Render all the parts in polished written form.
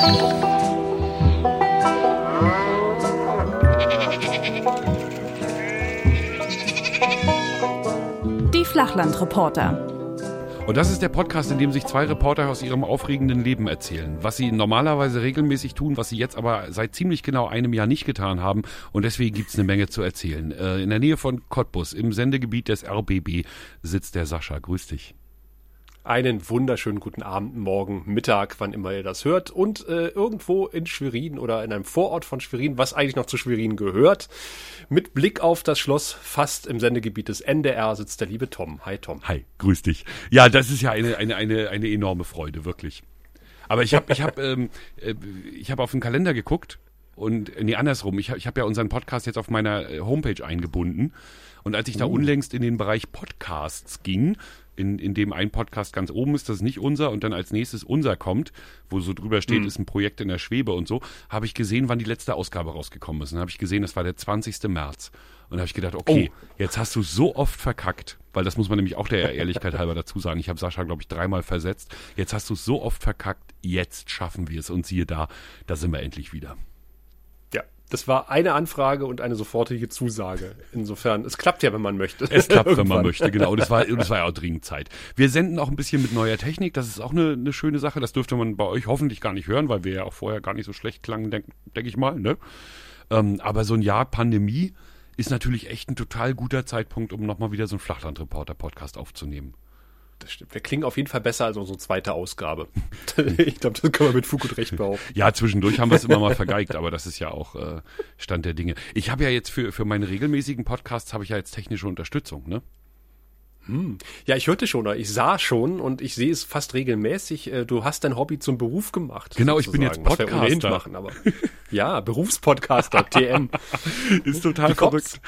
Die Flachlandreporter. Und das ist der Podcast, in dem sich zwei Reporter aus ihrem aufregenden Leben erzählen. Was sie normalerweise regelmäßig tun, was sie jetzt aber seit ziemlich genau einem Jahr nicht getan haben. Und deswegen gibt's eine Menge zu erzählen. In der Nähe von Cottbus, im Sendegebiet des RBB, sitzt der Sascha. Grüß dich. Einen wunderschönen guten Abend, Morgen, Mittag, wann immer ihr das hört. Und irgendwo in Schwerin oder in einem Vorort von Schwerin, was eigentlich noch zu Schwerin gehört, mit Blick auf das Schloss, fast im Sendegebiet des NDR, sitzt der liebe Tom. Hi Tom. Hi, grüß dich. Ja, das ist ja eine enorme Freude, wirklich. Aber ich hab auf den Kalender geguckt und, andersrum, ich hab ja unseren Podcast jetzt auf meiner Homepage eingebunden. Und als ich da unlängst in den Bereich Podcasts ging, in dem ein Podcast ganz oben ist, das ist nicht unser, und dann als nächstes unser kommt, wo so drüber steht, ist ein Projekt in der Schwebe und so, habe ich gesehen, wann die letzte Ausgabe rausgekommen ist. Und dann habe ich gesehen, das war der 20. März. Und da habe ich gedacht, okay, jetzt hast du so oft verkackt, weil das muss man nämlich auch der Ehrlichkeit halber dazu sagen. Ich habe Sascha, glaube ich, 3-mal versetzt. Jetzt hast du es so oft verkackt, jetzt schaffen wir es. Und siehe da sind wir endlich wieder. Ja, das war eine Anfrage und eine sofortige Zusage. Insofern, es klappt ja, wenn man möchte. Es klappt, wenn man möchte, genau. Und es war ja auch dringend Zeit. Wir senden auch ein bisschen mit neuer Technik. Das ist auch eine schöne Sache. Das dürfte man bei euch hoffentlich gar nicht hören, weil wir ja auch vorher gar nicht so schlecht klangen, denk ich mal. Ne? Aber so ein Jahr Pandemie ist natürlich echt ein total guter Zeitpunkt, um nochmal wieder so einen Flachlandreporter-Podcast aufzunehmen. Das stimmt. Wir klingen auf jeden Fall besser als unsere zweite Ausgabe. Ich glaube, das kann man mit Fug und Recht behaupten. Ja, zwischendurch haben wir es immer mal vergeigt, aber das ist ja auch Stand der Dinge. Ich habe ja jetzt für meine regelmäßigen Podcasts habe ich ja jetzt technische Unterstützung, ne? Ja, ich hörte schon, oder ich sah schon und ich sehe es fast regelmäßig. Du hast dein Hobby zum Beruf gemacht. Genau, sozusagen, ich bin jetzt Podcaster. Was wir ohnehin machen, aber ja, Berufspodcaster, TM. Ist total verrückt.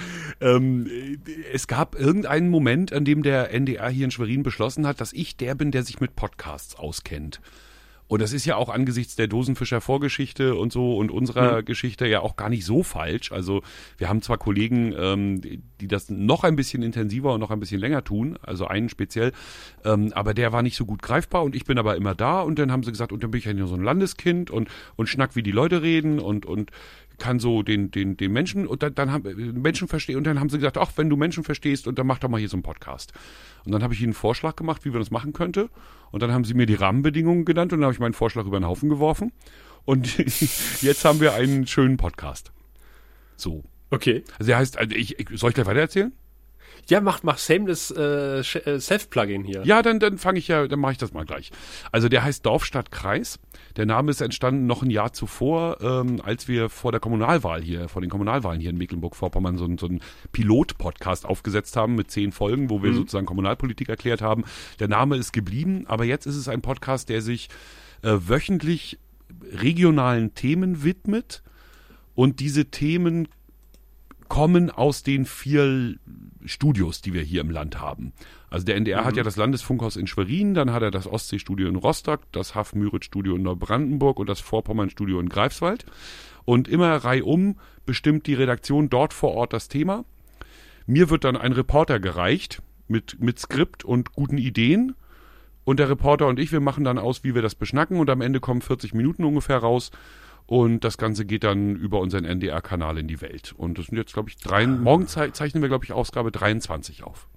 Es gab irgendeinen Moment, an dem der NDR hier in Schwerin beschlossen hat, dass ich der bin, der sich mit Podcasts auskennt. Und das ist ja auch angesichts der Dosenfischer-Vorgeschichte und so und unserer Geschichte ja auch gar nicht so falsch. Also wir haben zwar Kollegen, die das noch ein bisschen intensiver und noch ein bisschen länger tun, also einen speziell, aber der war nicht so gut greifbar und ich bin aber immer da. Und dann haben sie gesagt, und dann bin ich ja nur so ein Landeskind und schnack, wie die Leute reden und kann so den Menschen und dann haben Menschen verstehen, und dann haben sie gesagt, ach, wenn du Menschen verstehst, und dann mach doch mal hier so einen Podcast. Und dann habe ich ihnen einen Vorschlag gemacht, wie man das machen könnte, und dann haben sie mir die Rahmenbedingungen genannt und dann habe ich meinen Vorschlag über den Haufen geworfen und jetzt haben wir einen schönen Podcast. So. Okay. Also der heißt, soll ich gleich weiter erzählen? Ja, mach shameless Self-Plugin hier. Ja, dann mache ich das mal gleich. Also der heißt Dorf, Stadt, Kreis. Der Name ist entstanden noch ein Jahr zuvor, als wir vor den Kommunalwahlen hier in Mecklenburg-Vorpommern so einen Pilot-Podcast aufgesetzt haben mit 10 Folgen, wo wir sozusagen Kommunalpolitik erklärt haben. Der Name ist geblieben, aber jetzt ist es ein Podcast, der sich wöchentlich regionalen Themen widmet, und diese Themen kommen aus den 4 Studios, die wir hier im Land haben. Also der NDR hat ja das Landesfunkhaus in Schwerin, dann hat er das Ostseestudio in Rostock, das Haff-Müritz-Studio in Neubrandenburg und das Vorpommern-Studio in Greifswald. Und immer reihum bestimmt die Redaktion dort vor Ort das Thema. Mir wird dann ein Reporter gereicht mit Skript und guten Ideen. Und der Reporter und ich, wir machen dann aus, wie wir das beschnacken. Und am Ende kommen 40 Minuten ungefähr raus. Und das Ganze geht dann über unseren NDR-Kanal in die Welt. Und das sind jetzt, glaube ich, morgen zeichnen wir, glaube ich, Ausgabe 23 auf.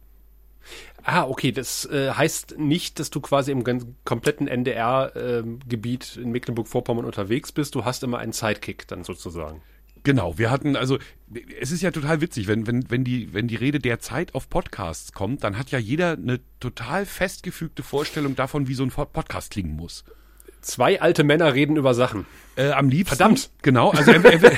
Ah, okay, das heißt nicht, dass du quasi im kompletten NDR-Gebiet in Mecklenburg-Vorpommern unterwegs bist. Du hast immer einen Sidekick dann sozusagen. Genau, wir hatten, also es ist ja total witzig, wenn die Rede der Zeit auf Podcasts kommt, dann hat ja jeder eine total festgefügte Vorstellung davon, wie so ein Podcast klingen muss. 2 alte Männer reden über Sachen. Am liebsten. Verdammt. Genau, also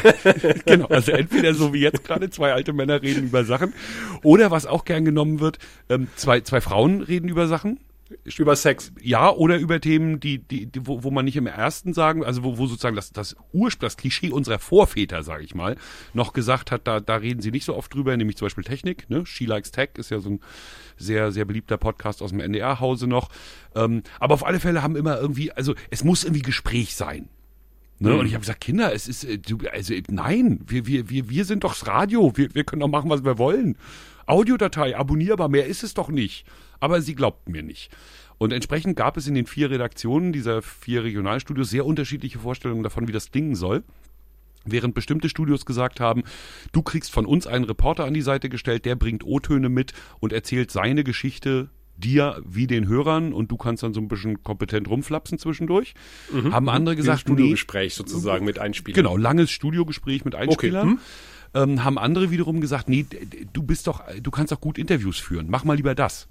entweder so wie jetzt gerade 2 alte Männer reden über Sachen, oder was auch gern genommen wird, zwei Frauen reden über Sachen. Über Sex. Ja, oder über Themen, wo man nicht im ersten sagen, also wo sozusagen das Klischee unserer Vorväter, sage ich mal, noch gesagt hat, da reden sie nicht so oft drüber, nämlich zum Beispiel Technik, ne? She Likes Tech ist ja so ein sehr, sehr beliebter Podcast aus dem NDR-Hause noch. Aber auf alle Fälle haben immer irgendwie, also es muss irgendwie Gespräch sein. Ne? Und ich habe gesagt, Kinder, es ist, nein, wir sind doch das Radio, wir können doch machen, was wir wollen. Audiodatei, abonnierbar, mehr ist es doch nicht. Aber sie glaubten mir nicht. Und entsprechend gab es in den 4 Redaktionen dieser 4 Regionalstudios sehr unterschiedliche Vorstellungen davon, wie das klingen soll. Während bestimmte Studios gesagt haben, du kriegst von uns einen Reporter an die Seite gestellt, der bringt O-Töne mit und erzählt seine Geschichte dir wie den Hörern und du kannst dann so ein bisschen kompetent rumflapsen zwischendurch. Haben andere gesagt, Studiogespräch sozusagen mit Einspielern. Genau, langes Studiogespräch mit Einspielern. Okay. Haben andere wiederum gesagt, nee, du kannst doch gut Interviews führen, mach mal lieber das.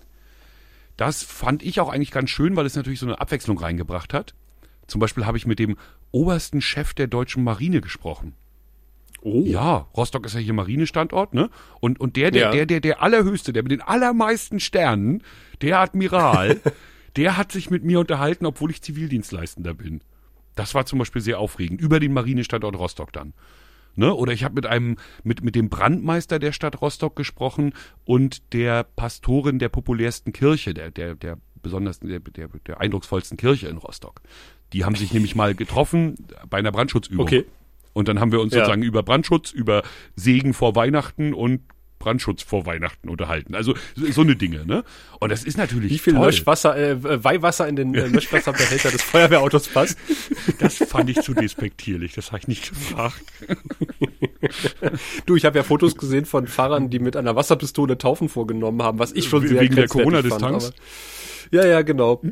Das fand ich auch eigentlich ganz schön, weil es natürlich so eine Abwechslung reingebracht hat. Zum Beispiel habe ich mit dem obersten Chef der deutschen Marine gesprochen. Oh. Ja, Rostock ist ja hier Marinestandort, ne? Und der allerhöchste, der mit den allermeisten Sternen, der Admiral, der hat sich mit mir unterhalten, obwohl ich Zivildienstleistender bin. Das war zum Beispiel sehr aufregend. Über den Marinestandort Rostock dann. Ne? Oder ich habe mit dem Brandmeister der Stadt Rostock gesprochen und der Pastorin der populärsten Kirche, der eindrucksvollsten Kirche in Rostock. Die haben sich nämlich mal getroffen bei einer Brandschutzübung. Okay. Und dann haben wir uns sozusagen über Brandschutz, über Segen vor Weihnachten und Brandschutz vor Weihnachten unterhalten. Also so eine Dinge, ne? Und das ist natürlich wie viel toll. Weihwasser in den Löschwasserbehälter des Feuerwehrautos passt? Das fand ich zu despektierlich, das habe ich nicht gefragt. Du, ich habe ja Fotos gesehen von Fahrern, die mit einer Wasserpistole Taufen vorgenommen haben, was ich schon sehr wegen der grenzwertig Corona-Distanz. fand, ja, genau.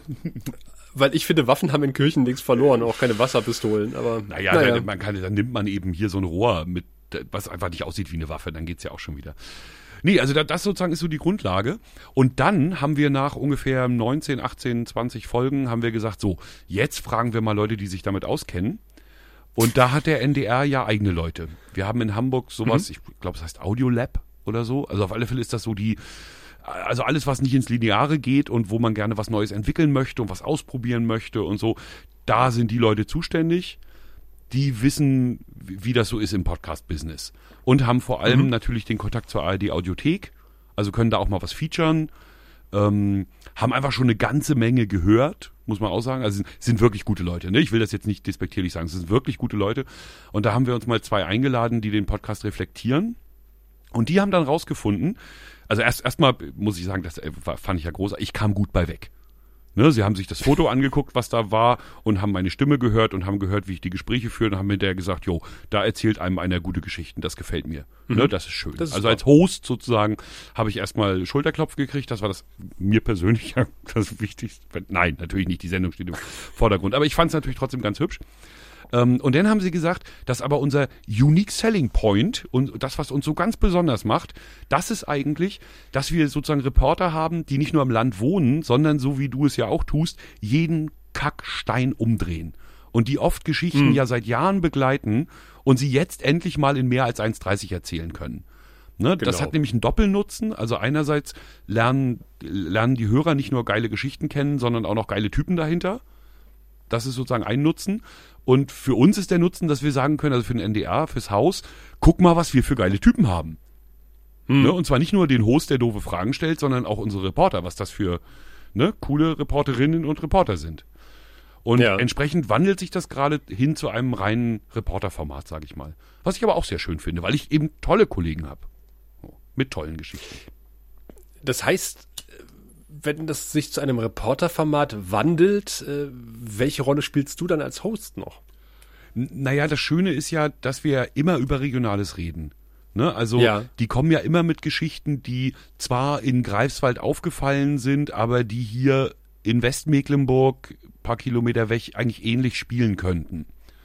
Weil ich finde, Waffen haben in Kirchen nichts verloren, auch keine Wasserpistolen. Aber naja. Dann nimmt man eben hier so ein Rohr mit, was einfach nicht aussieht wie eine Waffe, dann geht's ja auch schon wieder. Nee, also das sozusagen ist so die Grundlage. Und dann haben wir nach ungefähr 19, 18, 20 Folgen haben wir gesagt, so, jetzt fragen wir mal Leute, die sich damit auskennen. Und da hat der NDR ja eigene Leute. Wir haben in Hamburg sowas, ich glaube, es heißt Audiolab oder so. Also auf alle Fälle ist das so also alles, was nicht ins Lineare geht und wo man gerne was Neues entwickeln möchte und was ausprobieren möchte und so, da sind die Leute zuständig, die wissen, wie das so ist im Podcast-Business. Und haben vor allem natürlich den Kontakt zur ARD-Audiothek, also können da auch mal was featuren, haben einfach schon eine ganze Menge gehört, muss man auch sagen. Also sind wirklich gute Leute, ne? Ich will das jetzt nicht despektierlich sagen, es sind wirklich gute Leute. Und da haben wir uns mal 2 eingeladen, die den Podcast reflektieren. Und die haben dann rausgefunden, also erstmal muss ich sagen, das fand ich ja großartig, ich kam gut bei weg. Ne, sie haben sich das Foto angeguckt, was da war und haben meine Stimme gehört und haben gehört, wie ich die Gespräche führe und haben hinterher gesagt, jo, da erzählt einem einer gute Geschichten, das gefällt mir. Ne, das ist schön. Das ist also als Host sozusagen habe ich erstmal Schulterklopf gekriegt, das war das mir persönlich ja das Wichtigste. Nein, natürlich nicht, die Sendung steht im Vordergrund, aber ich fand es natürlich trotzdem ganz hübsch. Und dann haben sie gesagt, dass aber unser Unique Selling Point und das, was uns so ganz besonders macht, das ist eigentlich, dass wir sozusagen Reporter haben, die nicht nur am Land wohnen, sondern so wie du es ja auch tust, jeden Kackstein umdrehen. Und die oft Geschichten ja seit Jahren begleiten und sie jetzt endlich mal in mehr als 1,30 erzählen können. Ne, genau. Das hat nämlich einen Doppelnutzen. Also einerseits lernen die Hörer nicht nur geile Geschichten kennen, sondern auch noch geile Typen dahinter. Das ist sozusagen ein Nutzen. Und für uns ist der Nutzen, dass wir sagen können, also für den NDR, fürs Haus, guck mal, was wir für geile Typen haben. Ne? Und zwar nicht nur den Host, der doofe Fragen stellt, sondern auch unsere Reporter, was das für coole Reporterinnen und Reporter sind. Und entsprechend wandelt sich das gerade hin zu einem reinen Reporterformat, sage ich mal. Was ich aber auch sehr schön finde, weil ich eben tolle Kollegen habe. Mit tollen Geschichten. Das heißt, wenn das sich zu einem Reporterformat wandelt, welche Rolle spielst du dann als Host noch? Naja, das Schöne ist ja, dass wir immer über Regionales reden. Ne? Also die kommen ja immer mit Geschichten, die zwar in Greifswald aufgefallen sind, aber die hier in Westmecklenburg, paar Kilometer weg, eigentlich ähnlich spielen könnten.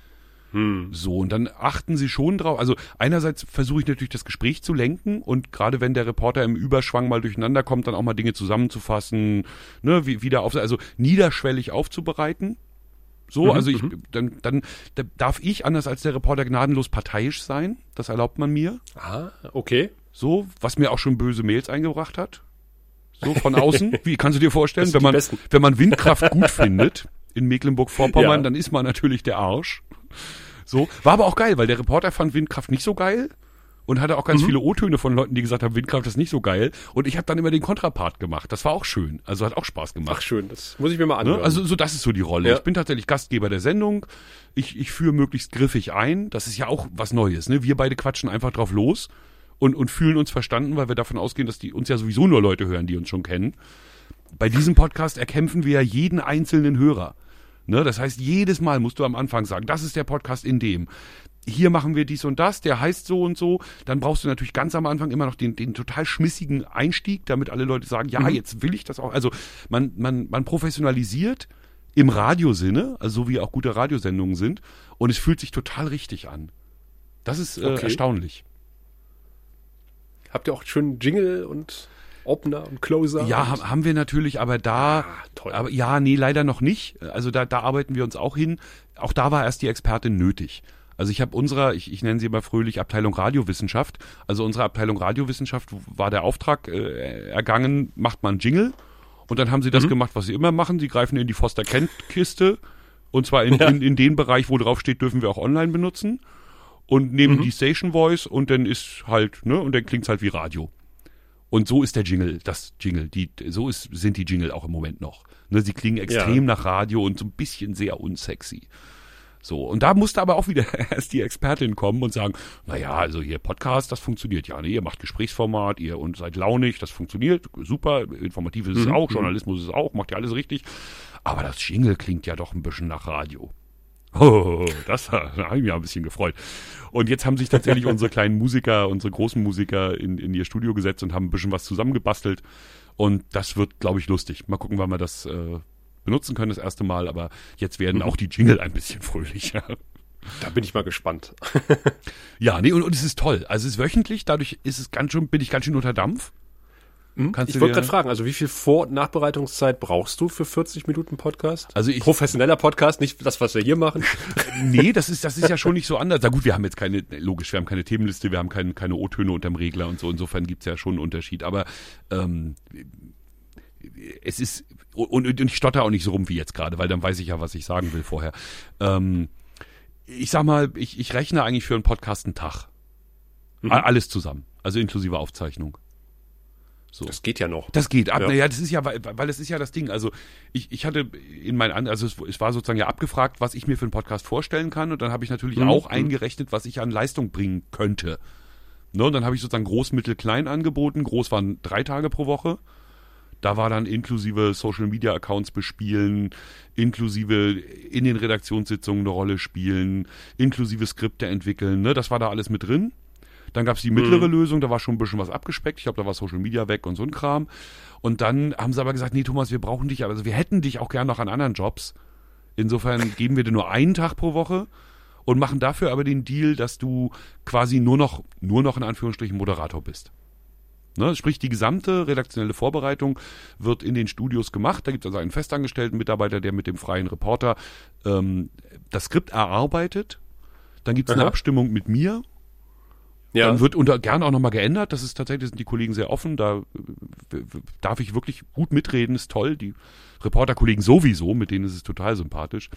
So, und dann achten sie schon drauf. Also einerseits versuche ich natürlich das Gespräch zu lenken und gerade wenn der Reporter im Überschwang mal durcheinander kommt, dann auch mal Dinge zusammenzufassen, ne, wieder also niederschwellig aufzubereiten. So, also dann darf ich, anders als der Reporter, gnadenlos parteiisch sein. Das erlaubt man mir. Ah, okay. So, was mir auch schon böse Mails eingebracht hat. So, von außen. Wie kannst du dir vorstellen, wenn man Windkraft gut findet in Mecklenburg-Vorpommern, dann ist man natürlich der Arsch. So, war aber auch geil, weil der Reporter fand Windkraft nicht so geil und hatte auch ganz viele O-Töne von Leuten, die gesagt haben, Windkraft ist nicht so geil. Und ich habe dann immer den Kontrapart gemacht. Das war auch schön. Also hat auch Spaß gemacht. Ach schön, das muss ich mir mal anhören. Ne? Also so, das ist so die Rolle. Ja. Ich bin tatsächlich Gastgeber der Sendung. Ich führe möglichst griffig ein. Das ist ja auch was Neues. Ne? Wir beide quatschen einfach drauf los und fühlen uns verstanden, weil wir davon ausgehen, dass die uns ja sowieso nur Leute hören, die uns schon kennen. Bei diesem Podcast erkämpfen wir ja jeden einzelnen Hörer. Ne? Das heißt, jedes Mal musst du am Anfang sagen, das ist der Podcast in dem. Hier machen wir dies und das, der heißt so und so. Dann brauchst du natürlich ganz am Anfang immer noch den total schmissigen Einstieg, damit alle Leute sagen, ja, jetzt will ich das auch. Also man professionalisiert im Radiosinne, also so wie auch gute Radiosendungen sind, und es fühlt sich total richtig an. Das ist erstaunlich. Habt ihr auch einen schönen Jingle und Opener und Closer? Ja, haben wir natürlich, aber da, toll. aber ja, nee, leider noch nicht. Also da arbeiten wir uns auch hin. Auch da war erst die Expertin nötig. Also ich habe ich nenne sie immer fröhlich Abteilung Radiowissenschaft. Also unsere Abteilung Radiowissenschaft war der Auftrag ergangen, macht man Jingle. Und dann haben sie das gemacht, was sie immer machen. Sie greifen in die Foster-Kent-Kiste. Und zwar in den Bereich, wo drauf steht, dürfen wir auch online benutzen. Und nehmen die Station Voice und dann ist halt, ne, und dann klingt's halt wie Radio. Und so ist der Jingle, sind die Jingle auch im Moment noch. Ne, sie klingen extrem nach Radio und so ein bisschen sehr unsexy. So, und da musste aber auch wieder erst die Expertin kommen und sagen, naja, also hier Podcast, das funktioniert ja, ne? Ihr macht Gesprächsformat, und seid launig, das funktioniert, super, informativ ist es auch, Journalismus ist es auch, macht ja alles richtig. Aber das Jingle klingt ja doch ein bisschen nach Radio. Oh, da habe ich mich ein bisschen gefreut. Und jetzt haben sich tatsächlich unsere kleinen Musiker, unsere großen Musiker in ihr Studio gesetzt und haben ein bisschen was zusammengebastelt. Und das wird, glaube ich, lustig. Mal gucken, wann wir das benutzen können das erste Mal. Aber jetzt werden auch die Jingle ein bisschen fröhlicher. Da bin ich mal gespannt. Ja, nee, und es ist toll. Also es ist wöchentlich, dadurch bin ich ganz schön unter Dampf. Ich wollte gerade fragen, also wie viel Vor- und Nachbereitungszeit brauchst du für 40 Minuten Podcast? Also professioneller Podcast, nicht das, was wir hier machen. Nee, das ist ja schon nicht so anders. Na gut, wir haben jetzt keine Themenliste, wir haben keine O-Töne unterm Regler und so. Insofern gibt's ja schon einen Unterschied. Aber es ist, und ich stotter auch nicht so rum wie jetzt gerade, weil dann weiß ich ja, was ich sagen will vorher. Ich sag mal, ich rechne eigentlich für einen Podcast einen Tag. Alles zusammen, also inklusive Aufzeichnung. So. Das geht ja noch. Das geht. Naja, das ist ja, weil es ist ja das Ding. Also ich hatte es war sozusagen ja abgefragt, was ich mir für einen Podcast vorstellen kann. Und dann habe ich natürlich auch eingerechnet, was ich an Leistung bringen könnte. Ne, und dann habe ich sozusagen groß, mittel, klein angeboten. Groß waren 3 Tage pro Woche. Da war dann inklusive Social Media Accounts bespielen, inklusive in den Redaktionssitzungen eine Rolle spielen, inklusive Skripte entwickeln. Ne, das war da alles mit drin. Dann gab's die mittlere Lösung, da war schon ein bisschen was abgespeckt. Ich glaube, da war Social Media weg und so ein Kram. Und dann haben sie aber gesagt, nee, Thomas, wir brauchen dich, also wir hätten dich auch gern noch an anderen Jobs. Insofern geben wir dir nur einen Tag pro Woche und machen dafür aber den Deal, dass du quasi nur noch in Anführungsstrichen Moderator bist. Ne, sprich, die gesamte redaktionelle Vorbereitung wird in den Studios gemacht. Da gibt es also einen festangestellten Mitarbeiter, der mit dem freien Reporter das Skript erarbeitet. Dann gibt es eine Abstimmung mit mir. Ja. Dann wird gern auch nochmal geändert. Das ist tatsächlich, sind die Kollegen sehr offen. Da darf ich wirklich gut mitreden, ist toll. Die Reporterkollegen sowieso, mit denen ist es total sympathisch.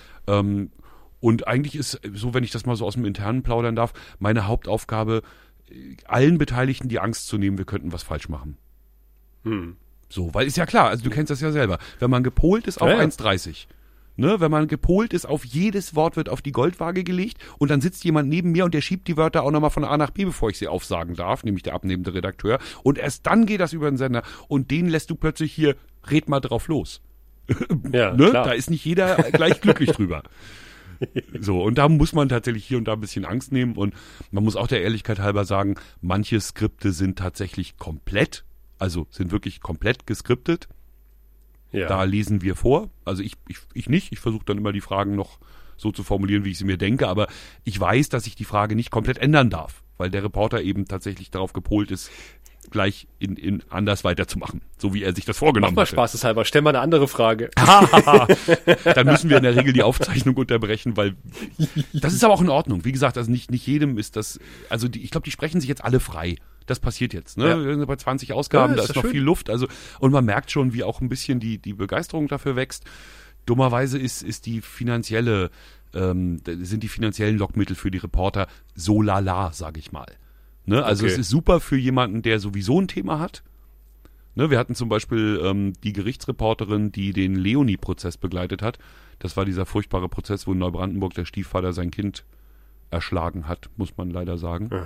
Und eigentlich ist so, wenn ich das mal so aus dem Internen plaudern darf, meine Hauptaufgabe, allen Beteiligten die Angst zu nehmen, wir könnten was falsch machen. So, weil ist ja klar, also du kennst das ja selber. Wenn man gepolt ist auf 1,30, ne, wenn man gepolt ist, auf jedes Wort wird auf die Goldwaage gelegt und dann sitzt jemand neben mir und der schiebt die Wörter auch nochmal von A nach B, bevor ich sie aufsagen darf, nämlich der abnehmende Redakteur. Und erst dann geht das über den Sender und den lässt du plötzlich hier, red mal drauf los. Ja, ne? Klar. Da ist nicht jeder gleich glücklich drüber. So, und da muss man tatsächlich hier und da ein bisschen Angst nehmen und man muss auch der Ehrlichkeit halber sagen, manche Skripte sind tatsächlich sind wirklich komplett geskriptet. Ja. Da lesen wir vor. Also ich nicht. Ich versuche dann immer die Fragen noch so zu formulieren, wie ich sie mir denke. Aber ich weiß, dass ich die Frage nicht komplett ändern darf, weil der Reporter eben tatsächlich darauf gepolt ist, gleich in anders weiterzumachen, so wie er sich das vorgenommen hat. Mach mal spaßeshalber, stell mal eine andere Frage. Dann müssen wir in der Regel die Aufzeichnung unterbrechen, weil das ist aber auch in Ordnung. Wie gesagt, also nicht jedem ist das, also ich glaube, die sprechen sich jetzt alle frei. Das passiert jetzt, ne? Wir sind bei 20 Ausgaben, da ist noch viel Luft, also, und man merkt schon, wie auch ein bisschen die Begeisterung dafür wächst. Dummerweise sind die finanziellen Lockmittel für die Reporter so lala, sage ich mal. Ne? Also es ist super für jemanden, der sowieso ein Thema hat. Ne? Wir hatten zum Beispiel die Gerichtsreporterin, die den Leonie-Prozess begleitet hat. Das war dieser furchtbare Prozess, wo in Neubrandenburg der Stiefvater sein Kind erschlagen hat, muss man leider sagen.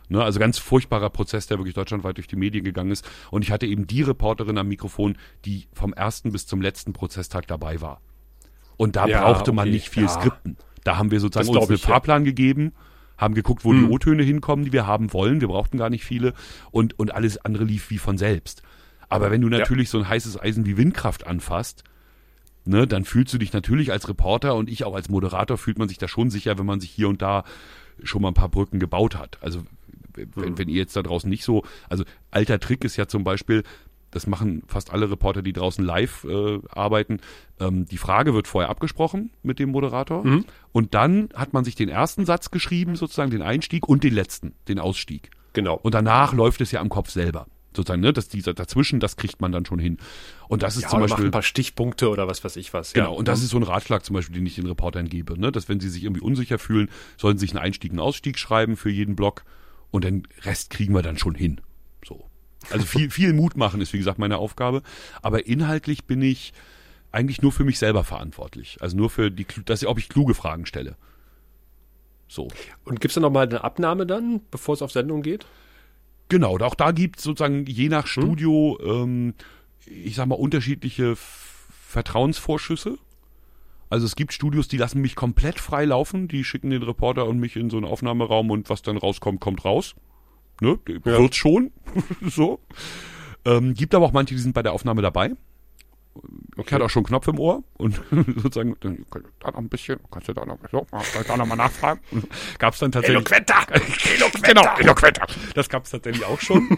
Ne, also ganz furchtbarer Prozess, der wirklich deutschlandweit durch die Medien gegangen ist. Und ich hatte eben die Reporterin am Mikrofon, die vom ersten bis zum letzten Prozesstag dabei war. Und da brauchte man nicht viel Skripten. Da haben wir sozusagen uns einen Fahrplan gegeben, haben geguckt, wo die O-Töne hinkommen, die wir haben wollen. Wir brauchten gar nicht viele. Und alles andere lief wie von selbst. Aber wenn du natürlich so ein heißes Eisen wie Windkraft anfasst, ne, dann fühlst du dich natürlich als Reporter und ich auch als Moderator fühlt man sich da schon sicher, wenn man sich hier und da schon mal ein paar Brücken gebaut hat. Also wenn ihr jetzt da draußen nicht so, also alter Trick ist ja zum Beispiel, das machen fast alle Reporter, die draußen live arbeiten, die Frage wird vorher abgesprochen mit dem Moderator und dann hat man sich den ersten Satz geschrieben, sozusagen den Einstieg und den letzten, den Ausstieg. Genau. Und danach läuft es ja am Kopf selber. Sozusagen, ne, dass dieser dazwischen, das kriegt man dann schon hin. Und das ist zum Beispiel. Macht ein paar Stichpunkte oder was weiß ich was. Genau, und das ist so ein Ratschlag zum Beispiel, den ich den Reportern gebe, ne, dass wenn sie sich irgendwie unsicher fühlen, sollen sie sich einen Einstieg, einen Ausstieg schreiben für jeden Block und den Rest kriegen wir dann schon hin. So. Also viel Mut machen ist, wie gesagt, meine Aufgabe. Aber inhaltlich bin ich eigentlich nur für mich selber verantwortlich. Also nur für ob ich kluge Fragen stelle. So. Und gibt's da nochmal eine Abnahme dann, bevor es auf Sendung geht? Genau, auch da gibt es sozusagen je nach Studio, ich sag mal, unterschiedliche Vertrauensvorschüsse. Also es gibt Studios, die lassen mich komplett frei laufen, die schicken den Reporter und mich in so einen Aufnahmeraum und was dann rauskommt, kommt raus. Ne? Wird's schon. So. Gibt aber auch manche, die sind bei der Aufnahme dabei. Ich hatte auch schon einen Knopf im Ohr und sozusagen, dann da noch ein bisschen, kannst du da noch mal nachfragen. Gab's dann tatsächlich. Eloquenter! Genau, eloquenter. Das gab's tatsächlich auch schon.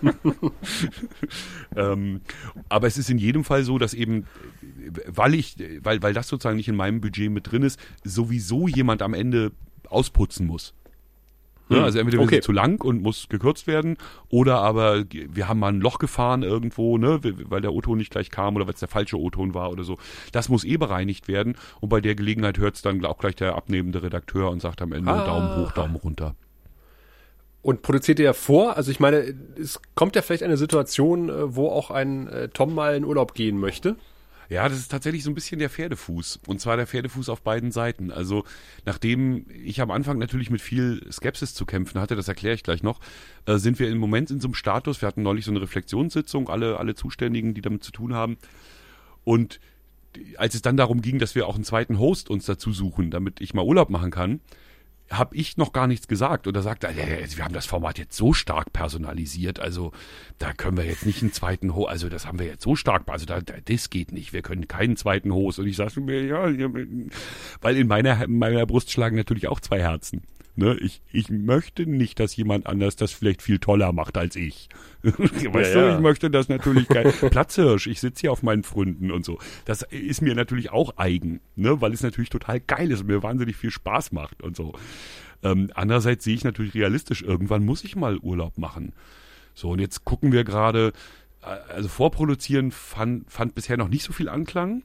Aber es ist in jedem Fall so, dass eben, weil das sozusagen nicht in meinem Budget mit drin ist, sowieso jemand am Ende ausputzen muss. Ja, also entweder wird es zu lang und muss gekürzt werden oder aber wir haben mal ein Loch gefahren irgendwo, ne, weil der O-Ton nicht gleich kam oder weil es der falsche O-Ton war oder so. Das muss bereinigt werden und bei der Gelegenheit hört es dann auch gleich der abnehmende Redakteur und sagt am Ende Daumen hoch, Daumen runter. Und produziert ihr ja vor? Also ich meine, es kommt ja vielleicht eine Situation, wo auch ein Tom mal in Urlaub gehen möchte. Ja, das ist tatsächlich so ein bisschen der Pferdefuß. Und zwar der Pferdefuß auf beiden Seiten. Also nachdem ich am Anfang natürlich mit viel Skepsis zu kämpfen hatte, das erkläre ich gleich noch, sind wir im Moment in so einem Status, wir hatten neulich so eine Reflexionssitzung, alle Zuständigen, die damit zu tun haben. Und als es dann darum ging, dass wir auch einen zweiten Host uns dazu suchen, damit ich mal Urlaub machen kann, habe ich noch gar nichts gesagt. Und da sagte er, wir haben das Format jetzt so stark personalisiert, also da können wir jetzt nicht einen zweiten Host, also das haben wir jetzt so stark, also das geht nicht, wir können keinen zweiten Host. Und ich sagte mir, ja, weil in meiner Brust schlagen natürlich auch zwei Herzen. Ne? Ich möchte nicht, dass jemand anders das vielleicht viel toller macht als ich. Weißt du, ich möchte das natürlich geil. Platzhirsch, ich sitze hier auf meinen Pfründen und so. Das ist mir natürlich auch eigen, ne? Weil es natürlich total geil ist und mir wahnsinnig viel Spaß macht und so. Andererseits sehe ich natürlich realistisch, irgendwann muss ich mal Urlaub machen. So, und jetzt gucken wir gerade, also vorproduzieren fand bisher noch nicht so viel Anklang.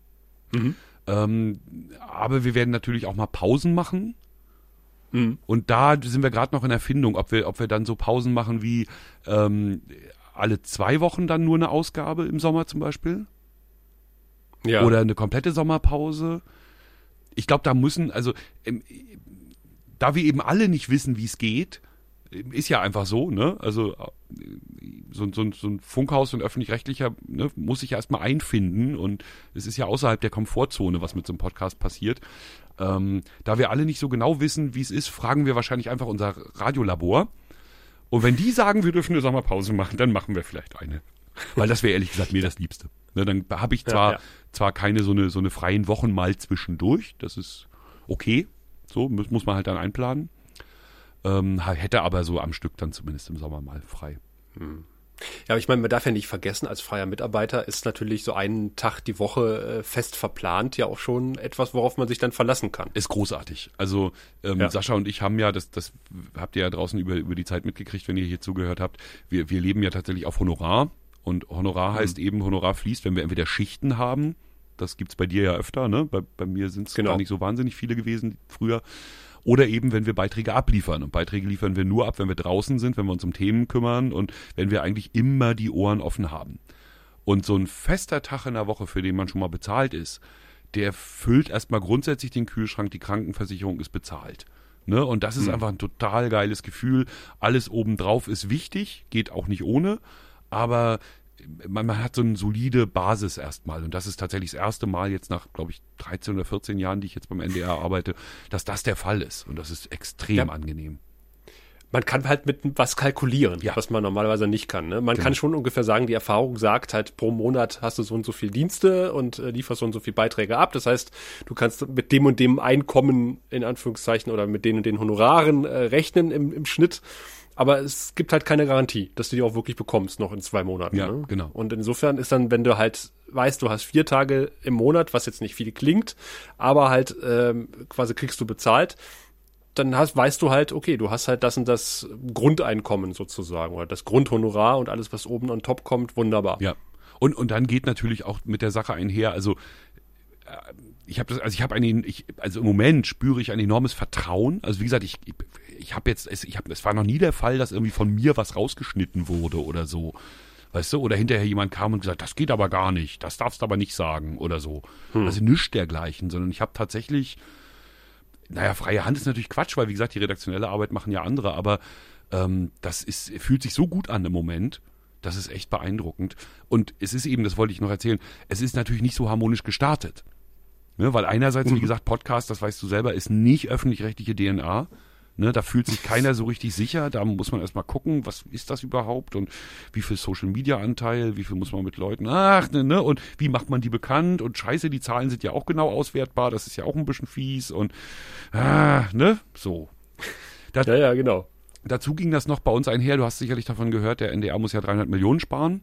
Aber wir werden natürlich auch mal Pausen machen. Und da sind wir gerade noch in Erfindung, ob wir dann so Pausen machen wie alle 2 Wochen dann nur eine Ausgabe im Sommer zum Beispiel. Ja. Oder eine komplette Sommerpause. Ich glaube, da müssen, also da wir eben alle nicht wissen, wie es geht, ist ja einfach so, ne? Also so ein Funkhaus, so ein öffentlich-rechtlicher, ne, muss sich ja erstmal einfinden und es ist ja außerhalb der Komfortzone, was mit so einem Podcast passiert. Da wir alle nicht so genau wissen, wie es ist, fragen wir wahrscheinlich einfach unser Radiolabor. Und wenn die sagen, wir dürfen eine Sommerpause machen, dann machen wir vielleicht eine. Weil das wäre ehrlich gesagt mir das Liebste. Ne, dann habe ich zwar keine so eine freien Wochen mal zwischendurch, das ist okay, so muss man halt dann einplanen. Hätte aber so am Stück dann zumindest im Sommer mal frei. Ja, aber ich meine, man darf ja nicht vergessen, als freier Mitarbeiter ist natürlich so einen Tag die Woche fest verplant ja auch schon etwas, worauf man sich dann verlassen kann. Ist großartig. Also Sascha und ich haben ja, das habt ihr ja draußen über die Zeit mitgekriegt, wenn ihr hier zugehört habt, wir leben ja tatsächlich auf Honorar und Honorar heißt eben, Honorar fließt, wenn wir entweder Schichten haben, das gibt's bei dir ja öfter, ne? Bei mir sind es gar nicht so wahnsinnig viele gewesen früher. Oder eben, wenn wir Beiträge abliefern. Und Beiträge liefern wir nur ab, wenn wir draußen sind, wenn wir uns um Themen kümmern und wenn wir eigentlich immer die Ohren offen haben. Und so ein fester Tag in der Woche, für den man schon mal bezahlt ist, der füllt erstmal grundsätzlich den Kühlschrank, die Krankenversicherung ist bezahlt. Ne? Und das ist einfach ein total geiles Gefühl. Alles obendrauf ist wichtig, geht auch nicht ohne, aber man hat so eine solide Basis erstmal. Und das ist tatsächlich das erste Mal jetzt nach, glaube ich, 13 oder 14 Jahren, die ich jetzt beim NDR arbeite, dass das der Fall ist. Und das ist extrem angenehm. Man kann halt mit was kalkulieren, was man normalerweise nicht kann. Ne? Man kann schon ungefähr sagen, die Erfahrung sagt halt, pro Monat hast du so und so viel Dienste und lieferst so und so viel Beiträge ab. Das heißt, du kannst mit dem und dem Einkommen, in Anführungszeichen, oder mit den und den Honoraren rechnen im Schnitt. Aber es gibt halt keine Garantie, dass du die auch wirklich bekommst, noch in 2 Monaten. Ja, ne? genau. Und insofern ist dann, wenn du halt weißt, du hast 4 Tage im Monat, was jetzt nicht viel klingt, aber halt quasi kriegst du bezahlt, dann weißt du halt, okay, du hast halt das und das Grundeinkommen sozusagen oder das Grundhonorar und alles, was oben on top kommt, wunderbar. Ja. Und dann geht natürlich auch mit der Sache einher, also im Moment spüre ich ein enormes Vertrauen. Also wie gesagt, es war noch nie der Fall, dass irgendwie von mir was rausgeschnitten wurde oder so. Weißt du, oder hinterher jemand kam und gesagt, das geht aber gar nicht, das darfst du aber nicht sagen oder so. Also nichts dergleichen, sondern ich habe tatsächlich, freie Hand ist natürlich Quatsch, weil wie gesagt, die redaktionelle Arbeit machen ja andere, aber fühlt sich so gut an im Moment, das ist echt beeindruckend. Und es ist eben, das wollte ich noch erzählen, es ist natürlich nicht so harmonisch gestartet. Ne, weil einerseits, wie gesagt, Podcast, das weißt du selber, ist nicht öffentlich-rechtliche DNA. Ne, da fühlt sich keiner so richtig sicher. Da muss man erstmal gucken, was ist das überhaupt und wie viel Social-Media-Anteil, wie viel muss man mit Leuten, und wie macht man die bekannt und scheiße, die Zahlen sind ja auch genau auswertbar, das ist ja auch ein bisschen fies und so. Ja, genau. Dazu ging das noch bei uns einher, du hast sicherlich davon gehört, der NDR muss ja 300 Millionen sparen.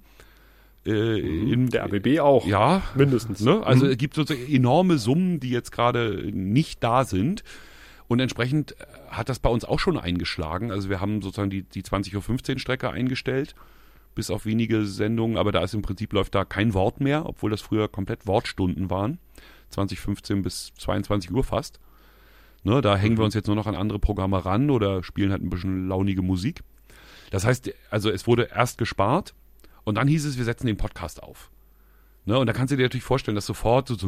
Der RBB auch. Ja. Mindestens. Ne? Also es gibt sozusagen enorme Summen, die jetzt gerade nicht da sind. Und entsprechend hat das bei uns auch schon eingeschlagen. Also wir haben sozusagen die 20.15 Uhr Strecke eingestellt, bis auf wenige Sendungen. Aber da ist im Prinzip läuft da kein Wort mehr, obwohl das früher komplett Wortstunden waren. 2015 bis 22 Uhr fast. Ne, da hängen wir uns jetzt nur noch an andere Programme ran oder spielen halt ein bisschen launige Musik. Das heißt, also es wurde erst gespart. Und dann hieß es, wir setzen den Podcast auf. Ne, und da kannst du dir natürlich vorstellen, dass sofort so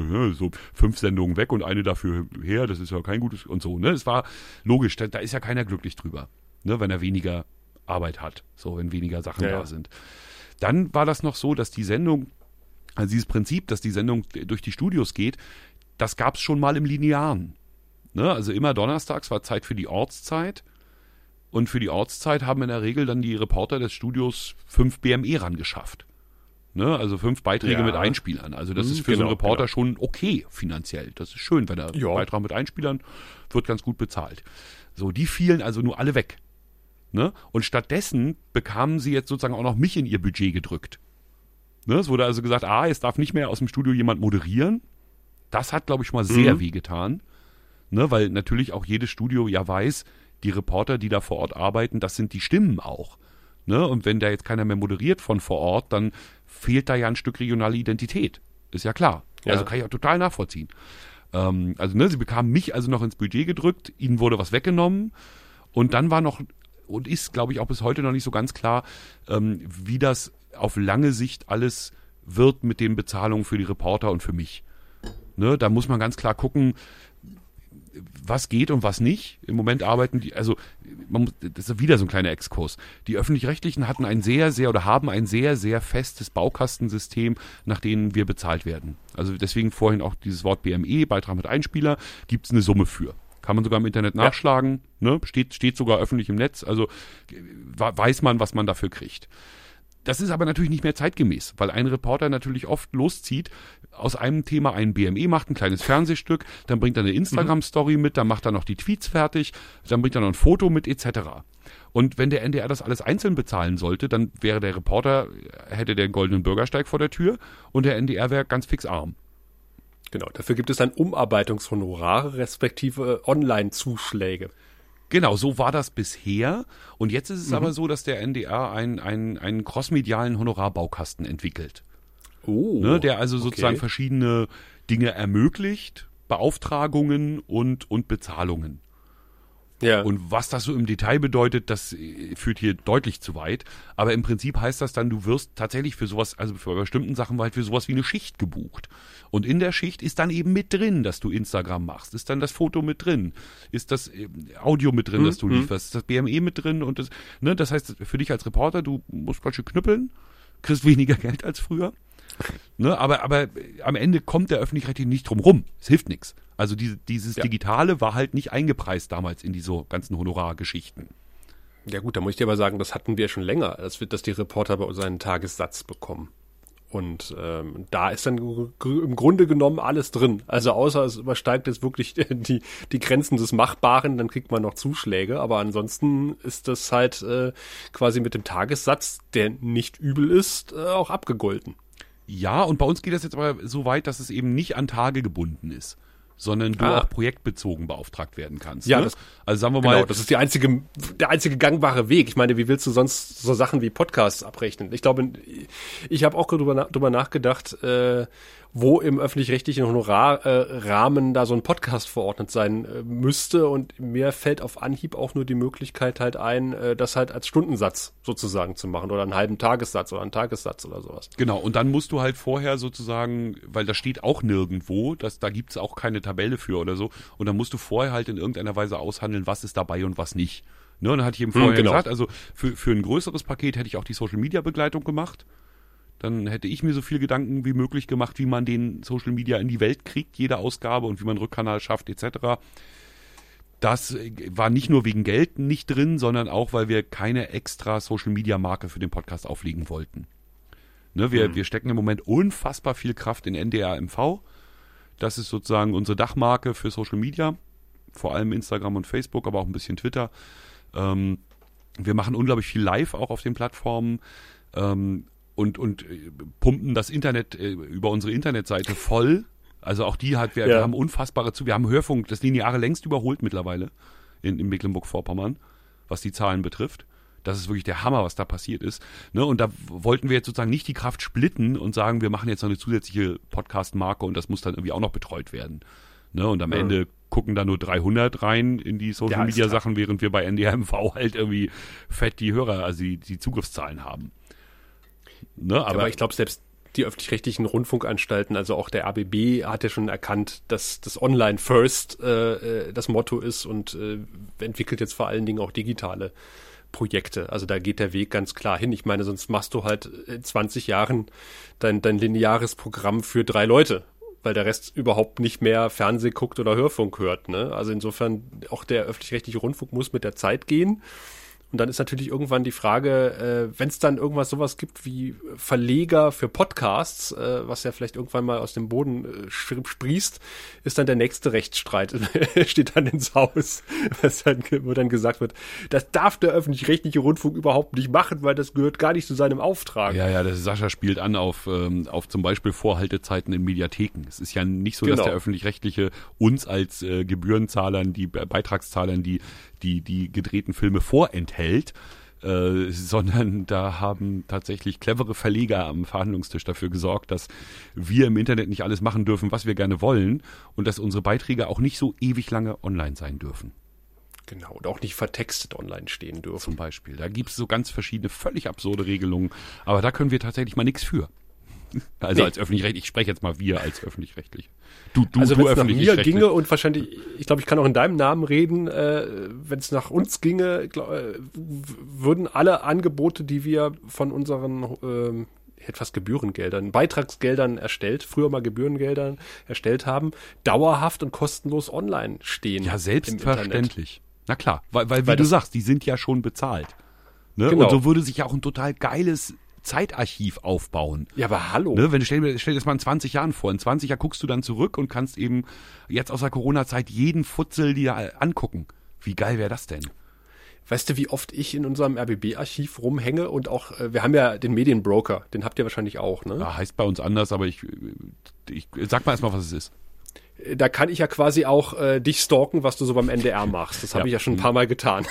5 Sendungen weg und eine dafür her, das ist ja kein gutes und so. Ne? Es war logisch, da ist ja keiner glücklich drüber, ne, wenn er weniger Arbeit hat, so wenn weniger Sachen da sind. Dann war das noch so, dass die Sendung, also dieses Prinzip, dass die Sendung durch die Studios geht, das gab es schon mal im Linearen. Ne? Also immer donnerstags war Zeit für die Ortszeit. Und für die Ortszeit haben in der Regel dann die Reporter des Studios 5 BME rangeschafft. Ne? Also 5 Beiträge mit Einspielern. Also das ist für so einen Reporter schon okay finanziell. Das ist schön, wenn er Beitrag mit Einspielern wird ganz gut bezahlt. So, die fielen also nur alle weg. Ne? Und stattdessen bekamen sie jetzt sozusagen auch noch mich in ihr Budget gedrückt. Ne? Es wurde also gesagt, es darf nicht mehr aus dem Studio jemand moderieren. Das hat, glaube ich, schon mal sehr wehgetan. Ne? Weil natürlich auch jedes Studio ja weiß, die Reporter, die da vor Ort arbeiten, das sind die Stimmen auch. Ne? Und wenn da jetzt keiner mehr moderiert von vor Ort, dann fehlt da ja ein Stück regionale Identität. Ist ja klar. Ja. Also kann ich auch total nachvollziehen. Sie bekamen mich also noch ins Budget gedrückt, ihnen wurde was weggenommen und dann war noch, und ist, glaube ich, auch bis heute noch nicht so ganz klar, wie das auf lange Sicht alles wird mit den Bezahlungen für die Reporter und für mich. Ne? Da muss man ganz klar gucken, was geht und was nicht. Im Moment arbeiten die, das ist wieder so ein kleiner Exkurs. Die Öffentlich-Rechtlichen haben ein sehr, sehr festes Baukastensystem, nach denen wir bezahlt werden. Also deswegen vorhin auch dieses Wort BME, Beitrag mit Einspieler, gibt es eine Summe für. Kann man sogar im Internet nachschlagen, ne? Steht sogar öffentlich im Netz, also weiß man, was man dafür kriegt. Das ist aber natürlich nicht mehr zeitgemäß, weil ein Reporter natürlich oft loszieht, aus einem Thema ein BME macht, ein kleines Fernsehstück, dann bringt er eine Instagram-Story mit, dann macht er noch die Tweets fertig, dann bringt er noch ein Foto mit etc. Und wenn der NDR das alles einzeln bezahlen sollte, dann wäre der Reporter, hätte den goldenen Bürgersteig vor der Tür und der NDR wäre ganz fix arm. Genau, dafür gibt es dann Umarbeitungshonorare respektive Online-Zuschläge. Genau, so war das bisher. Und jetzt ist es aber so, dass der NDR einen crossmedialen Honorarbaukasten entwickelt. Ne, der also sozusagen verschiedene Dinge ermöglicht, Beauftragungen und Bezahlungen. Ja. Und was das so im Detail bedeutet, das führt hier deutlich zu weit. Aber im Prinzip heißt das dann, du wirst tatsächlich für sowas, also für bestimmten Sachen halt für sowas wie eine Schicht gebucht. Und in der Schicht ist dann eben mit drin, dass du Instagram machst. Ist dann das Foto mit drin? Ist das Audio mit drin, das du lieferst? Ist das BME mit drin? Und das, ne, das heißt, für dich als Reporter, du musst ganz schön knüppeln, kriegst weniger Geld als früher. Ne, aber am Ende kommt der Öffentlich-Rechtliche nicht drum rum. Es hilft nichts. Also dieses Digitale war halt nicht eingepreist damals in diese ganzen Honorargeschichten. Ja gut, da muss ich dir aber sagen, das hatten wir schon länger, dass die Reporter bei uns einen Tagessatz bekommen. Und da ist dann im Grunde genommen alles drin. Also außer es übersteigt jetzt wirklich die Grenzen des Machbaren, dann kriegt man noch Zuschläge. Aber ansonsten ist das halt quasi mit dem Tagessatz, der nicht übel ist, auch abgegolten. Ja, und bei uns geht das jetzt aber so weit, dass es eben nicht an Tage gebunden ist, sondern du auch projektbezogen beauftragt werden kannst. Ja, ne? Also sagen wir mal, das ist der einzige gangbare Weg. Ich meine, wie willst du sonst so Sachen wie Podcasts abrechnen? Ich glaube, ich habe auch drüber nachgedacht, wo im öffentlich-rechtlichen Honorarrahmen da so ein Podcast verordnet sein müsste. Und mir fällt auf Anhieb auch nur die Möglichkeit halt ein, das halt als Stundensatz sozusagen zu machen oder einen halben Tagessatz oder einen Tagessatz oder sowas. Genau, und dann musst du halt vorher sozusagen, weil das steht auch nirgendwo, da gibt's auch keine Tabelle für oder so, und dann musst du vorher halt in irgendeiner Weise aushandeln, was ist dabei und was nicht. Ne, und dann hatte ich eben vorher gesagt, also für ein größeres Paket hätte ich auch die Social-Media-Begleitung gemacht. Dann hätte ich mir so viel Gedanken wie möglich gemacht, wie man den Social Media in die Welt kriegt, jede Ausgabe, und wie man einen Rückkanal schafft etc. Das war nicht nur wegen Geld nicht drin, sondern auch, weil wir keine extra Social Media Marke für den Podcast auflegen wollten. Ne, wir stecken im Moment unfassbar viel Kraft in NDR MV. Das ist sozusagen unsere Dachmarke für Social Media, vor allem Instagram und Facebook, aber auch ein bisschen Twitter. Wir machen unglaublich viel live auch auf den Plattformen. Und pumpen das Internet über unsere Internetseite voll. Also auch die hat, wir haben unfassbare wir haben Hörfunk, das Lineare längst überholt mittlerweile in Mecklenburg-Vorpommern, was die Zahlen betrifft. Das ist wirklich der Hammer, was da passiert ist. Ne? Und da wollten wir jetzt sozusagen nicht die Kraft splitten und sagen, wir machen jetzt noch eine zusätzliche Podcast-Marke und das muss dann irgendwie auch noch betreut werden. Ne? Und am Ende gucken da nur 300 rein in die Social-Media-Sachen, während wir bei NDR MV halt irgendwie fett die Hörer, also die Zugriffszahlen haben. Ne, aber ich glaube, selbst die öffentlich-rechtlichen Rundfunkanstalten, also auch der RBB, hat ja schon erkannt, dass das Online First das Motto ist und entwickelt jetzt vor allen Dingen auch digitale Projekte. Also da geht der Weg ganz klar hin. Ich meine, sonst machst du halt in 20 Jahren dein lineares Programm für 3 Leute, weil der Rest überhaupt nicht mehr Fernseh guckt oder Hörfunk hört. Ne? Also insofern, auch der öffentlich-rechtliche Rundfunk muss mit der Zeit gehen. Und dann ist natürlich irgendwann die Frage, wenn es dann irgendwas sowas gibt wie Verleger für Podcasts, was ja vielleicht irgendwann mal aus dem Boden sprießt, ist dann der nächste Rechtsstreit, steht dann ins Haus, wo dann gesagt wird, das darf der öffentlich-rechtliche Rundfunk überhaupt nicht machen, weil das gehört gar nicht zu seinem Auftrag. Ja, das Sascha spielt an auf zum Beispiel Vorhaltezeiten in Mediatheken. Es ist ja nicht so, dass der öffentlich-rechtliche uns als Gebührenzahlern, die Beitragszahlern, die gedrehten Filme vorenthält, sondern da haben tatsächlich clevere Verleger am Verhandlungstisch dafür gesorgt, dass wir im Internet nicht alles machen dürfen, was wir gerne wollen, und dass unsere Beiträge auch nicht so ewig lange online sein dürfen. Genau, und auch nicht vertextet online stehen dürfen. Zum Beispiel. Da gibt es so ganz verschiedene, völlig absurde Regelungen, aber da können wir tatsächlich mal nichts für. Also als öffentlich-rechtlich, ich spreche jetzt mal wir als öffentlich-rechtlich. Also wenn es nach mir ginge, und wahrscheinlich, ich glaube, ich kann auch in deinem Namen reden, wenn es nach uns ginge, würden alle Angebote, die wir von unseren Beitragsgeldern früher mal Gebührengeldern erstellt haben, dauerhaft und kostenlos online stehen. Ja, selbstverständlich. Na klar, weil wie du sagst, die sind ja schon bezahlt. Ne? Genau. Und so würde sich ja auch ein total geiles Zeitarchiv aufbauen. Ja, aber hallo. Ne, stell dir das mal in 20 Jahren vor. In 20 Jahren guckst du dann zurück und kannst eben jetzt aus der Corona-Zeit jeden Futzel dir angucken. Wie geil wäre das denn? Weißt du, wie oft ich in unserem RBB-Archiv rumhänge, und auch, wir haben ja den Medienbroker, den habt ihr wahrscheinlich auch, ne? Ja, heißt bei uns anders, aber ich sag mal erstmal, was es ist. Da kann ich ja quasi auch dich stalken, was du so beim NDR machst. Das habe ich ja schon ein paar Mal getan.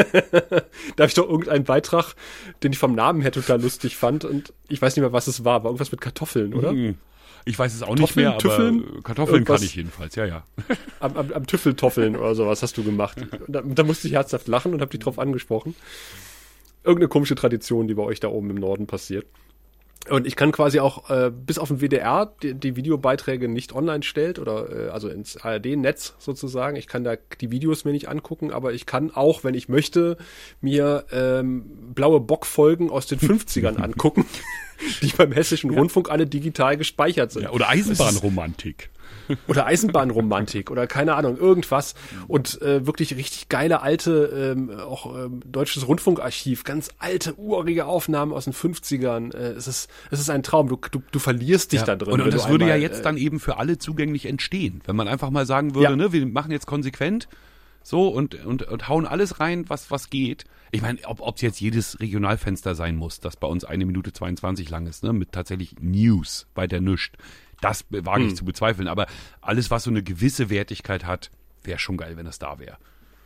Da habe ich doch irgendeinen Beitrag, den ich vom Namen her total lustig fand, und ich weiß nicht mehr, was es war. War irgendwas mit Kartoffeln, oder? Ich weiß es auch nicht mehr, aber Kartoffeln kann ich jedenfalls, ja. Am Tüffeltoffeln oder sowas hast du gemacht. Da musste ich herzhaft lachen und habe dich drauf angesprochen. Irgendeine komische Tradition, die bei euch da oben im Norden passiert. Und ich kann quasi auch bis auf den WDR die Videobeiträge nicht online stellt oder also ins ARD-Netz sozusagen. Ich kann da die Videos mir nicht angucken, aber ich kann auch, wenn ich möchte, mir blaue Bock-Folgen aus den 50ern angucken, die beim Hessischen Rundfunk alle digital gespeichert sind. Ja, oder Eisenbahnromantik. Oder Eisenbahnromantik oder keine Ahnung, irgendwas. Und wirklich richtig geile alte, deutsches Rundfunkarchiv, ganz alte, urige Aufnahmen aus den 50ern. Es ist ein Traum. Du verlierst dich da drin. Und das würde ja jetzt dann eben für alle zugänglich entstehen. Wenn man einfach mal sagen würde, ne, wir machen jetzt konsequent so und hauen alles rein, was geht. Ich meine, ob es jetzt jedes Regionalfenster sein muss, das bei uns 1 Minute 22 lang ist, ne, mit tatsächlich News, weiter nischt. Das wage ich zu bezweifeln, aber alles, was so eine gewisse Wertigkeit hat, wäre schon geil, wenn das da wäre.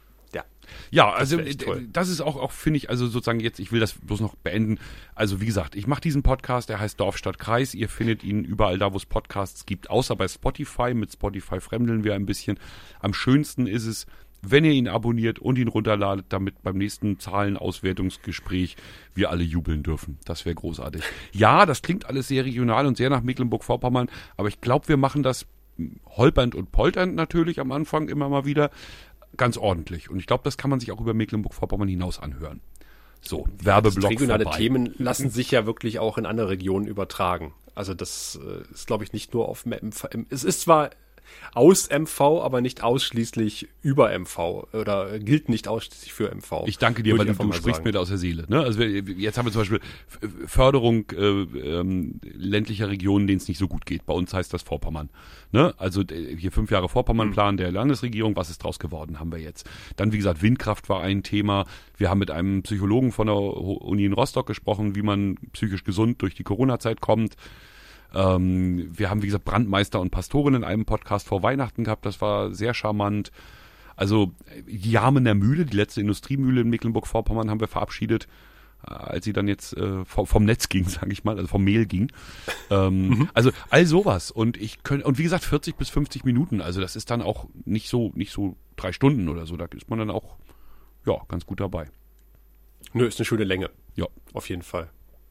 Ja, also das ist auch finde ich, also sozusagen jetzt, ich will das bloß noch beenden. Also wie gesagt, ich mache diesen Podcast, der heißt Dorf, Stadt, Kreis. Ihr findet ihn überall da, wo es Podcasts gibt, außer bei Spotify. Mit Spotify fremdeln wir ein bisschen. Am schönsten ist es, wenn ihr ihn abonniert und ihn runterladet, damit beim nächsten Zahlenauswertungsgespräch wir alle jubeln dürfen. Das wäre großartig. Ja, das klingt alles sehr regional und sehr nach Mecklenburg-Vorpommern, aber ich glaube, wir machen das holpernd und polternd natürlich am Anfang immer mal wieder ganz ordentlich. Und ich glaube, das kann man sich auch über Mecklenburg-Vorpommern hinaus anhören. So, Werbeblock regionale vorbei. Themen lassen sich ja wirklich auch in andere Regionen übertragen. Also das ist, glaube ich, nicht nur auf es ist zwar aus MV, aber nicht ausschließlich über MV oder gilt nicht ausschließlich für MV. Ich danke dir, weil du sprichst mir da aus der Seele. Ne? Also jetzt haben wir zum Beispiel Förderung ländlicher Regionen, denen es nicht so gut geht. Bei uns heißt das Vorpommern. Ne? Also hier 5 Jahre Vorpommernplan der Landesregierung. Was ist draus geworden, haben wir jetzt. Dann, wie gesagt, Windkraft war ein Thema. Wir haben mit einem Psychologen von der Uni in Rostock gesprochen, wie man psychisch gesund durch die Corona-Zeit kommt. Wir haben, wie gesagt, Brandmeister und Pastorin in einem Podcast vor Weihnachten gehabt. Das war sehr charmant. Also Jamener Mühle, die letzte Industriemühle in Mecklenburg-Vorpommern, haben wir verabschiedet, als sie dann jetzt vom Netz ging, sage ich mal, also vom Mehl ging. Also all sowas. Und wie gesagt, 40 bis 50 Minuten. Also das ist dann auch nicht so 3 Stunden oder so. Da ist man dann auch ganz gut dabei. Nö, ist eine schöne Länge. Ja, auf jeden Fall.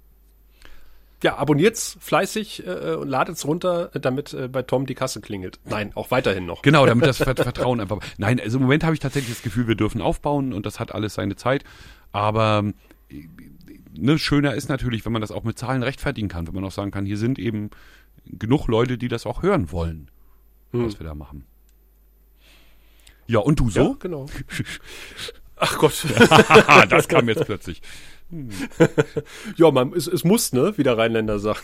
Ja, abonniert's fleißig und ladet's runter, damit bei Tom die Kasse klingelt. Nein, auch weiterhin noch. Genau, damit das Vertrauen einfach... Nein, also im Moment habe ich tatsächlich das Gefühl, wir dürfen aufbauen und das hat alles seine Zeit. Aber schöner ist natürlich, wenn man das auch mit Zahlen rechtfertigen kann. Wenn man auch sagen kann, hier sind eben genug Leute, die das auch hören wollen, was wir da machen. Ja, und du so? Ja, genau. Ach Gott. Das kam jetzt plötzlich. Ja, es muss, ne, wie der Rheinländer sagt.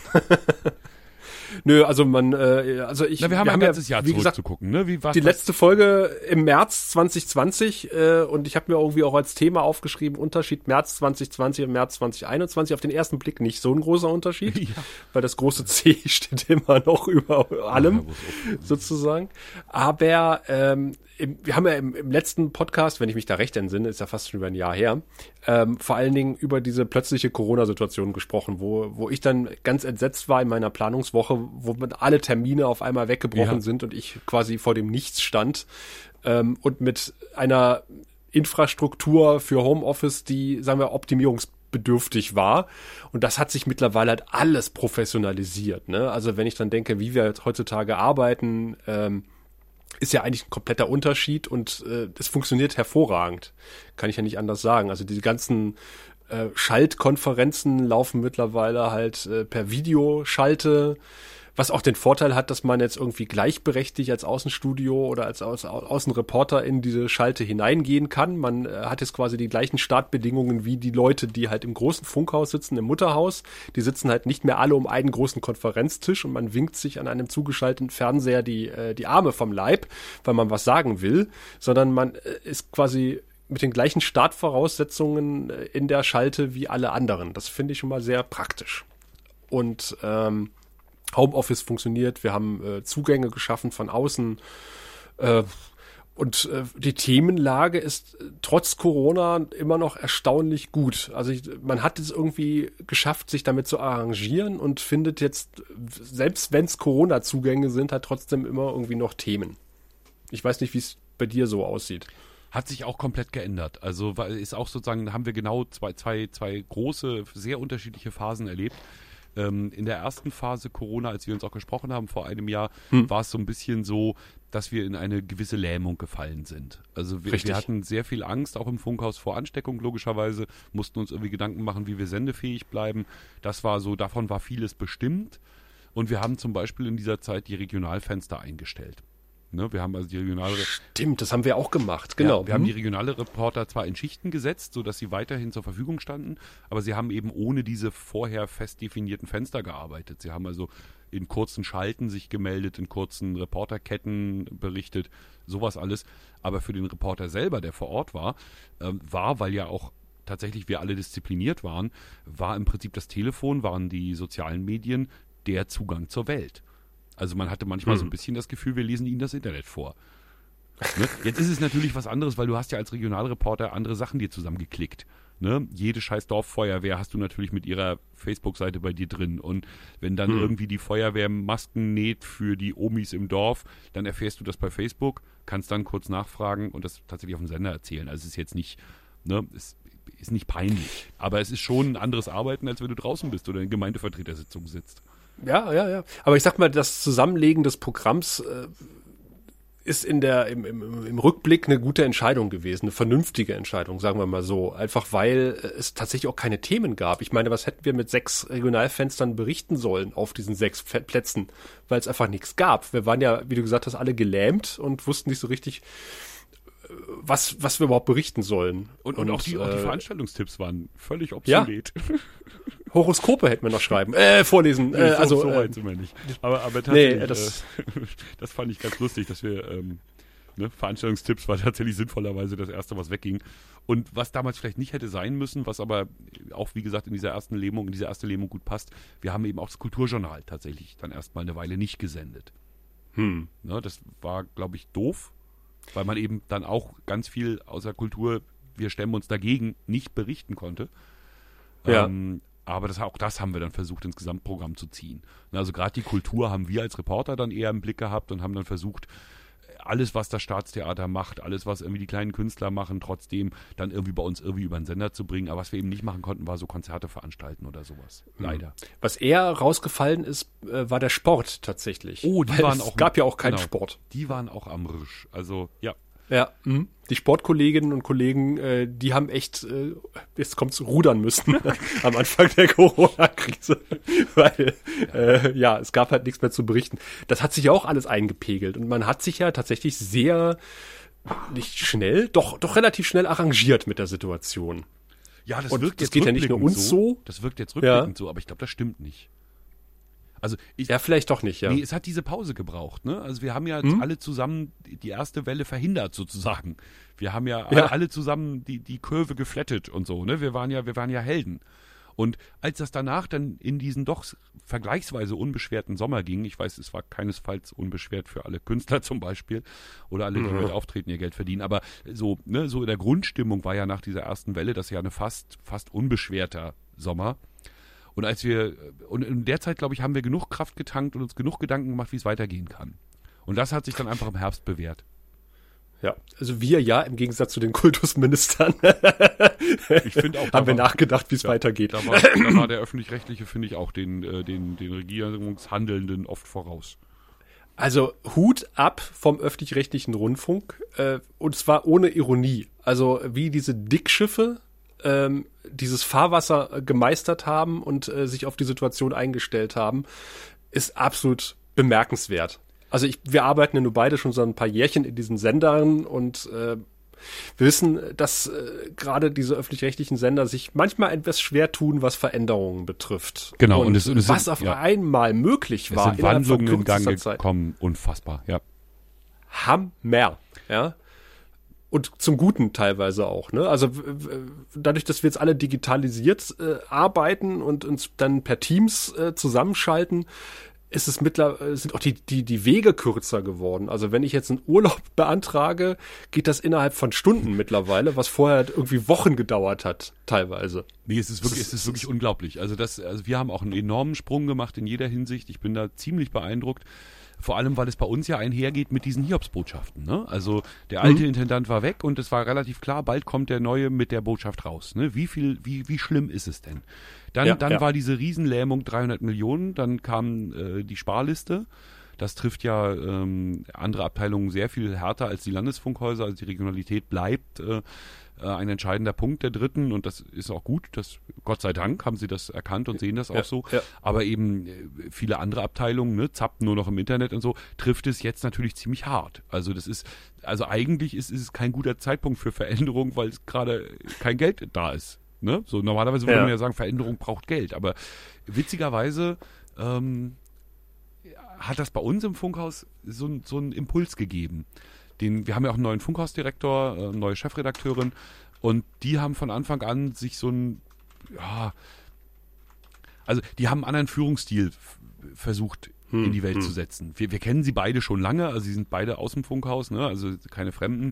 Nö, also wir haben ein ganzes Jahr zurückzugucken, ne? Wie war's die letzte Folge im März 2020 und ich habe mir irgendwie auch als Thema aufgeschrieben, Unterschied März 2020 und März 2021. Auf den ersten Blick nicht so ein großer Unterschied, weil das große C steht immer noch über allem, sozusagen. Aber wir haben ja im letzten Podcast, wenn ich mich da recht entsinne, ist ja fast schon über ein Jahr her, vor allen Dingen über diese plötzliche Corona-Situation gesprochen, wo ich dann ganz entsetzt war in meiner Planungswoche, wo alle Termine auf einmal weggebrochen sind und ich quasi vor dem Nichts stand und mit einer Infrastruktur für Homeoffice, die, sagen wir, optimierungsbedürftig war. Und das hat sich mittlerweile halt alles professionalisiert. Ne? Also wenn ich dann denke, wie wir heutzutage arbeiten, ist ja eigentlich ein kompletter Unterschied und das funktioniert hervorragend. Kann ich ja nicht anders sagen. Also diese ganzen Schaltkonferenzen laufen mittlerweile halt per Videoschalte, was auch den Vorteil hat, dass man jetzt irgendwie gleichberechtigt als Außenstudio oder als Außenreporter in diese Schalte hineingehen kann. Man hat jetzt quasi die gleichen Startbedingungen wie die Leute, die halt im großen Funkhaus sitzen, im Mutterhaus. Die sitzen halt nicht mehr alle um einen großen Konferenztisch und man winkt sich an einem zugeschalteten Fernseher die Arme vom Leib, weil man was sagen will, sondern man ist quasi mit den gleichen Startvoraussetzungen in der Schalte wie alle anderen. Das finde ich schon mal sehr praktisch. Und Homeoffice funktioniert, wir haben Zugänge geschaffen von außen Und die Themenlage ist trotz Corona immer noch erstaunlich gut. Also man hat es irgendwie geschafft, sich damit zu arrangieren und findet jetzt, selbst wenn es Corona-Zugänge sind, halt trotzdem immer irgendwie noch Themen. Ich weiß nicht, wie es bei dir so aussieht. Hat sich auch komplett geändert. Also ist auch sozusagen, haben wir genau zwei große, sehr unterschiedliche Phasen erlebt. In der ersten Phase Corona, als wir uns auch gesprochen haben vor einem Jahr, war es so ein bisschen so, dass wir in eine gewisse Lähmung gefallen sind. Also wir hatten sehr viel Angst, auch im Funkhaus vor Ansteckung logischerweise, mussten uns irgendwie Gedanken machen, wie wir sendefähig bleiben. Das war so, davon war vieles bestimmt. Und wir haben zum Beispiel in dieser Zeit die Regionalfenster eingestellt. Ne, wir haben also die Stimmt, das haben wir auch gemacht, genau. Ja, wir haben die regionale Reporter zwar in Schichten gesetzt, sodass sie weiterhin zur Verfügung standen, aber sie haben eben ohne diese vorher fest definierten Fenster gearbeitet. Sie haben also in kurzen Schalten sich gemeldet, in kurzen Reporterketten berichtet, sowas alles. Aber für den Reporter selber, der vor Ort war, weil ja auch tatsächlich wir alle diszipliniert waren, war im Prinzip das Telefon, waren die sozialen Medien der Zugang zur Welt. Also man hatte manchmal so ein bisschen das Gefühl, wir lesen Ihnen das Internet vor. Ne? Jetzt ist es natürlich was anderes, weil du hast ja als Regionalreporter andere Sachen dir zusammengeklickt. Ne? Jede scheiß Dorffeuerwehr hast du natürlich mit ihrer Facebook-Seite bei dir drin. Und wenn dann irgendwie die Feuerwehr Masken näht für die Omis im Dorf, dann erfährst du das bei Facebook, kannst dann kurz nachfragen und das tatsächlich auf dem Sender erzählen. Also es ist jetzt nicht, ne, es ist nicht peinlich. Aber es ist schon ein anderes Arbeiten, als wenn du draußen bist oder in Gemeindevertretersitzung sitzt. Ja. Aber ich sag mal, das Zusammenlegen des Programms ist im Rückblick eine gute Entscheidung gewesen, eine vernünftige Entscheidung, sagen wir mal so. Einfach weil es tatsächlich auch keine Themen gab. Ich meine, was hätten wir mit 6 Regionalfenstern berichten sollen auf diesen 6 Plätzen? Weil es einfach nichts gab. Wir waren ja, wie du gesagt hast, alle gelähmt und wussten nicht so richtig, was wir überhaupt berichten sollen. Und auch die Veranstaltungstipps waren völlig obsolet. Ja. Horoskope hätten wir noch schreiben, vorlesen. Nee, so weit sind wir nicht. Aber tatsächlich, das fand ich ganz lustig, dass wir Veranstaltungstipps war tatsächlich sinnvollerweise das Erste, was wegging. Und was damals vielleicht nicht hätte sein müssen, was aber auch, wie gesagt, in diese erste Lähmung gut passt, wir haben eben auch das Kulturjournal tatsächlich dann erstmal eine Weile nicht gesendet. Ne, das war, glaube ich, doof, weil man eben dann auch ganz viel außer Kultur, wir stemmen uns dagegen, nicht berichten konnte. Ja. Aber auch das haben wir dann versucht, ins Gesamtprogramm zu ziehen. Also gerade die Kultur haben wir als Reporter dann eher im Blick gehabt und haben dann versucht, alles, was das Staatstheater macht, alles, was irgendwie die kleinen Künstler machen, trotzdem dann irgendwie bei uns irgendwie über den Sender zu bringen. Aber was wir eben nicht machen konnten, war so Konzerte veranstalten oder sowas. Leider. Was eher rausgefallen ist, war der Sport tatsächlich. Oh, die waren auch. Es gab ja auch keinen Sport. Die waren auch am Risch. Also, ja. Ja, die Sportkolleginnen und Kollegen, die haben echt, jetzt kommt's, rudern müssen am Anfang der Corona-Krise, weil es gab halt nichts mehr zu berichten. Das hat sich ja auch alles eingepegelt und man hat sich ja tatsächlich nicht schnell, doch relativ schnell arrangiert mit der Situation. Ja, das und wirkt das jetzt geht ja nicht nur uns so. Das wirkt jetzt rückblickend so, aber ich glaube, das stimmt nicht. Also vielleicht doch nicht, ja. Nee, es hat diese Pause gebraucht, ne? Also wir haben ja alle zusammen die erste Welle verhindert sozusagen. Wir haben ja alle zusammen die Kurve geflattet und so, ne? Wir waren ja Helden. Und als das danach dann in diesen doch vergleichsweise unbeschwerten Sommer ging, ich weiß, es war keinesfalls unbeschwert für alle Künstler zum Beispiel oder alle, die mit Auftreten ihr Geld verdienen, aber so in der Grundstimmung war ja nach dieser ersten Welle das ja eine fast unbeschwerter Sommer. Und in der Zeit, glaube ich, haben wir genug Kraft getankt und uns genug Gedanken gemacht, wie es weitergehen kann. Und das hat sich dann einfach im Herbst bewährt. Ja, also wir im Gegensatz zu den Kultusministern ich finde auch, haben wir nachgedacht, wie es weitergeht. Da war der Öffentlich-Rechtliche, finde ich, auch den Regierungshandelnden oft voraus. Also Hut ab vom Öffentlich-Rechtlichen Rundfunk, und zwar ohne Ironie. Also wie diese Dickschiffe dieses Fahrwasser gemeistert haben und sich auf die Situation eingestellt haben, ist absolut bemerkenswert. Also wir arbeiten ja nur beide schon so ein paar Jährchen in diesen Sendern und wir wissen, dass gerade diese öffentlich-rechtlichen Sender sich manchmal etwas schwer tun, was Veränderungen betrifft. Genau. Und was auf einmal möglich war, es sind Wandlungen in Gang gekommen, unfassbar, ja. Hammer, ja. Und zum Guten teilweise auch, ne? Also dadurch, dass wir jetzt alle digitalisiert arbeiten und uns dann per Teams zusammenschalten, sind auch die Wege kürzer geworden. Also wenn ich jetzt einen Urlaub beantrage, geht das innerhalb von Stunden mittlerweile, was vorher irgendwie Wochen gedauert hat, teilweise. Nee, es ist wirklich unglaublich. Also wir haben auch einen enormen Sprung gemacht in jeder Hinsicht. Ich bin da ziemlich beeindruckt. Vor allem, weil es bei uns ja einhergeht mit diesen Hiobsbotschaften. Ne? Also der alte Intendant war weg und es war relativ klar, bald kommt der neue mit der Botschaft raus. Ne? Wie schlimm ist es denn? Dann war diese Riesenlähmung 300 Millionen, dann kam die Sparliste. Das trifft ja andere Abteilungen sehr viel härter als die Landesfunkhäuser. Also die Regionalität bleibt ein entscheidender Punkt der Dritten und das ist auch gut. Gott sei Dank haben sie das erkannt und sehen das auch so. Ja. Aber eben viele andere Abteilungen, ne, zappen nur noch im Internet und so, trifft es jetzt natürlich ziemlich hart. Also eigentlich ist es kein guter Zeitpunkt für Veränderung, weil es gerade kein Geld da ist. Ne? So normalerweise würde man ja sagen, Veränderung braucht Geld. Aber witzigerweise hat das bei uns im Funkhaus so einen Impuls gegeben. Wir haben ja auch einen neuen Funkhausdirektor, neue Chefredakteurin und die haben von Anfang an sich die haben einen anderen Führungsstil versucht in die Welt zu setzen. Wir kennen sie beide schon lange, also sie sind beide aus dem Funkhaus, ne? Also keine Fremden.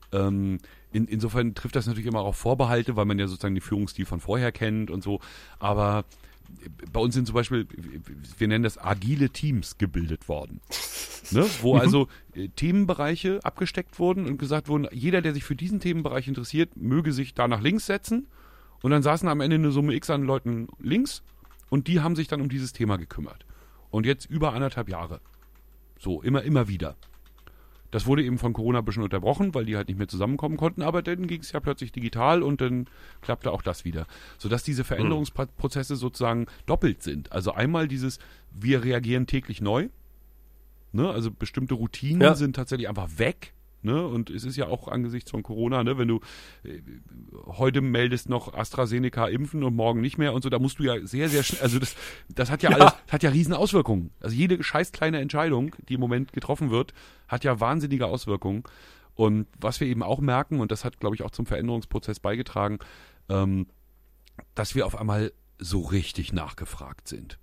Insofern trifft das natürlich immer auch Vorbehalte, weil man ja sozusagen den Führungsstil von vorher kennt und so, aber bei uns sind zum Beispiel, wir nennen das agile Teams gebildet worden, ne? Wo also Themenbereiche abgesteckt wurden und gesagt wurden, jeder, der sich für diesen Themenbereich interessiert, möge sich da nach links setzen und dann saßen am Ende eine Summe X an Leuten links und die haben sich dann um dieses Thema gekümmert. Und jetzt über 1,5 Jahre. So, immer wieder. Das wurde eben von Corona ein bisschen unterbrochen, weil die halt nicht mehr zusammenkommen konnten, aber dann ging es ja plötzlich digital und dann klappte auch das wieder. Sodass diese Veränderungsprozesse sozusagen doppelt sind. Also einmal wir reagieren täglich neu, ne? Also bestimmte Routinen sind tatsächlich einfach weg. Ne? Und es ist ja auch angesichts von Corona, ne? Wenn du heute meldest noch AstraZeneca impfen und morgen nicht mehr und so, da musst du ja sehr, sehr schnell, also das hat ja alles, hat ja riesen Auswirkungen. Also jede scheiß kleine Entscheidung, die im Moment getroffen wird, hat ja wahnsinnige Auswirkungen. Und was wir eben auch merken, und das hat, glaube ich, auch zum Veränderungsprozess beigetragen, dass wir auf einmal so richtig nachgefragt sind.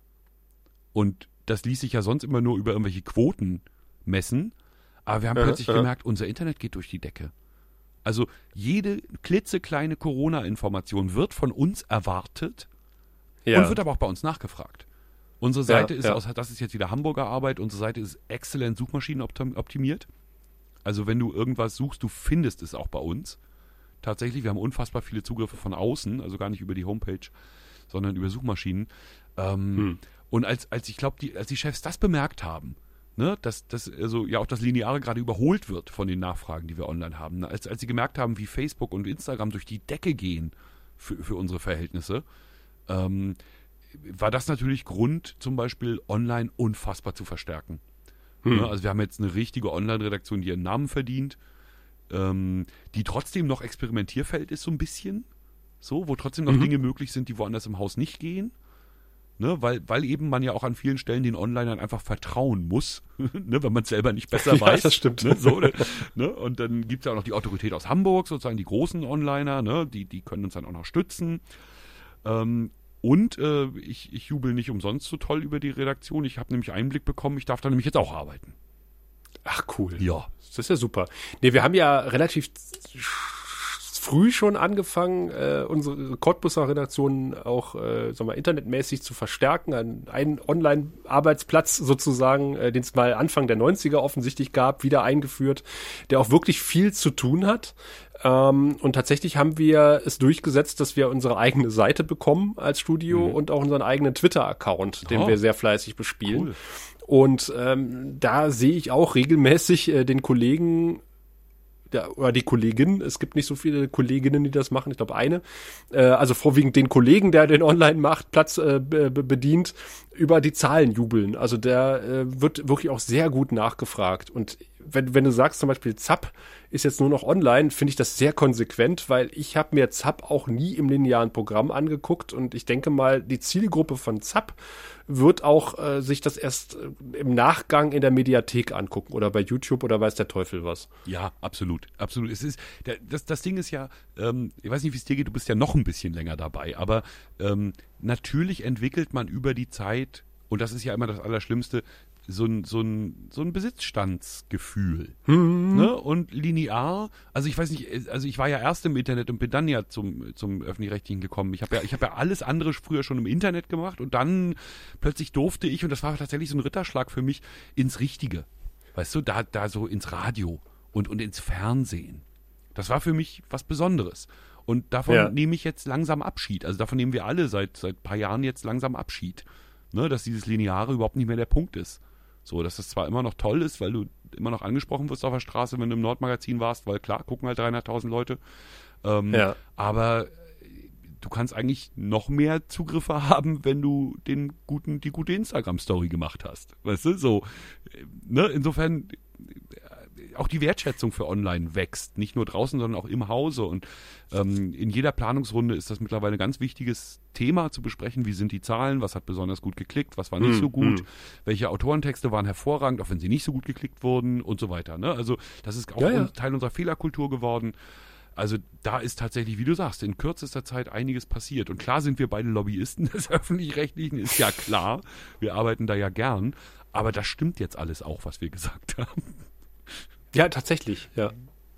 Und das ließ sich ja sonst immer nur über irgendwelche Quoten messen. Aber wir haben plötzlich gemerkt, unser Internet geht durch die Decke. Also jede klitzekleine Corona-Information wird von uns erwartet und wird aber auch bei uns nachgefragt. Unsere Seite ist das ist jetzt wieder Hamburger Arbeit, unsere Seite ist exzellent suchmaschinenoptimiert. Also wenn du irgendwas suchst, du findest es auch bei uns. Tatsächlich, wir haben unfassbar viele Zugriffe von außen, also gar nicht über die Homepage, sondern über Suchmaschinen. Und als die Chefs das bemerkt haben, ne, dass also ja auch das Lineare gerade überholt wird von den Nachfragen, die wir online haben. Als sie gemerkt haben, wie Facebook und Instagram durch die Decke gehen für unsere Verhältnisse, war das natürlich Grund, zum Beispiel online unfassbar zu verstärken. Ne, also wir haben jetzt eine richtige Online-Redaktion, die ihren Namen verdient, die trotzdem noch Experimentierfeld ist so ein bisschen, so, wo trotzdem noch Dinge möglich sind, die woanders im Haus nicht gehen. Ne, weil eben man ja auch an vielen Stellen den Onlinern einfach vertrauen muss, ne, wenn man es selber nicht besser weiß. Das stimmt. Ne, so, ne, und dann gibt es ja auch noch die Autorität aus Hamburg, sozusagen die großen Onliner, ne, die können uns dann auch noch stützen. Und ich jubel nicht umsonst so toll über die Redaktion. Ich habe nämlich Einblick bekommen, ich darf da nämlich jetzt auch arbeiten. Ach cool. Ja. Das ist ja super. Nee, wir haben ja relativ früh schon angefangen, unsere Cottbuser Redaktion auch internetmäßig zu verstärken. Einen Online-Arbeitsplatz sozusagen, den es mal Anfang der 90er offensichtlich gab, wieder eingeführt, der auch wirklich viel zu tun hat. Und tatsächlich haben wir es durchgesetzt, dass wir unsere eigene Seite bekommen als Studio und auch unseren eigenen Twitter-Account, den wir sehr fleißig bespielen. Cool. Und da sehe ich auch regelmäßig den Kollegen oder die Kollegin, es gibt nicht so viele Kolleginnen, die das machen, ich glaube eine, also vorwiegend den Kollegen, der den Online-Marktplatz bedient, über die Zahlen jubeln. Also der wird wirklich auch sehr gut nachgefragt. Und wenn du sagst zum Beispiel Zapp ist jetzt nur noch online, finde ich das sehr konsequent, weil ich habe mir Zapp auch nie im linearen Programm angeguckt und ich denke mal, die Zielgruppe von Zapp wird auch sich das erst im Nachgang in der Mediathek angucken oder bei YouTube oder weiß der Teufel was. Ja, absolut, absolut. Es ist das Ding ist ja, ich weiß nicht, wie es dir geht, du bist ja noch ein bisschen länger dabei, aber natürlich entwickelt man über die Zeit und das ist ja immer das Allerschlimmste, so ein Besitzstandsgefühl. Ne? Und linear, also ich weiß nicht, also ich war ja erst im Internet und bin dann ja zum Öffentlich-Rechtlichen gekommen. Ich habe ja alles andere früher schon im Internet gemacht und dann plötzlich durfte ich, und das war tatsächlich so ein Ritterschlag für mich, ins Richtige. Weißt du, da so ins Radio und ins Fernsehen. Das war für mich was Besonderes. Und davon nehme ich jetzt langsam Abschied. Also davon nehmen wir alle seit ein paar Jahren jetzt langsam Abschied. Ne, dass dieses Lineare überhaupt nicht mehr der Punkt ist. So, dass das zwar immer noch toll ist, weil du immer noch angesprochen wirst auf der Straße, wenn du im Nordmagazin warst, weil klar, gucken halt 300.000 Leute. Aber du kannst eigentlich noch mehr Zugriffe haben, wenn du die gute Instagram-Story gemacht hast. Weißt du, so. Ne? Insofern auch die Wertschätzung für Online wächst. Nicht nur draußen, sondern auch im Hause. Und in jeder Planungsrunde ist das mittlerweile ein ganz wichtiges Thema zu besprechen. Wie sind die Zahlen? Was hat besonders gut geklickt? Was war nicht so gut? Welche Autorentexte waren hervorragend, auch wenn sie nicht so gut geklickt wurden und so weiter. Ne? Also das ist auch Teil unserer Fehlerkultur geworden. Also da ist tatsächlich, wie du sagst, in kürzester Zeit einiges passiert. Und klar sind wir beide Lobbyisten des Öffentlich-Rechtlichen, ist ja klar. Wir arbeiten da ja gern. Aber das stimmt jetzt alles auch, was wir gesagt haben. Ja, tatsächlich, ja.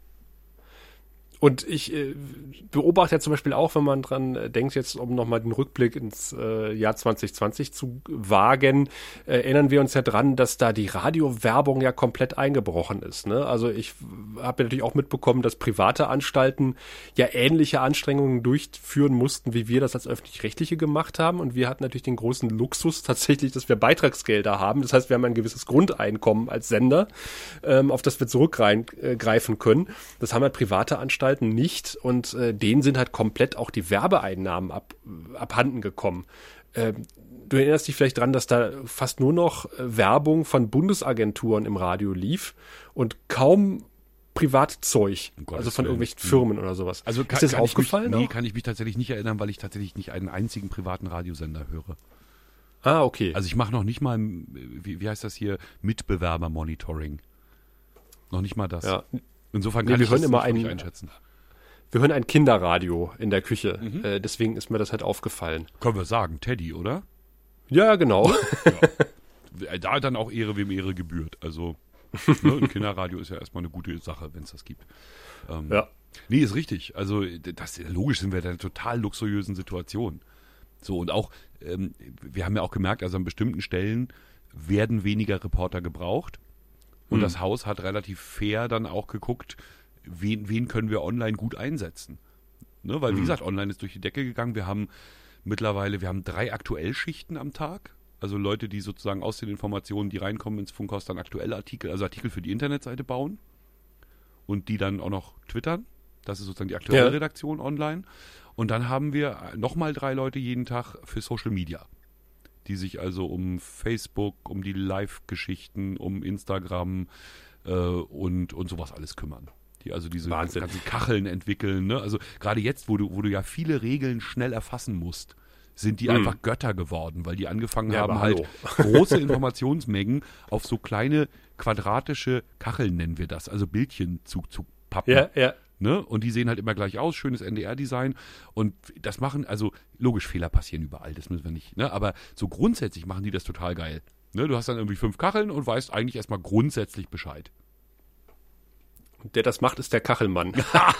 Und ich beobachte ja zum Beispiel auch, wenn man dran denkt, jetzt um nochmal den Rückblick ins Jahr 2020 zu wagen, erinnern wir uns ja dran, dass da die Radiowerbung ja komplett eingebrochen ist. Ne? Also ich habe ja natürlich auch mitbekommen, dass private Anstalten ja ähnliche Anstrengungen durchführen mussten, wie wir das als Öffentlich-Rechtliche gemacht haben. Und wir hatten natürlich den großen Luxus tatsächlich, dass wir Beitragsgelder haben. Das heißt, wir haben ein gewisses Grundeinkommen als Sender, auf das wir zurückgreifen können. Das haben halt private Anstalten nicht und denen sind halt komplett auch die Werbeeinnahmen abhanden gekommen. Du erinnerst dich vielleicht dran, dass da fast nur noch Werbung von Bundesagenturen im Radio lief und kaum Privatzeug, also von irgendwelchen Firmen oder sowas. Also ist das aufgefallen? Nee, kann ich mich tatsächlich nicht erinnern, weil ich tatsächlich nicht einen einzigen privaten Radiosender höre. Ah, okay. Also ich mache noch nicht mal, wie heißt das hier, Mitbewerber-Monitoring. Noch nicht mal das. Ja. Insofern kann ich das nicht einschätzen. Wir hören ein Kinderradio in der Küche. Deswegen ist mir das halt aufgefallen. Können wir sagen, Teddy, oder? Ja, genau. Ja. Da dann auch Ehre, wem Ehre gebührt. Also ein Kinderradio ist ja erstmal eine gute Sache, wenn es das gibt. Nee, ist richtig. Also logisch sind wir in einer total luxuriösen Situation. So, und auch, wir haben ja auch gemerkt, also an bestimmten Stellen werden weniger Reporter gebraucht. Und das Haus hat relativ fair dann auch geguckt, wen können wir online gut einsetzen. Ne? Weil, wie gesagt, online ist durch die Decke gegangen. Wir haben 3 Aktuellschichten am Tag. Also Leute, die sozusagen aus den Informationen, die reinkommen ins Funkhaus, dann aktuelle Artikel, also Artikel für die Internetseite bauen. Und die dann auch noch twittern. Das ist sozusagen die aktuelle Redaktion online. Und dann haben wir nochmal 3 Leute jeden Tag für Social Media, die sich also um Facebook, um die Live-Geschichten, um Instagram und sowas alles kümmern. Die also diese ganzen Kacheln entwickeln. Ne? Also gerade jetzt, wo du ja viele Regeln schnell erfassen musst, sind die einfach Götter geworden, weil die angefangen haben, halt große Informationsmengen auf so kleine quadratische Kacheln, nennen wir das, also Bildchen zu pappen. Ja. Ne? Und die sehen halt immer gleich aus, schönes NDR-Design. Und das machen, also logisch, Fehler passieren überall, das müssen wir nicht. Ne? Aber so grundsätzlich machen die das total geil. Ne? Du hast dann irgendwie 5 Kacheln und weißt eigentlich erstmal grundsätzlich Bescheid. Der das macht, ist der Kachelmann.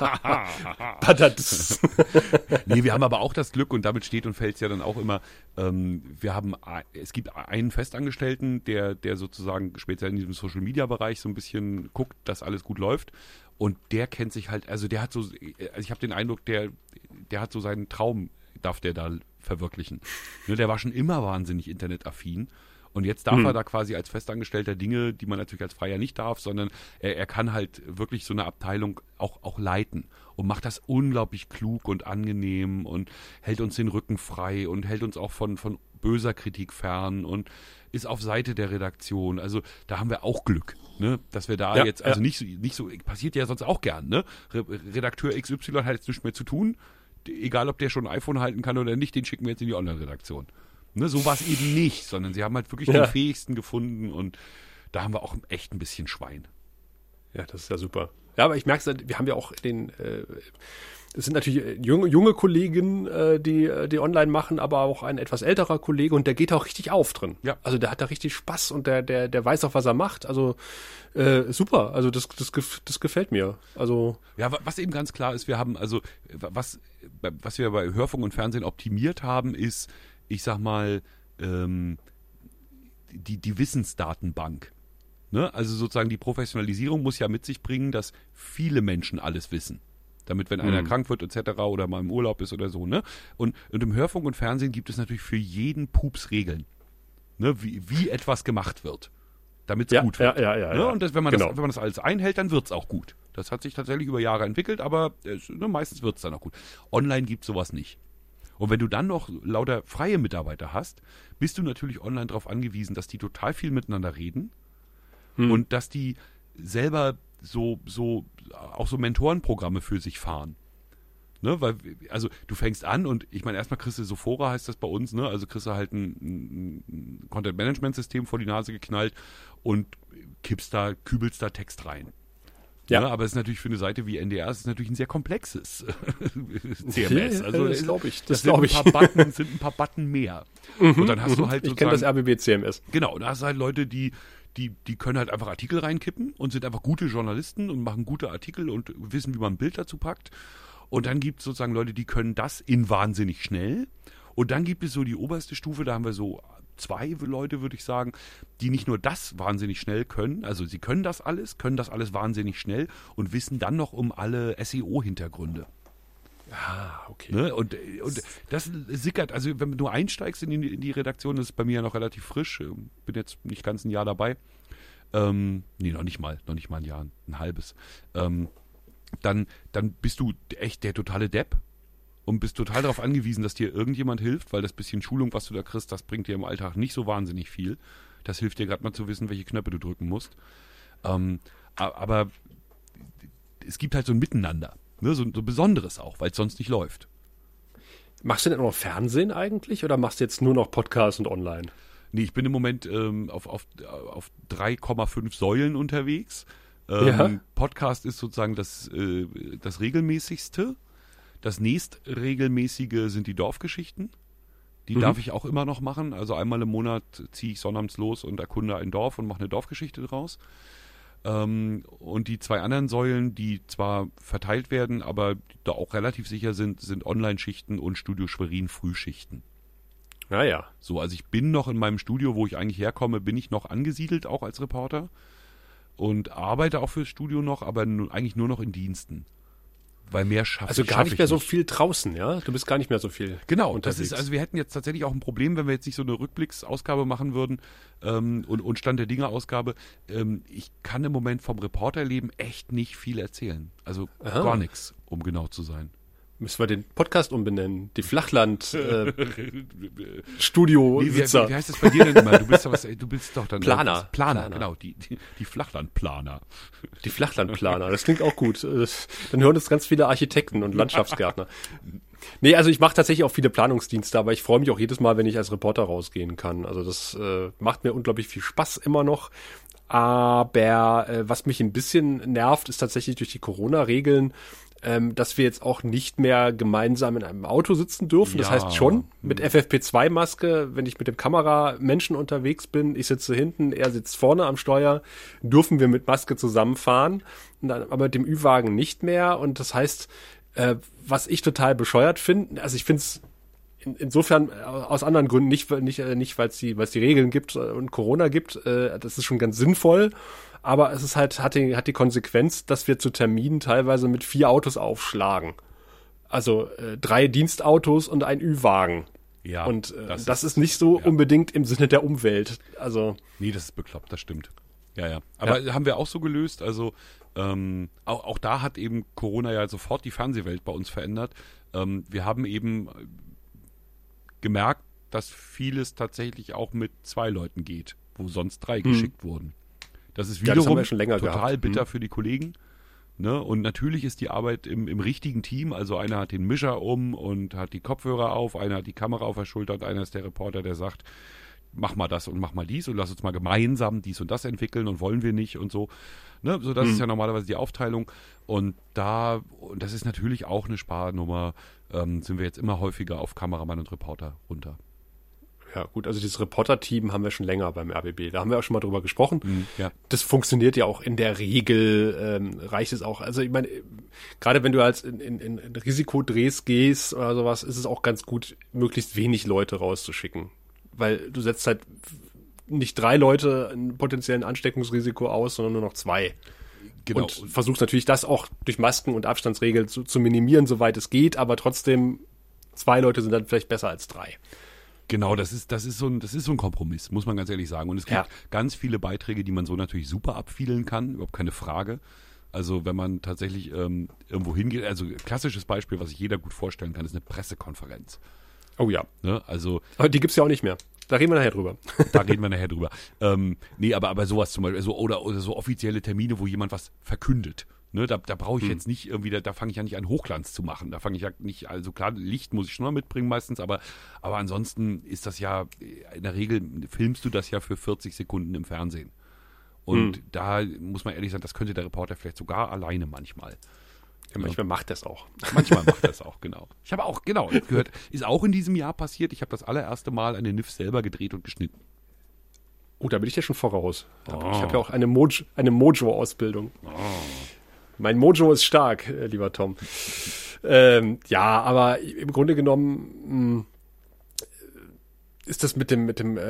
Nee, wir haben aber auch das Glück, und damit steht und fällt es ja dann auch immer, es gibt einen Festangestellten, der sozusagen speziell in diesem Social-Media-Bereich so ein bisschen guckt, dass alles gut läuft. Und der kennt sich halt, also der hat so, also ich habe den Eindruck, der hat so seinen Traum, darf der da verwirklichen. Ne, der war schon immer wahnsinnig internetaffin. Und jetzt darf er da quasi als Festangestellter Dinge, die man natürlich als Freier nicht darf, sondern er kann halt wirklich so eine Abteilung auch leiten und macht das unglaublich klug und angenehm und hält uns den Rücken frei und hält uns auch von böser Kritik fern und ist auf Seite der Redaktion. Also da haben wir auch Glück, ne, dass wir da jetzt, also nicht so, passiert ja sonst auch gern, ne? Redakteur XY hat jetzt nichts mehr zu tun, egal ob der schon ein iPhone halten kann oder nicht, den schicken wir jetzt in die Online-Redaktion. Ne, so war es eben nicht, sondern sie haben halt wirklich den Fähigsten gefunden und da haben wir auch echt ein bisschen Schwein. Ja, das ist ja super. Ja, aber ich merke, wir haben ja auch es sind natürlich junge Kollegen, die online machen, aber auch ein etwas älterer Kollege und der geht auch richtig auf drin. Ja. Also der hat da richtig Spaß und der weiß auch, was er macht. Also super, also das gefällt mir. Also Ja, was eben ganz klar ist, wir haben also, was wir bei Hörfunk und Fernsehen optimiert haben, ist, ich sag mal, die Wissensdatenbank. Ne? Also sozusagen die Professionalisierung muss ja mit sich bringen, dass viele Menschen alles wissen. Damit, wenn einer krank wird etc. oder mal im Urlaub ist oder so. Ne? Und im Hörfunk und Fernsehen gibt es natürlich für jeden Pups Regeln, ne? Wie etwas gemacht wird, damit es gut wird. Ne? Und wenn man das alles einhält, dann wird es auch gut. Das hat sich tatsächlich über Jahre entwickelt, aber meistens wird es dann auch gut. Online gibt es sowas nicht. Und wenn du dann noch lauter freie Mitarbeiter hast, bist du natürlich online darauf angewiesen, dass die total viel miteinander reden und dass die selber auch so Mentorenprogramme für sich fahren. Ne, weil, also du fängst an und ich meine, erstmal kriegst du Sophora, heißt das bei uns, ne? Also kriegst du halt ein Content-Management-System vor die Nase geknallt und kübelst da Text rein. Ja. Aber es ist natürlich für eine Seite wie NDR, es ist natürlich ein sehr komplexes CMS. Also das glaube ich. Sind ein paar Button mehr. Und dann hast du halt ich kenne das RBB CMS. Genau, da hast du halt Leute, die können halt einfach Artikel reinkippen und sind einfach gute Journalisten und machen gute Artikel und wissen, wie man ein Bild dazu packt. Und dann gibt es sozusagen Leute, die können das in wahnsinnig schnell. Und dann gibt es so die oberste Stufe, da haben wir so 2 Leute, würde ich sagen, die nicht nur das wahnsinnig schnell können, also sie können das alles wahnsinnig schnell und wissen dann noch um alle SEO-Hintergründe. Ah, okay. Ne? Und das sickert, also wenn du einsteigst in die Redaktion, das ist bei mir ja noch relativ frisch, bin jetzt nicht ganz ein Jahr dabei, noch nicht mal ein Jahr, ein halbes, dann bist du echt der totale Depp und bist total darauf angewiesen, dass dir irgendjemand hilft, weil das bisschen Schulung, was du da kriegst, das bringt dir im Alltag nicht so wahnsinnig viel. Das hilft dir gerade mal zu wissen, welche Knöpfe du drücken musst. Aber es gibt halt so ein Miteinander. Ne, so Besonderes auch, weil es sonst nicht läuft. Machst du denn auch noch Fernsehen eigentlich oder machst du jetzt nur noch Podcast und online? Nee, ich bin im Moment auf 3,5 Säulen unterwegs. Podcast ist sozusagen das regelmäßigste. Das nächstregelmäßige sind die Dorfgeschichten. Die darf ich auch immer noch machen. Also einmal im Monat ziehe ich sonnabends los und erkunde ein Dorf und mache eine Dorfgeschichte draus. Und die 2 anderen Säulen, die zwar verteilt werden, aber da auch relativ sicher sind Online-Schichten und Studio Schwerin Frühschichten. Ja. So, also ich bin noch in meinem Studio, wo ich eigentlich herkomme, bin ich noch angesiedelt, auch als Reporter. Und arbeite auch fürs Studio noch, aber eigentlich nur noch in Diensten. Weil mehr schaffe ich Also gar nicht mehr so viel draußen, ja? Du bist gar nicht mehr so viel Genau, unterwegs. das ist, also wir hätten jetzt tatsächlich auch ein Problem, wenn wir jetzt nicht so eine Rückblicksausgabe machen würden und Stand der Dinge-Ausgabe. Ich kann im Moment vom Reporterleben echt nicht viel erzählen. Also gar nichts, um genau zu sein. Müssen wir den Podcast umbenennen? Die Flachland-Studio-Sitzer. Wie heißt das bei dir denn immer? Du bist doch dann... Planer. Planer, genau. Die Flachlandplaner. Die Flachlandplaner, das klingt auch gut. Dann hören das ganz viele Architekten und Landschaftsgärtner. Nee, also ich mache tatsächlich auch viele Planungsdienste, aber ich freue mich auch jedes Mal, wenn ich als Reporter rausgehen kann. Also das macht mir unglaublich viel Spaß immer noch. Aber was mich ein bisschen nervt, ist tatsächlich durch die Corona-Regeln, dass wir jetzt auch nicht mehr gemeinsam in einem Auto sitzen dürfen. Das heißt schon, mit FFP2-Maske, wenn ich mit dem Kameramenschen unterwegs bin, ich sitze hinten, er sitzt vorne am Steuer, dürfen wir mit Maske zusammenfahren, aber mit dem Ü-Wagen nicht mehr. Und das heißt, was ich total bescheuert finde, also ich finde es insofern aus anderen Gründen nicht weil es die Regeln gibt und Corona gibt, das ist schon ganz sinnvoll. Aber es ist halt, hat die Konsequenz, dass wir zu Terminen teilweise mit 4 Autos aufschlagen. Also 3 Dienstautos und ein Ü-Wagen. Ja. Und das ist nicht so unbedingt im Sinne der Umwelt. Also nee, das ist bekloppt, das stimmt. Ja. Aber haben wir auch so gelöst. Also auch da hat eben Corona ja sofort die Fernsehwelt bei uns verändert. Wir haben eben gemerkt, dass vieles tatsächlich auch mit 2 Leuten geht, wo sonst 3 geschickt wurden. Das ist wiederum das schon länger total gehabt. bitter für die Kollegen. Ne? Und natürlich ist die Arbeit im richtigen Team. Also einer hat den Mischer und hat die Kopfhörer auf, einer hat die Kamera auf der Schulter und einer ist der Reporter, der sagt, mach mal das und mach mal dies und lass uns mal gemeinsam dies und das entwickeln und wollen wir nicht und so. Ne? So, das ist ja normalerweise die Aufteilung. Und das ist natürlich auch eine Sparnummer, sind wir jetzt immer häufiger auf Kameramann und Reporter runter. Ja, gut, also dieses Reporter-Team haben wir schon länger beim RBB. Da haben wir auch schon mal drüber gesprochen. Ja. Das funktioniert ja auch in der Regel, reicht es auch. Also ich meine, gerade wenn du als in Risikodrehs gehst oder sowas, ist es auch ganz gut, möglichst wenig Leute rauszuschicken. Weil du setzt halt nicht 3 Leute ein potenziellen Ansteckungsrisiko aus, sondern nur noch 2. Genau. Und versuchst natürlich das auch durch Masken und Abstandsregeln zu minimieren, soweit es geht, aber trotzdem 2 Leute sind dann vielleicht besser als 3. Genau, das ist so ein Kompromiss, muss man ganz ehrlich sagen. Und es gibt ganz viele Beiträge, die man so natürlich super abfiedeln kann, überhaupt keine Frage. Also wenn man tatsächlich irgendwo hingeht, also klassisches Beispiel, was sich jeder gut vorstellen kann, ist eine Pressekonferenz. Oh ja. Ne? Also, aber die gibt's ja auch nicht mehr. Da reden wir nachher drüber. Nee, aber sowas zum Beispiel, oder so offizielle Termine, wo jemand was verkündet. Ne, da brauche ich jetzt nicht irgendwie, da fange ich ja nicht an, Hochglanz zu machen. Da fange ich ja nicht, also klar, Licht muss ich schon mal mitbringen meistens, aber ansonsten ist das ja, in der Regel filmst du das ja für 40 Sekunden im Fernsehen. Und da muss man ehrlich sagen, das könnte der Reporter vielleicht sogar alleine manchmal. Ja, manchmal macht das auch. Manchmal macht das auch, genau. Ich habe auch, gehört, ist auch in diesem Jahr passiert. Ich habe das allererste Mal eine NIF selber gedreht und geschnitten. Oh, da bin ich ja schon voraus. Ich habe ja auch eine Mojo-Ausbildung. Mein Mojo ist stark, lieber Tom. Ja, aber im Grunde genommen ist das wird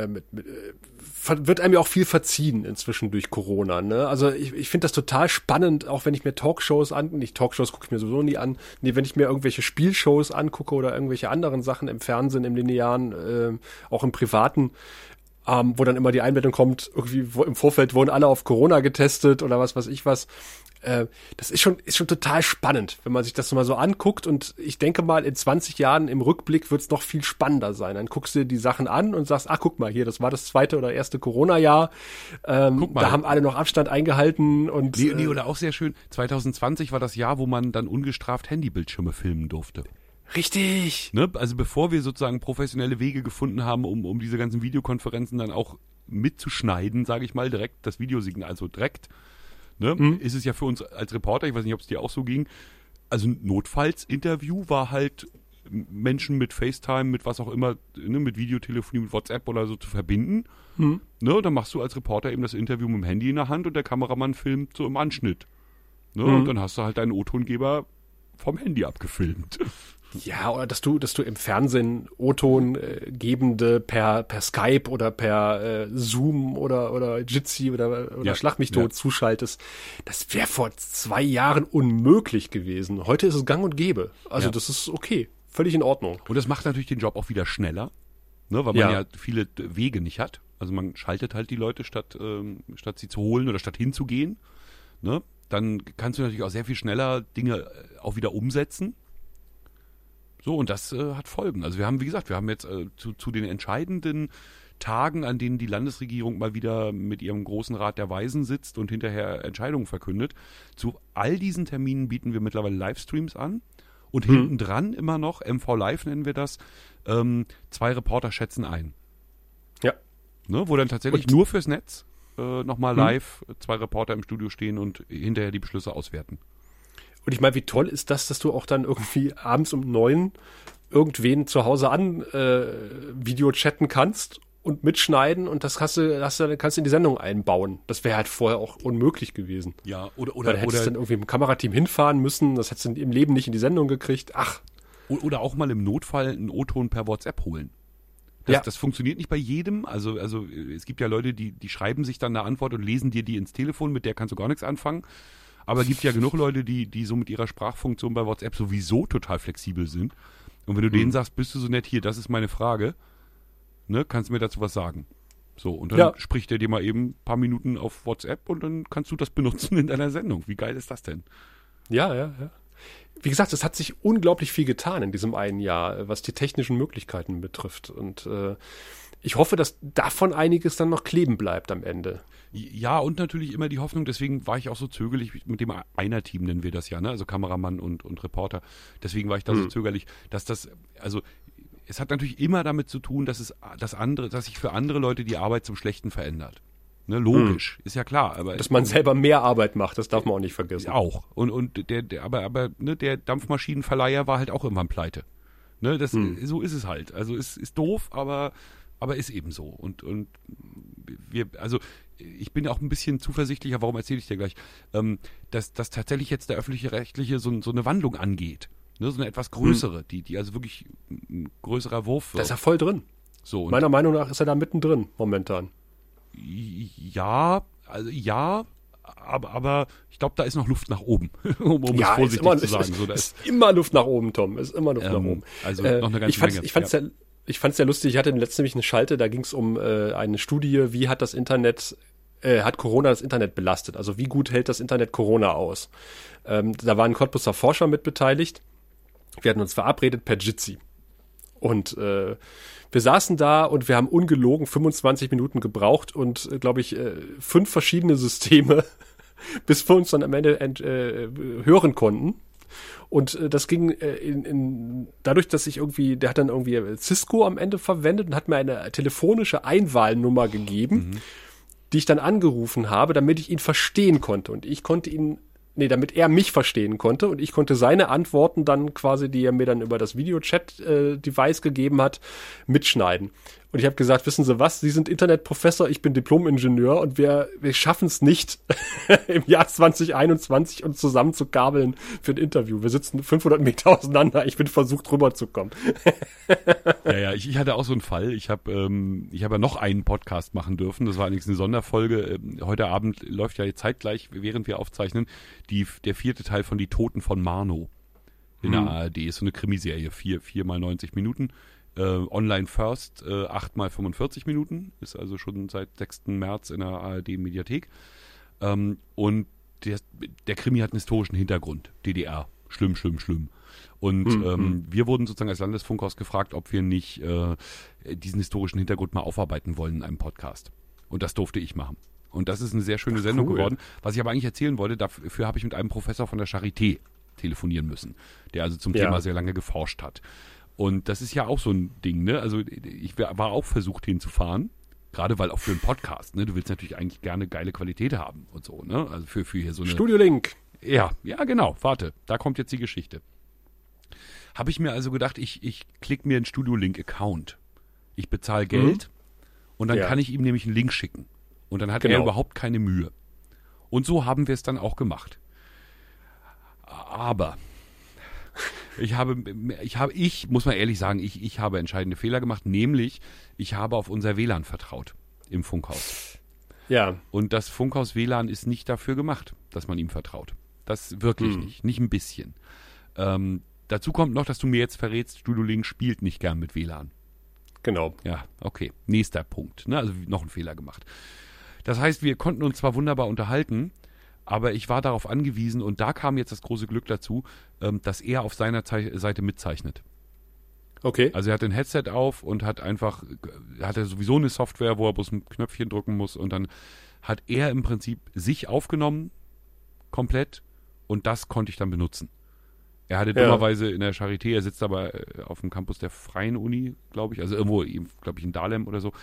einem ja auch viel verziehen inzwischen durch Corona. Ne? Also ich finde das total spannend, auch wenn ich mir Talkshows Talkshows gucke ich mir sowieso nie an. Nee, wenn ich mir irgendwelche Spielshows angucke oder irgendwelche anderen Sachen im Fernsehen, im Linearen, auch im Privaten, wo dann immer die Einblendung kommt, irgendwie im Vorfeld wurden alle auf Corona getestet oder was weiß ich was. Das ist schon total spannend, wenn man sich das mal so anguckt, und ich denke mal, in 20 Jahren im Rückblick wird es noch viel spannender sein. Dann guckst du dir die Sachen an und sagst, guck mal hier, das war das 2. oder 1. Corona-Jahr, da haben alle noch Abstand eingehalten und nee, oder auch sehr schön, 2020 war das Jahr, wo man dann ungestraft Handybildschirme filmen durfte. Richtig. Ne? Also bevor wir sozusagen professionelle Wege gefunden haben, um diese ganzen Videokonferenzen dann auch mitzuschneiden, sage ich mal, direkt das Videosignal, also direkt, ne, ist es ja für uns als Reporter, ich weiß nicht, ob es dir auch so ging, also ein Notfallsinterview war halt Menschen mit FaceTime, mit was auch immer, ne, mit Videotelefonie, mit WhatsApp oder so zu verbinden. Ne, dann machst du als Reporter eben das Interview mit dem Handy in der Hand und der Kameramann filmt so im Anschnitt. Ne, und dann hast du halt deinen O-Tongeber vom Handy abgefilmt. Ja, oder dass du im Fernsehen O-Ton gebende per Skype oder per Zoom oder Jitsi oder Schlag mich tot zuschaltest. Das wäre vor 2 Jahren unmöglich gewesen. Heute ist es gang und gäbe. Also das ist okay. Völlig in Ordnung. Und das macht natürlich den Job auch wieder schneller, ne, weil man ja viele Wege nicht hat. Also man schaltet halt die Leute, statt sie zu holen oder statt hinzugehen. Ne? Dann kannst du natürlich auch sehr viel schneller Dinge auch wieder umsetzen. So, und das hat Folgen. Also wir haben jetzt zu den entscheidenden Tagen, an denen die Landesregierung mal wieder mit ihrem großen Rat der Weisen sitzt und hinterher Entscheidungen verkündet, zu all diesen Terminen bieten wir mittlerweile Livestreams an. Und hinten dran immer noch, MV Live nennen wir das, 2 Reporter schätzen ein. Ja. Ne, wo dann tatsächlich nur fürs Netz nochmal live 2 Reporter im Studio stehen und hinterher die Beschlüsse auswerten. Und ich meine, wie toll ist das, dass du auch dann irgendwie abends um 9 irgendwen zu Hause an Video chatten kannst und mitschneiden, und das kannst du in die Sendung einbauen. Das wäre halt vorher auch unmöglich gewesen. Ja, oder Weil du hättest dann irgendwie im Kamerateam hinfahren müssen, das hättest du im Leben nicht in die Sendung gekriegt. Oder auch mal im Notfall einen O-Ton per WhatsApp holen. Das funktioniert nicht bei jedem. Also es gibt ja Leute, die schreiben sich dann eine Antwort und lesen dir die ins Telefon, mit der kannst du gar nichts anfangen. Aber es gibt ja genug Leute, die so mit ihrer Sprachfunktion bei WhatsApp sowieso total flexibel sind. Und wenn du denen sagst, bist du so nett, hier, das ist meine Frage, ne, kannst du mir dazu was sagen? So, und dann spricht er dir mal eben ein paar Minuten auf WhatsApp und dann kannst du das benutzen in deiner Sendung. Wie geil ist das denn? Ja. Wie gesagt, es hat sich unglaublich viel getan in diesem einen Jahr, was die technischen Möglichkeiten betrifft. Und ich hoffe, dass davon einiges dann noch kleben bleibt am Ende. Ja, und natürlich immer die Hoffnung, deswegen war ich auch so zögerlich mit dem Einer-Team, nennen wir das ja, ne? Also Kameramann und Reporter. Deswegen war ich da so zögerlich, dass das, also es hat natürlich immer damit zu tun, dass sich für andere Leute die Arbeit zum Schlechten verändert. Ne, logisch, ist ja klar. Aber dass man selber mehr Arbeit macht, das darf man auch nicht vergessen. Auch. Und der Dampfmaschinenverleiher war halt auch irgendwann pleite. Ne, so ist es halt. Also ist doof, aber ist eben so. Und ich bin auch ein bisschen zuversichtlicher, warum erzähle ich dir gleich, dass tatsächlich jetzt der öffentlich-rechtliche so eine Wandlung angeht. Ne, so eine etwas größere, die also wirklich ein größerer Wurf wird. Da ist er voll drin. So, meiner Meinung nach ist er da mittendrin momentan. Ja, aber ich glaube, da ist noch Luft nach oben, um es vorsichtig zu sagen. Ist immer Luft nach oben, Tom. Ist immer Luft nach oben. Also noch eine ganze Menge. Ich fand's ja lustig. Ich hatte letztens nämlich eine Schalte, da ging es um eine Studie, wie hat Corona das Internet belastet? Also wie gut hält das Internet Corona aus? Da waren Cottbuser Forscher mit beteiligt. Wir hatten uns verabredet per Jitsi. Und wir saßen da und wir haben ungelogen 25 Minuten gebraucht und, glaube ich, 5 verschiedene Systeme, bis wir uns dann am Ende hören konnten. Und das ging dadurch, dass der hat dann irgendwie Cisco am Ende verwendet und hat mir eine telefonische Einwahlnummer gegeben, die ich dann angerufen habe, damit ich ihn verstehen konnte. Und ich konnte damit er mich verstehen konnte und ich konnte seine Antworten dann quasi, die er mir dann über das Videochat-Device gegeben hat, mitschneiden. Und ich habe gesagt, wissen Sie was, Sie sind Internetprofessor, ich bin Diplom-Ingenieur und wir schaffen es nicht, im Jahr 2021 uns zusammen zu kabeln für ein Interview. Wir sitzen 500 Meter auseinander, ich bin versucht, rüberzukommen. Ja, ich hatte auch so einen Fall. Ich habe ja noch einen Podcast machen dürfen. Das war allerdings eine Sonderfolge. Heute Abend läuft ja zeitgleich, während wir aufzeichnen, der 4. Teil von Die Toten von Marnow in der ARD. Ist so eine Krimiserie, 4 mal 90 Minuten. Online first, 8 mal 45 Minuten. Ist also schon seit 6. März in der ARD-Mediathek. Und der Krimi hat einen historischen Hintergrund. DDR. Schlimm. Und wir wurden sozusagen als Landesfunkhaus gefragt, ob wir nicht diesen historischen Hintergrund mal aufarbeiten wollen in einem Podcast. Und das durfte ich machen. Und das ist eine sehr schöne Sendung geworden. Was ich aber eigentlich erzählen wollte, dafür habe ich mit einem Professor von der Charité telefonieren müssen, der also zum Thema sehr lange geforscht hat. Und das ist ja auch so ein Ding, ne? Also ich war auch versucht hinzufahren, gerade weil auch für einen Podcast, ne? Du willst natürlich eigentlich gerne geile Qualität haben und so, ne? Also für hier so eine... Studio Link. Ja, genau, warte, da kommt jetzt die Geschichte. Habe ich mir also gedacht, ich klicke mir einen Studio Link-Account. Ich bezahle Geld und dann kann ich ihm nämlich einen Link schicken. Und dann hat er überhaupt keine Mühe. Und so haben wir es dann auch gemacht. Aber ich muss mal ehrlich sagen, ich habe entscheidende Fehler gemacht, nämlich ich habe auf unser WLAN vertraut im Funkhaus. Ja. Und das Funkhaus WLAN ist nicht dafür gemacht, dass man ihm vertraut. Das wirklich nicht ein bisschen. Dazu kommt noch, dass du mir jetzt verrätst, Studio Link spielt nicht gern mit WLAN. Genau. Ja, okay. Nächster Punkt. Ne? Also noch einen Fehler gemacht. Das heißt, wir konnten uns zwar wunderbar unterhalten, aber ich war darauf angewiesen und da kam jetzt das große Glück dazu, dass er auf seiner Seite mitzeichnet. Okay. Also er hat ein Headset auf und hat er sowieso eine Software, wo er bloß ein Knöpfchen drücken muss und dann hat er im Prinzip sich aufgenommen, komplett, und das konnte ich dann benutzen. Er hatte dummerweise in der Charité, er sitzt aber auf dem Campus der Freien Uni, glaube ich, also irgendwo, glaube ich, in Dahlem oder so,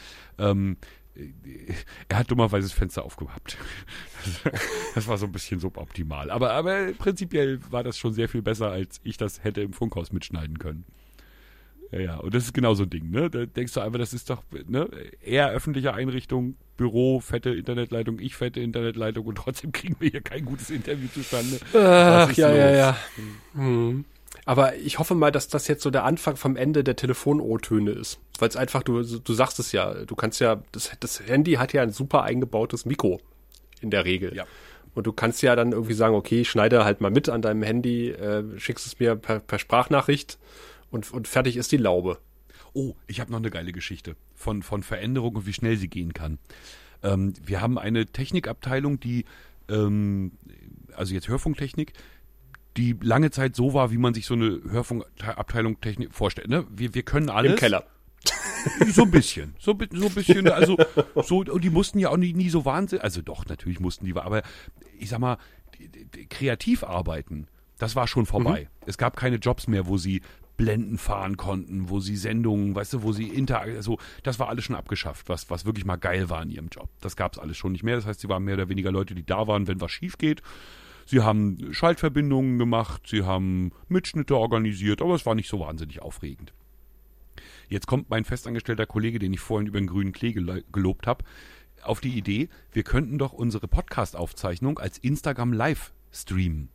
er hat dummerweise das Fenster aufgehabt. Das war so ein bisschen suboptimal. Aber prinzipiell war das schon sehr viel besser, als ich das hätte im Funkhaus mitschneiden können. Ja, und das ist genau so ein Ding, ne? Da denkst du einfach, das ist doch, ne? Er öffentliche Einrichtung, Büro, fette Internetleitung, ich fette Internetleitung und trotzdem kriegen wir hier kein gutes Interview zustande. Ach, ja. Aber ich hoffe mal, dass das jetzt so der Anfang vom Ende der Telefon-O-Töne ist. Weil es einfach, du sagst es ja, du kannst ja, das Handy hat ja ein super eingebautes Mikro in der Regel. Ja. Und du kannst ja dann irgendwie sagen, okay, schneide halt mal mit an deinem Handy, schickst es mir per Sprachnachricht und fertig ist die Laube. Oh, ich habe noch eine geile Geschichte von Veränderung und wie schnell sie gehen kann. Wir haben eine Technikabteilung, die, also jetzt Hörfunktechnik, die lange Zeit so war, wie man sich so eine Hörfunkabteilung Technik vorstellt. Ne? Wir können alles. Im Keller. So ein bisschen. So ein bisschen, also so, und die mussten ja auch nie so wahnsinnig, also doch, natürlich mussten die, aber ich sag mal, kreativ arbeiten, das war schon vorbei. Es gab keine Jobs mehr, wo sie Blenden fahren konnten, wo sie Sendungen, weißt du, wo sie also das war alles schon abgeschafft, was wirklich mal geil war in ihrem Job. Das gab's alles schon nicht mehr. Das heißt, sie waren mehr oder weniger Leute, die da waren, wenn was schief geht. Sie haben Schaltverbindungen gemacht, sie haben Mitschnitte organisiert, aber es war nicht so wahnsinnig aufregend. Jetzt kommt mein festangestellter Kollege, den ich vorhin über den grünen Klee gelobt habe, auf die Idee, wir könnten doch unsere Podcast-Aufzeichnung als Instagram Live streamen.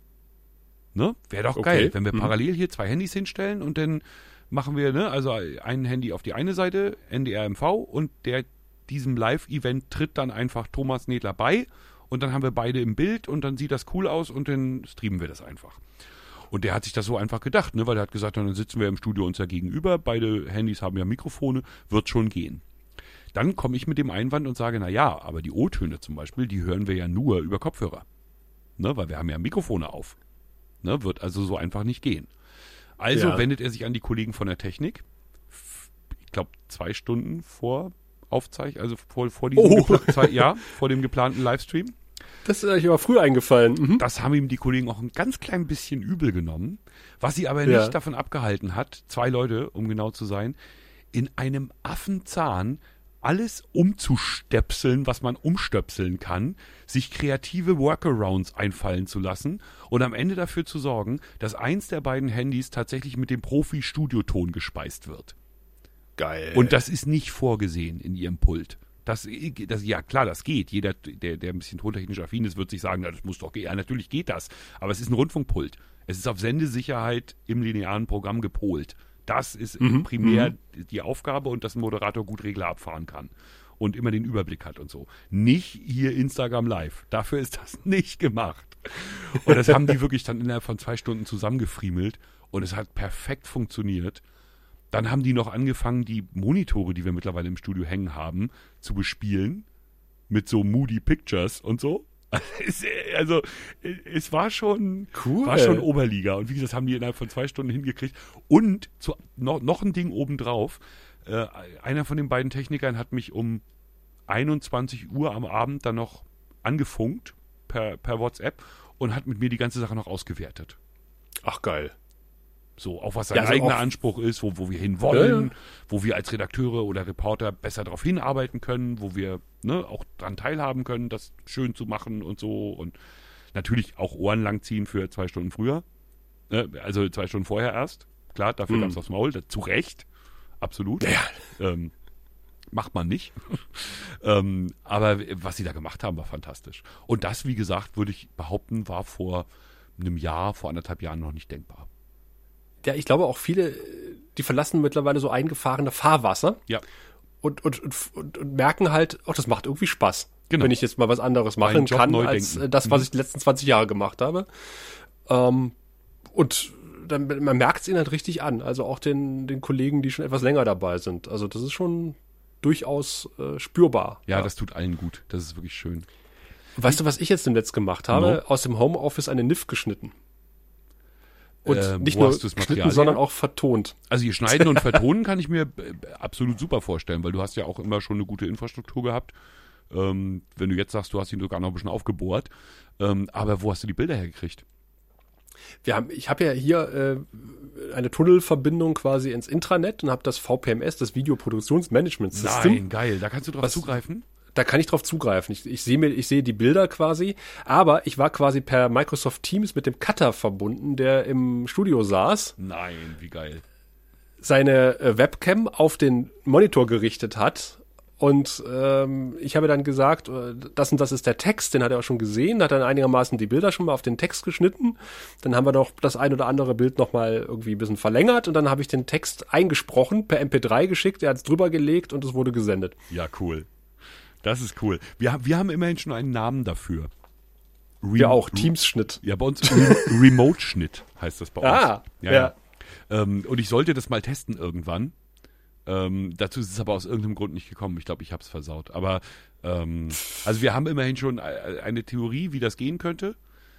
Ne? Wäre doch geil, wenn wir parallel hier 2 Handys hinstellen und dann machen wir, ne, also ein Handy auf die eine Seite, NDR MV, und diesem Live-Event tritt dann einfach Thomas Nedler bei und dann haben wir beide im Bild und dann sieht das cool aus und dann streamen wir das einfach. Und der hat sich das so einfach gedacht, ne, weil er hat gesagt, dann sitzen wir im Studio uns ja gegenüber, beide Handys haben ja Mikrofone, wird schon gehen. Dann komme ich mit dem Einwand und sage, na ja, aber die O-Töne zum Beispiel, die hören wir ja nur über Kopfhörer, ne, weil wir haben ja Mikrofone auf. Ne, wird also so einfach nicht gehen. Also wendet er sich an die Kollegen von der Technik, ich glaube 2 Stunden vor Aufzeichnung, also vor diesem vor dem geplanten Livestream. Das ist euch aber früh eingefallen. Mhm. Das haben ihm die Kollegen auch ein ganz klein bisschen übel genommen, was sie aber nicht davon abgehalten hat, 2 Leute, um genau zu sein, in einem Affenzahn alles umzustöpseln, was man umstöpseln kann, sich kreative Workarounds einfallen zu lassen und am Ende dafür zu sorgen, dass eins der beiden Handys tatsächlich mit dem Profi-Studioton gespeist wird. Geil. Und das ist nicht vorgesehen in ihrem Pult. Ja klar, das geht. Jeder, der ein bisschen tontechnisch affin ist, wird sich sagen, na, das muss doch gehen. Ja, natürlich geht das. Aber es ist ein Rundfunkpult. Es ist auf Sendesicherheit im linearen Programm gepolt. Das ist primär die Aufgabe und dass ein Moderator gut Regler abfahren kann und immer den Überblick hat und so. Nicht hier Instagram Live. Dafür ist das nicht gemacht. Und das haben die wirklich dann innerhalb von 2 Stunden zusammengefriemelt und es hat perfekt funktioniert. Dann haben die noch angefangen, die Monitore, die wir mittlerweile im Studio hängen haben, zu bespielen mit so Moody Pictures und so. Also es war schon cool. War schon Oberliga. Und wie gesagt, das haben die innerhalb von 2 Stunden hingekriegt. Und noch ein Ding obendrauf. Einer von den beiden Technikern hat mich um 21 Uhr am Abend dann noch angefunkt per WhatsApp und hat mit mir die ganze Sache noch ausgewertet. Ach, geil. So, auch was sein eigener Anspruch ist, wo wir hinwollen, wo wir als Redakteure oder Reporter besser darauf hinarbeiten können, wo wir auch dran teilhaben können, das schön zu machen und so. Und natürlich auch Ohren langziehen für 2 Stunden früher. Also 2 Stunden vorher erst. Klar, dafür gab's aufs Maul. Zu Recht. Absolut. Ja. Macht man nicht. Aber was sie da gemacht haben, war fantastisch. Und das, wie gesagt, würde ich behaupten, war vor einem Jahr, vor 1,5 Jahren noch nicht denkbar. Ja, ich glaube auch viele, die verlassen mittlerweile so eingefahrene Fahrwasser. Ja. Und merken halt, das macht irgendwie Spaß. Genau. Wenn ich jetzt mal was anderes machen kann, als das, was ich die letzten 20 Jahre gemacht habe. Und dann, man merkt es ihnen halt richtig an. Also auch den Kollegen, die schon etwas länger dabei sind. Also das ist schon durchaus spürbar. Ja, das tut allen gut. Das ist wirklich schön. Weißt du, was ich jetzt im Netz gemacht habe? Aus dem Homeoffice eine NIF geschnitten. Und nicht nur geschnitten, sondern auch vertont. Also hier schneiden und vertonen kann ich mir absolut super vorstellen, weil du hast ja auch immer schon eine gute Infrastruktur gehabt. Wenn du jetzt sagst, du hast ihn sogar noch ein bisschen aufgebohrt. Aber wo hast du die Bilder hergekriegt? Ich habe ja hier eine Tunnelverbindung quasi ins Intranet und habe das VPMS, das Videoproduktionsmanagement-System. Nein, geil. Da kannst du drauf zugreifen? Da kann ich drauf zugreifen. Ich sehe die Bilder quasi, aber ich war quasi per Microsoft Teams mit dem Cutter verbunden, der im Studio saß. Nein, wie geil. Seine Webcam auf den Monitor gerichtet hat. Und ich habe dann gesagt, das und das ist der Text, den hat er auch schon gesehen, hat dann einigermaßen die Bilder schon mal auf den Text geschnitten. Dann haben wir noch das ein oder andere Bild nochmal irgendwie ein bisschen verlängert und dann habe ich den Text eingesprochen, per MP3 geschickt, er hat es drüber gelegt und es wurde gesendet. Ja, cool. Das ist cool. Wir haben immerhin schon einen Namen dafür. Ja, auch Teams-Schnitt. Ja, bei uns Remote-Schnitt heißt das bei uns. Ah, ja. Und ich sollte das mal testen irgendwann. Dazu ist es aber aus irgendeinem Grund nicht gekommen. Ich glaube, ich habe es versaut. Aber also wir haben immerhin schon eine Theorie, wie das gehen könnte.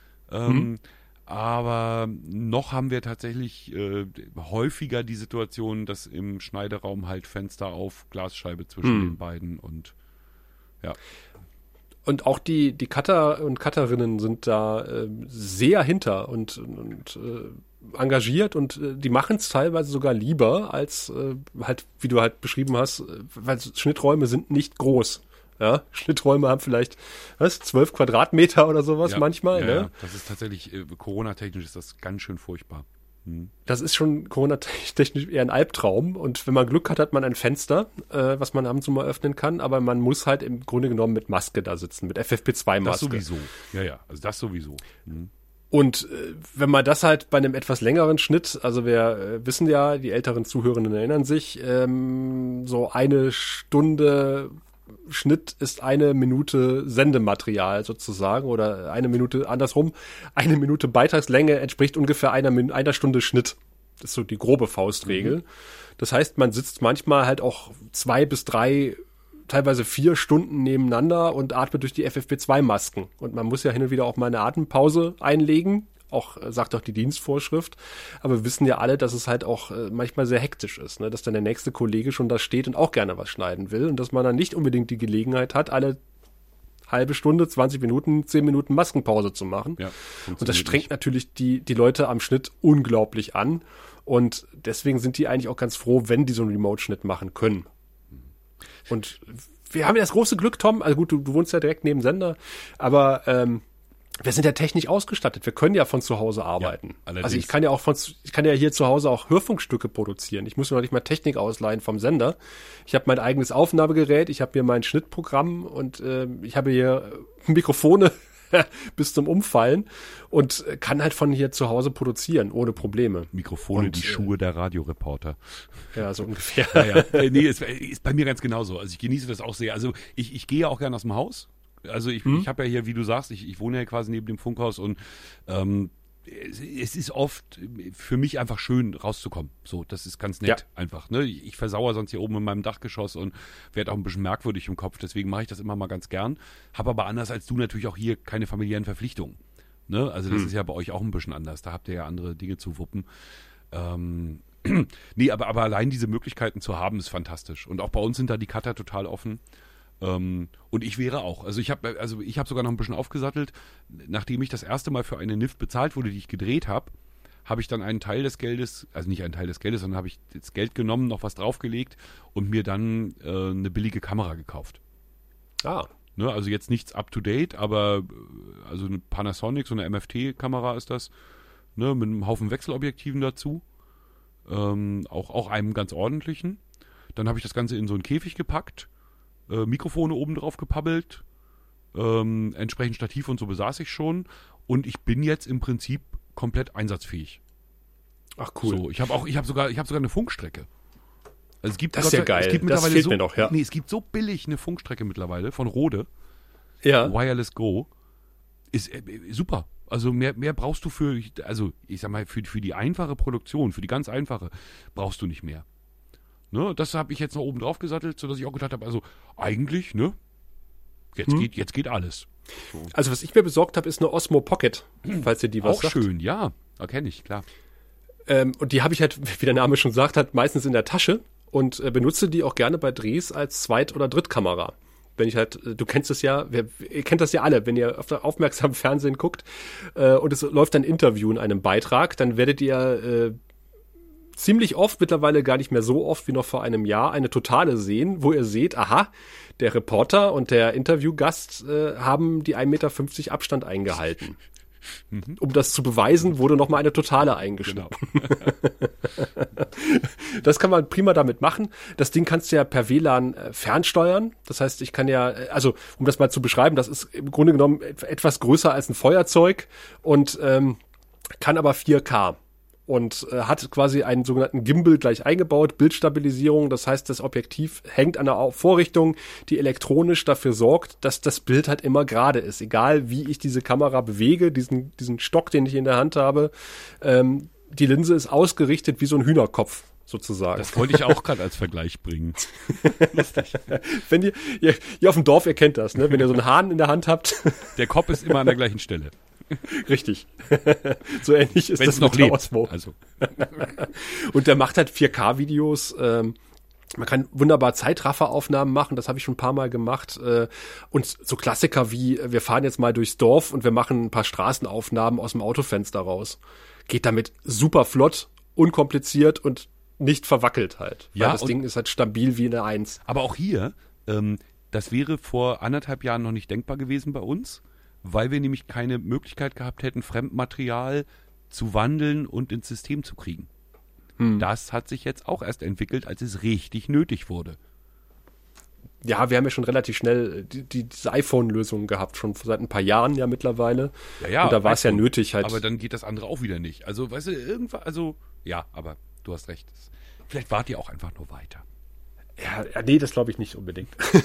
Aber noch haben wir tatsächlich häufiger die Situation, dass im Schneideraum halt Fenster auf, Glasscheibe zwischen den beiden und ja. Und auch die Cutter und Cutterinnen sind da sehr hinter und engagiert und die machen es teilweise sogar lieber als halt, wie du halt beschrieben hast, weil Schnitträume sind nicht groß. Ja, Schnitträume haben vielleicht 12 Quadratmeter oder sowas manchmal. Ne? Ja, das ist tatsächlich, Corona-technisch ist das ganz schön furchtbar. Das ist schon Corona-technisch eher ein Albtraum. Und wenn man Glück hat, hat man ein Fenster, was man ab und zu mal öffnen kann. Aber man muss halt im Grunde genommen mit Maske da sitzen, mit FFP2-Maske. Das sowieso. Ja, also das sowieso. Und wenn man das halt bei einem etwas längeren Schnitt, also wir wissen ja, die älteren Zuhörenden erinnern sich, so eine Stunde Schnitt ist 1 Minute Sendematerial sozusagen oder 1 Minute andersrum. 1 Minute Beitragslänge entspricht ungefähr einer Stunde Schnitt. Das ist so die grobe Faustregel. Das heißt, man sitzt manchmal halt auch 2 bis 3, teilweise 4 Stunden nebeneinander und atmet durch die FFP2-Masken. Und man muss ja hin und wieder auch mal eine Atempause einlegen. Auch, sagt auch die Dienstvorschrift. Aber wir wissen ja alle, dass es halt auch manchmal sehr hektisch ist, ne? Dass dann der nächste Kollege schon da steht und auch gerne was schneiden will und dass man dann nicht unbedingt die Gelegenheit hat, alle halbe Stunde, 20 Minuten, 10 Minuten Maskenpause zu machen. Ja, und das strengt natürlich die Leute am Schnitt unglaublich an. Und deswegen sind die eigentlich auch ganz froh, wenn die so einen Remote-Schnitt machen können. Und wir haben ja das große Glück, Tom, also gut, du wohnst ja direkt neben Sender, aber wir sind ja technisch ausgestattet. Wir können ja von zu Hause arbeiten. Ja, also ich kann ja hier zu Hause auch Hörfunkstücke produzieren. Ich muss mir noch nicht mal Technik ausleihen vom Sender. Ich habe mein eigenes Aufnahmegerät, ich habe hier mein Schnittprogramm und ich habe hier Mikrofone bis zum Umfallen und kann halt von hier zu Hause produzieren, ohne Probleme. Mikrofone, und die Schuhe der Radioreporter. Ja, so ungefähr. Ja. Nee, ist bei mir ganz genauso. Also ich genieße das auch sehr. Also ich gehe ja auch gerne aus dem Haus. Also ich habe ja hier, wie du sagst, ich wohne ja quasi neben dem Funkhaus und es ist oft für mich einfach schön rauszukommen. So, das ist ganz nett einfach. Ne? Ich versauere sonst hier oben in meinem Dachgeschoss und werde auch ein bisschen merkwürdig im Kopf. Deswegen mache ich das immer mal ganz gern. Habe aber anders als du natürlich auch hier keine familiären Verpflichtungen. Ne? Also das ist ja bei euch auch ein bisschen anders. Da habt ihr ja andere Dinge zu wuppen. Nee, aber allein diese Möglichkeiten zu haben, ist fantastisch. Und auch bei uns sind da die Cutter total offen. Und ich wäre auch. Also ich habe sogar noch ein bisschen aufgesattelt. Nachdem ich das erste Mal für eine NIF bezahlt wurde, die ich gedreht habe, habe ich dann einen Teil des Geldes, also nicht einen Teil des Geldes, sondern habe ich das Geld genommen, noch was draufgelegt und mir dann eine billige Kamera gekauft. Ne, also jetzt nichts up-to-date, aber also eine Panasonic, so eine MFT-Kamera ist das, ne, mit einem Haufen Wechselobjektiven dazu. Auch einem ganz ordentlichen. Dann habe ich das Ganze in so einen Käfig gepackt, Mikrofone oben drauf gepabbelt, entsprechend Stativ und so besaß ich schon und ich bin jetzt im Prinzip komplett einsatzfähig. Ach cool. So, ich habe sogar eine Funkstrecke. Also es gibt das ist ja geil. Es gibt mittlerweile das fehlt mir noch, ja. Nee, es gibt so billig eine Funkstrecke mittlerweile von Rode. Ja. Wireless Go ist super. Also mehr brauchst du für die einfache Produktion, für die ganz einfache brauchst du nicht mehr. Ne, das habe ich jetzt noch oben drauf gesattelt, sodass ich auch gedacht habe, also eigentlich, ne, jetzt geht alles. So. Also was ich mir besorgt habe, ist eine Osmo Pocket, falls ihr die was sagt. Auch schön, ja, erkenne ich, klar. Und die habe ich halt, wie der Name schon sagt hat, meistens in der Tasche und benutze die auch gerne bei Drehs als Zweit- oder Drittkamera. Wenn ich halt, du kennst es ja, ihr kennt das ja alle, wenn ihr aufmerksam Fernsehen guckt und es läuft ein Interview in einem Beitrag, dann werdet ihr ziemlich oft, mittlerweile gar nicht mehr so oft wie noch vor einem Jahr, eine Totale sehen, wo ihr seht, aha, der Reporter und der Interviewgast haben die 1,50 Meter Abstand eingehalten. Um das zu beweisen, wurde nochmal eine Totale eingeschnitten. Genau. Das kann man prima damit machen. Das Ding kannst du ja per WLAN fernsteuern. Das heißt, ich kann ja, also um das mal zu beschreiben, das ist im Grunde genommen etwas größer als ein Feuerzeug und kann aber 4K. Und hat quasi einen sogenannten Gimbal gleich eingebaut, Bildstabilisierung. Das heißt, das Objektiv hängt an einer Vorrichtung, die elektronisch dafür sorgt, dass das Bild halt immer gerade ist. Egal, wie ich diese Kamera bewege, diesen Stock, den ich in der Hand habe, die Linse ist ausgerichtet wie so ein Hühnerkopf sozusagen. Das wollte ich auch gerade als Vergleich bringen. Lustig. Wenn ihr auf dem Dorf, ihr kennt das, ne? Wenn ihr so einen Hahn in der Hand habt. Der Kopf ist immer an der gleichen Stelle. Richtig. So ähnlich ist Wenn's das noch mit der lebt. Osmo. Also. Und der macht halt 4K-Videos Man kann wunderbar Zeitrafferaufnahmen machen, das habe ich schon ein paar Mal gemacht. Und so Klassiker wie, wir fahren jetzt mal durchs Dorf und wir machen ein paar Straßenaufnahmen aus dem Autofenster raus. Geht damit super flott, unkompliziert und nicht verwackelt halt. Weil das Ding ist halt stabil wie eine 1. Aber auch hier, das wäre vor 1,5 Jahren noch nicht denkbar gewesen bei uns, weil wir nämlich keine Möglichkeit gehabt hätten, Fremdmaterial zu wandeln und ins System zu kriegen. Das hat sich jetzt auch erst entwickelt, als es richtig nötig wurde. Ja, wir haben ja schon relativ schnell diese iPhone-Lösung gehabt, schon seit ein paar Jahren ja mittlerweile. Ja, und da war es ja nötig halt. Aber dann geht das andere auch wieder nicht. Also, weißt du, irgendwann, ja, aber du hast recht. Vielleicht wart ihr auch einfach nur weiter. Ja, nee, das glaube ich nicht unbedingt.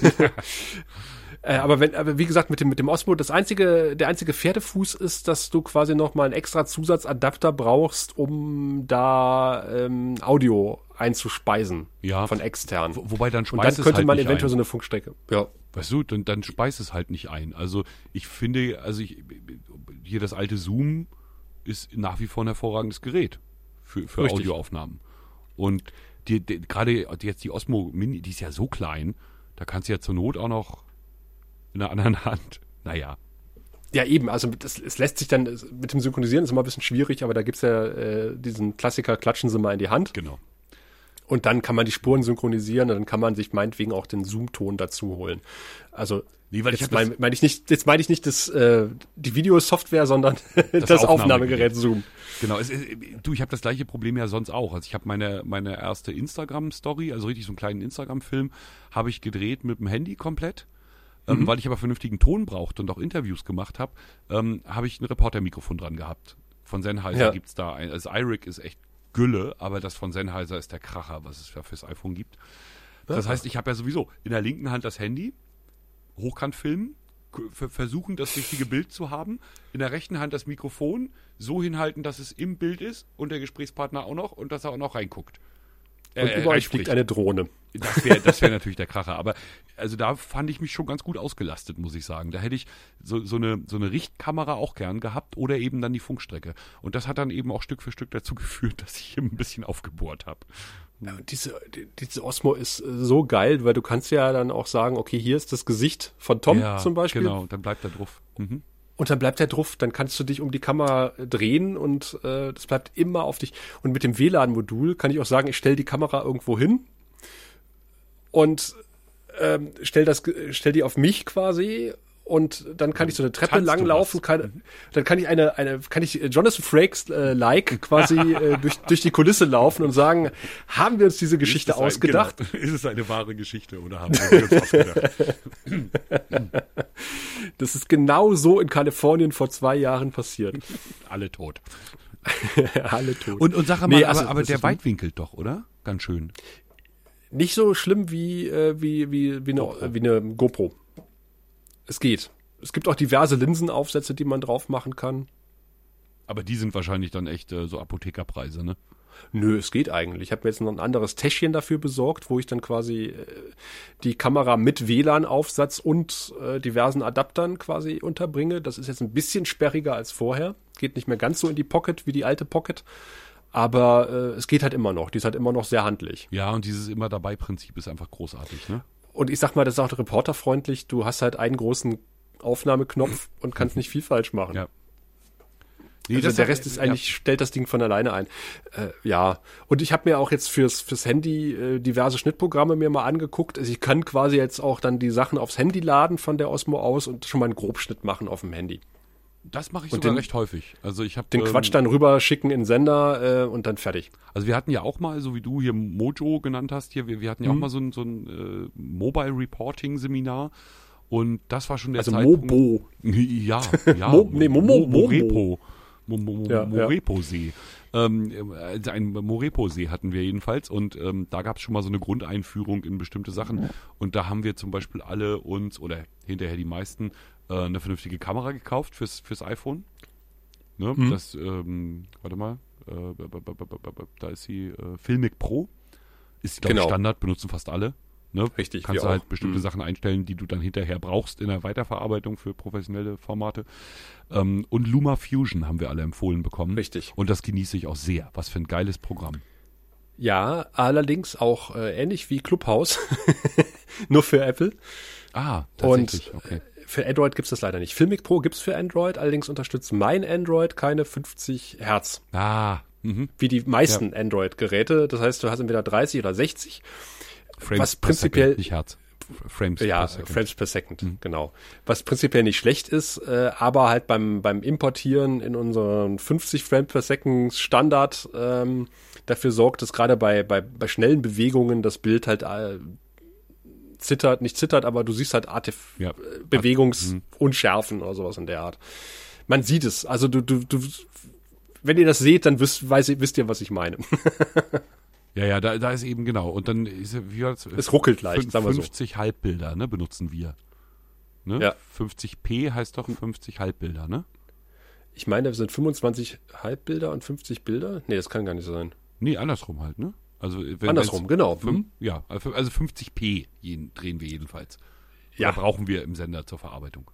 aber wie gesagt, mit dem Osmo, der einzige Pferdefuß ist, dass du quasi noch mal einen extra Zusatzadapter brauchst, um da Audio einzuspeisen von extern. Wobei dann und dann könnte man eventuell so eine Funkstrecke. Ja. Weißt du, dann speist es halt nicht ein. Also ich finde, hier das alte Zoom ist nach wie vor ein hervorragendes Gerät für Audioaufnahmen. Und gerade jetzt die Osmo Mini, die ist ja so klein, da kannst du ja zur Not auch noch in der anderen Hand, naja. Ja, eben, also es lässt sich dann, mit dem Synchronisieren ist immer ein bisschen schwierig, aber da gibt's ja diesen Klassiker, klatschen Sie mal in die Hand. Genau. Und dann kann man die Spuren synchronisieren und dann kann man sich meinetwegen auch den Zoom-Ton dazu holen. Also jetzt meine ich nicht die Videosoftware, sondern das Aufnahmegerät Zoom. Genau, ich habe das gleiche Problem ja sonst auch. Also ich habe meine erste Instagram-Story, also richtig so einen kleinen Instagram-Film, habe ich gedreht mit dem Handy komplett. Weil ich aber vernünftigen Ton brauchte und auch Interviews gemacht habe, habe ich ein Reporter-Mikrofon dran gehabt. Von Sennheiser gibt's da ein. Also iRig ist echt Gülle, aber das von Sennheiser ist der Kracher, was es fürs iPhone gibt. Das heißt, ich habe ja sowieso in der linken Hand das Handy, hochkant filmen, versuchen, das richtige Bild zu haben, in der rechten Hand das Mikrofon so hinhalten, dass es im Bild ist und der Gesprächspartner auch noch und dass er auch noch reinguckt. Und über euch fliegt eine Drohne. Das wär natürlich der Kracher. Aber also da fand ich mich schon ganz gut ausgelastet, muss ich sagen. Da hätte ich so eine Richtkamera auch gern gehabt oder eben dann die Funkstrecke. Und das hat dann eben auch Stück für Stück dazu geführt, dass ich ein bisschen aufgebohrt habe. Ja, und diese Osmo ist so geil, weil du kannst ja dann auch sagen, okay, hier ist das Gesicht von Tom zum Beispiel. Genau, dann bleibt er drauf. Mhm. Und dann bleibt er drauf, dann kannst du dich um die Kamera drehen und das bleibt immer auf dich. Und mit dem WLAN-Modul kann ich auch sagen, ich stelle die Kamera irgendwo hin und stell die auf mich quasi und dann kann ich so eine Treppe langlaufen, dann kann ich Jonathan Frakes like quasi durch die Kulisse laufen und sagen, haben wir uns diese Geschichte ausgedacht? Genau. Ist es eine wahre Geschichte oder haben wir uns ausgedacht? Das ist genau so in Kalifornien vor 2 Jahren passiert. Alle tot. Alle tot. Und sag mal, aber der weitwinkelt doch, oder? Ganz schön. Nicht so schlimm wie eine GoPro. Es geht. Es gibt auch diverse Linsenaufsätze, die man drauf machen kann. Aber die sind wahrscheinlich dann echt so Apothekerpreise, ne? Nö, es geht eigentlich. Ich habe mir jetzt noch ein anderes Täschchen dafür besorgt, wo ich dann quasi die Kamera mit WLAN-Aufsatz und diversen Adaptern quasi unterbringe. Das ist jetzt ein bisschen sperriger als vorher. Geht nicht mehr ganz so in die Pocket wie die alte Pocket. Aber es geht halt immer noch. Die ist halt immer noch sehr handlich. Ja, und dieses Immer-dabei-Prinzip ist einfach großartig, ne? Und ich sag mal, das ist auch reporterfreundlich. Du hast halt einen großen Aufnahmeknopf und kannst nicht viel falsch machen. Ja. Nee, also der Rest ist eigentlich, stellt das Ding von alleine ein. Ja, und ich habe mir auch jetzt fürs Handy diverse Schnittprogramme mir mal angeguckt. Also ich kann quasi jetzt auch dann die Sachen aufs Handy laden von der Osmo aus und schon mal einen Grobschnitt machen auf dem Handy. Das mache ich sogar recht häufig. Also ich habe den Quatsch dann rüber schicken in den Sender und dann fertig. Also wir hatten ja auch mal, so wie du hier Mojo genannt hast, wir hatten ja auch mal so ein Mobile Reporting Seminar und das war schon der Zeitpunkt. Mobo. Ja. Morepo-See. Ein Morepo-See hatten wir jedenfalls und da gab es schon mal so eine Grundeinführung in bestimmte Sachen und da haben wir zum Beispiel alle uns oder hinterher die meisten eine vernünftige Kamera gekauft fürs iPhone. Ne? Das, warte mal, da ist sie, Filmic Pro. Ist, glaube ich, Standard, benutzen fast alle. Ne? Richtig. Kannst du halt bestimmte Sachen einstellen, die du dann hinterher brauchst in der Weiterverarbeitung für professionelle Formate. Und Luma Fusion haben wir alle empfohlen bekommen. Richtig. Und das genieße ich auch sehr. Was für ein geiles Programm. Ja, allerdings auch ähnlich wie Clubhouse, nur für Apple. Ah, tatsächlich, okay. Für Android gibt's das leider nicht. Filmic Pro gibt's für Android, allerdings unterstützt mein Android keine 50 Hertz. Wie die meisten Android-Geräte. Das heißt, du hast entweder 30 oder 60. Frames was per prinzipiell Second, nicht Hertz. Frames per Second. Frames per Second, genau. Was prinzipiell nicht schlecht ist, aber halt beim Importieren in unseren 50 Frames per Second Standard dafür sorgt, dass gerade bei schnellen Bewegungen das Bild halt nicht zittert, aber du siehst halt Bewegungsunschärfen oder sowas in der Art. Man sieht es. Also du wenn ihr das seht, dann wisst ihr, was ich meine. Ja, da ist eben genau. Und dann ist es ruckelt leicht, sagen wir so. 50 Halbbilder, ne, benutzen wir. Ne? Ja. 50p heißt doch 50 Halbbilder, ne? Ich meine, das sind 25 Halbbilder und 50 Bilder? Nee, das kann gar nicht sein. Nee, andersrum halt, ne? Also andersrum, genau. Ja, also 50p drehen wir jedenfalls. Ja. Oder brauchen wir im Sender zur Verarbeitung.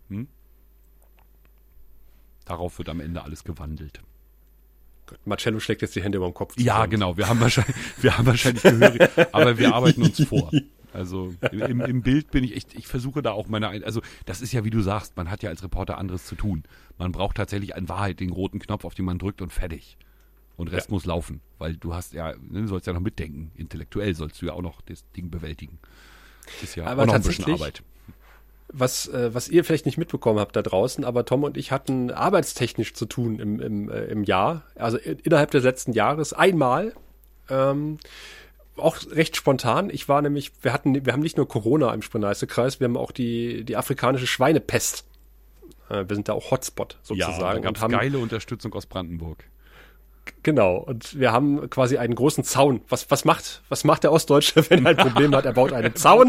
Darauf wird am Ende alles gewandelt. Marcello schlägt jetzt die Hände über den Kopf zusammen. Ja, genau. Wir haben wahrscheinlich gehörig, aber wir arbeiten uns vor. Also im Bild bin ich versuche da auch also das ist ja, wie du sagst, man hat ja als Reporter anderes zu tun. Man braucht tatsächlich in Wahrheit den roten Knopf, auf den man drückt und fertig. Und Rest muss laufen, weil du sollst ja noch mitdenken. Intellektuell sollst du ja auch noch das Ding bewältigen. Das ist ja aber auch noch ein bisschen Arbeit. Was ihr vielleicht nicht mitbekommen habt da draußen, aber Tom und ich hatten arbeitstechnisch zu tun im Jahr, also innerhalb des letzten Jahres einmal, auch recht spontan. Wir haben nicht nur Corona im Spree-Neiße-Kreis, wir haben auch die afrikanische Schweinepest. Wir sind da auch Hotspot sozusagen. Ja, da gab es geile Unterstützung aus Brandenburg. Genau, und wir haben quasi einen großen Zaun. Was macht der Ostdeutsche, wenn er ein Problem hat? Er baut einen Zaun.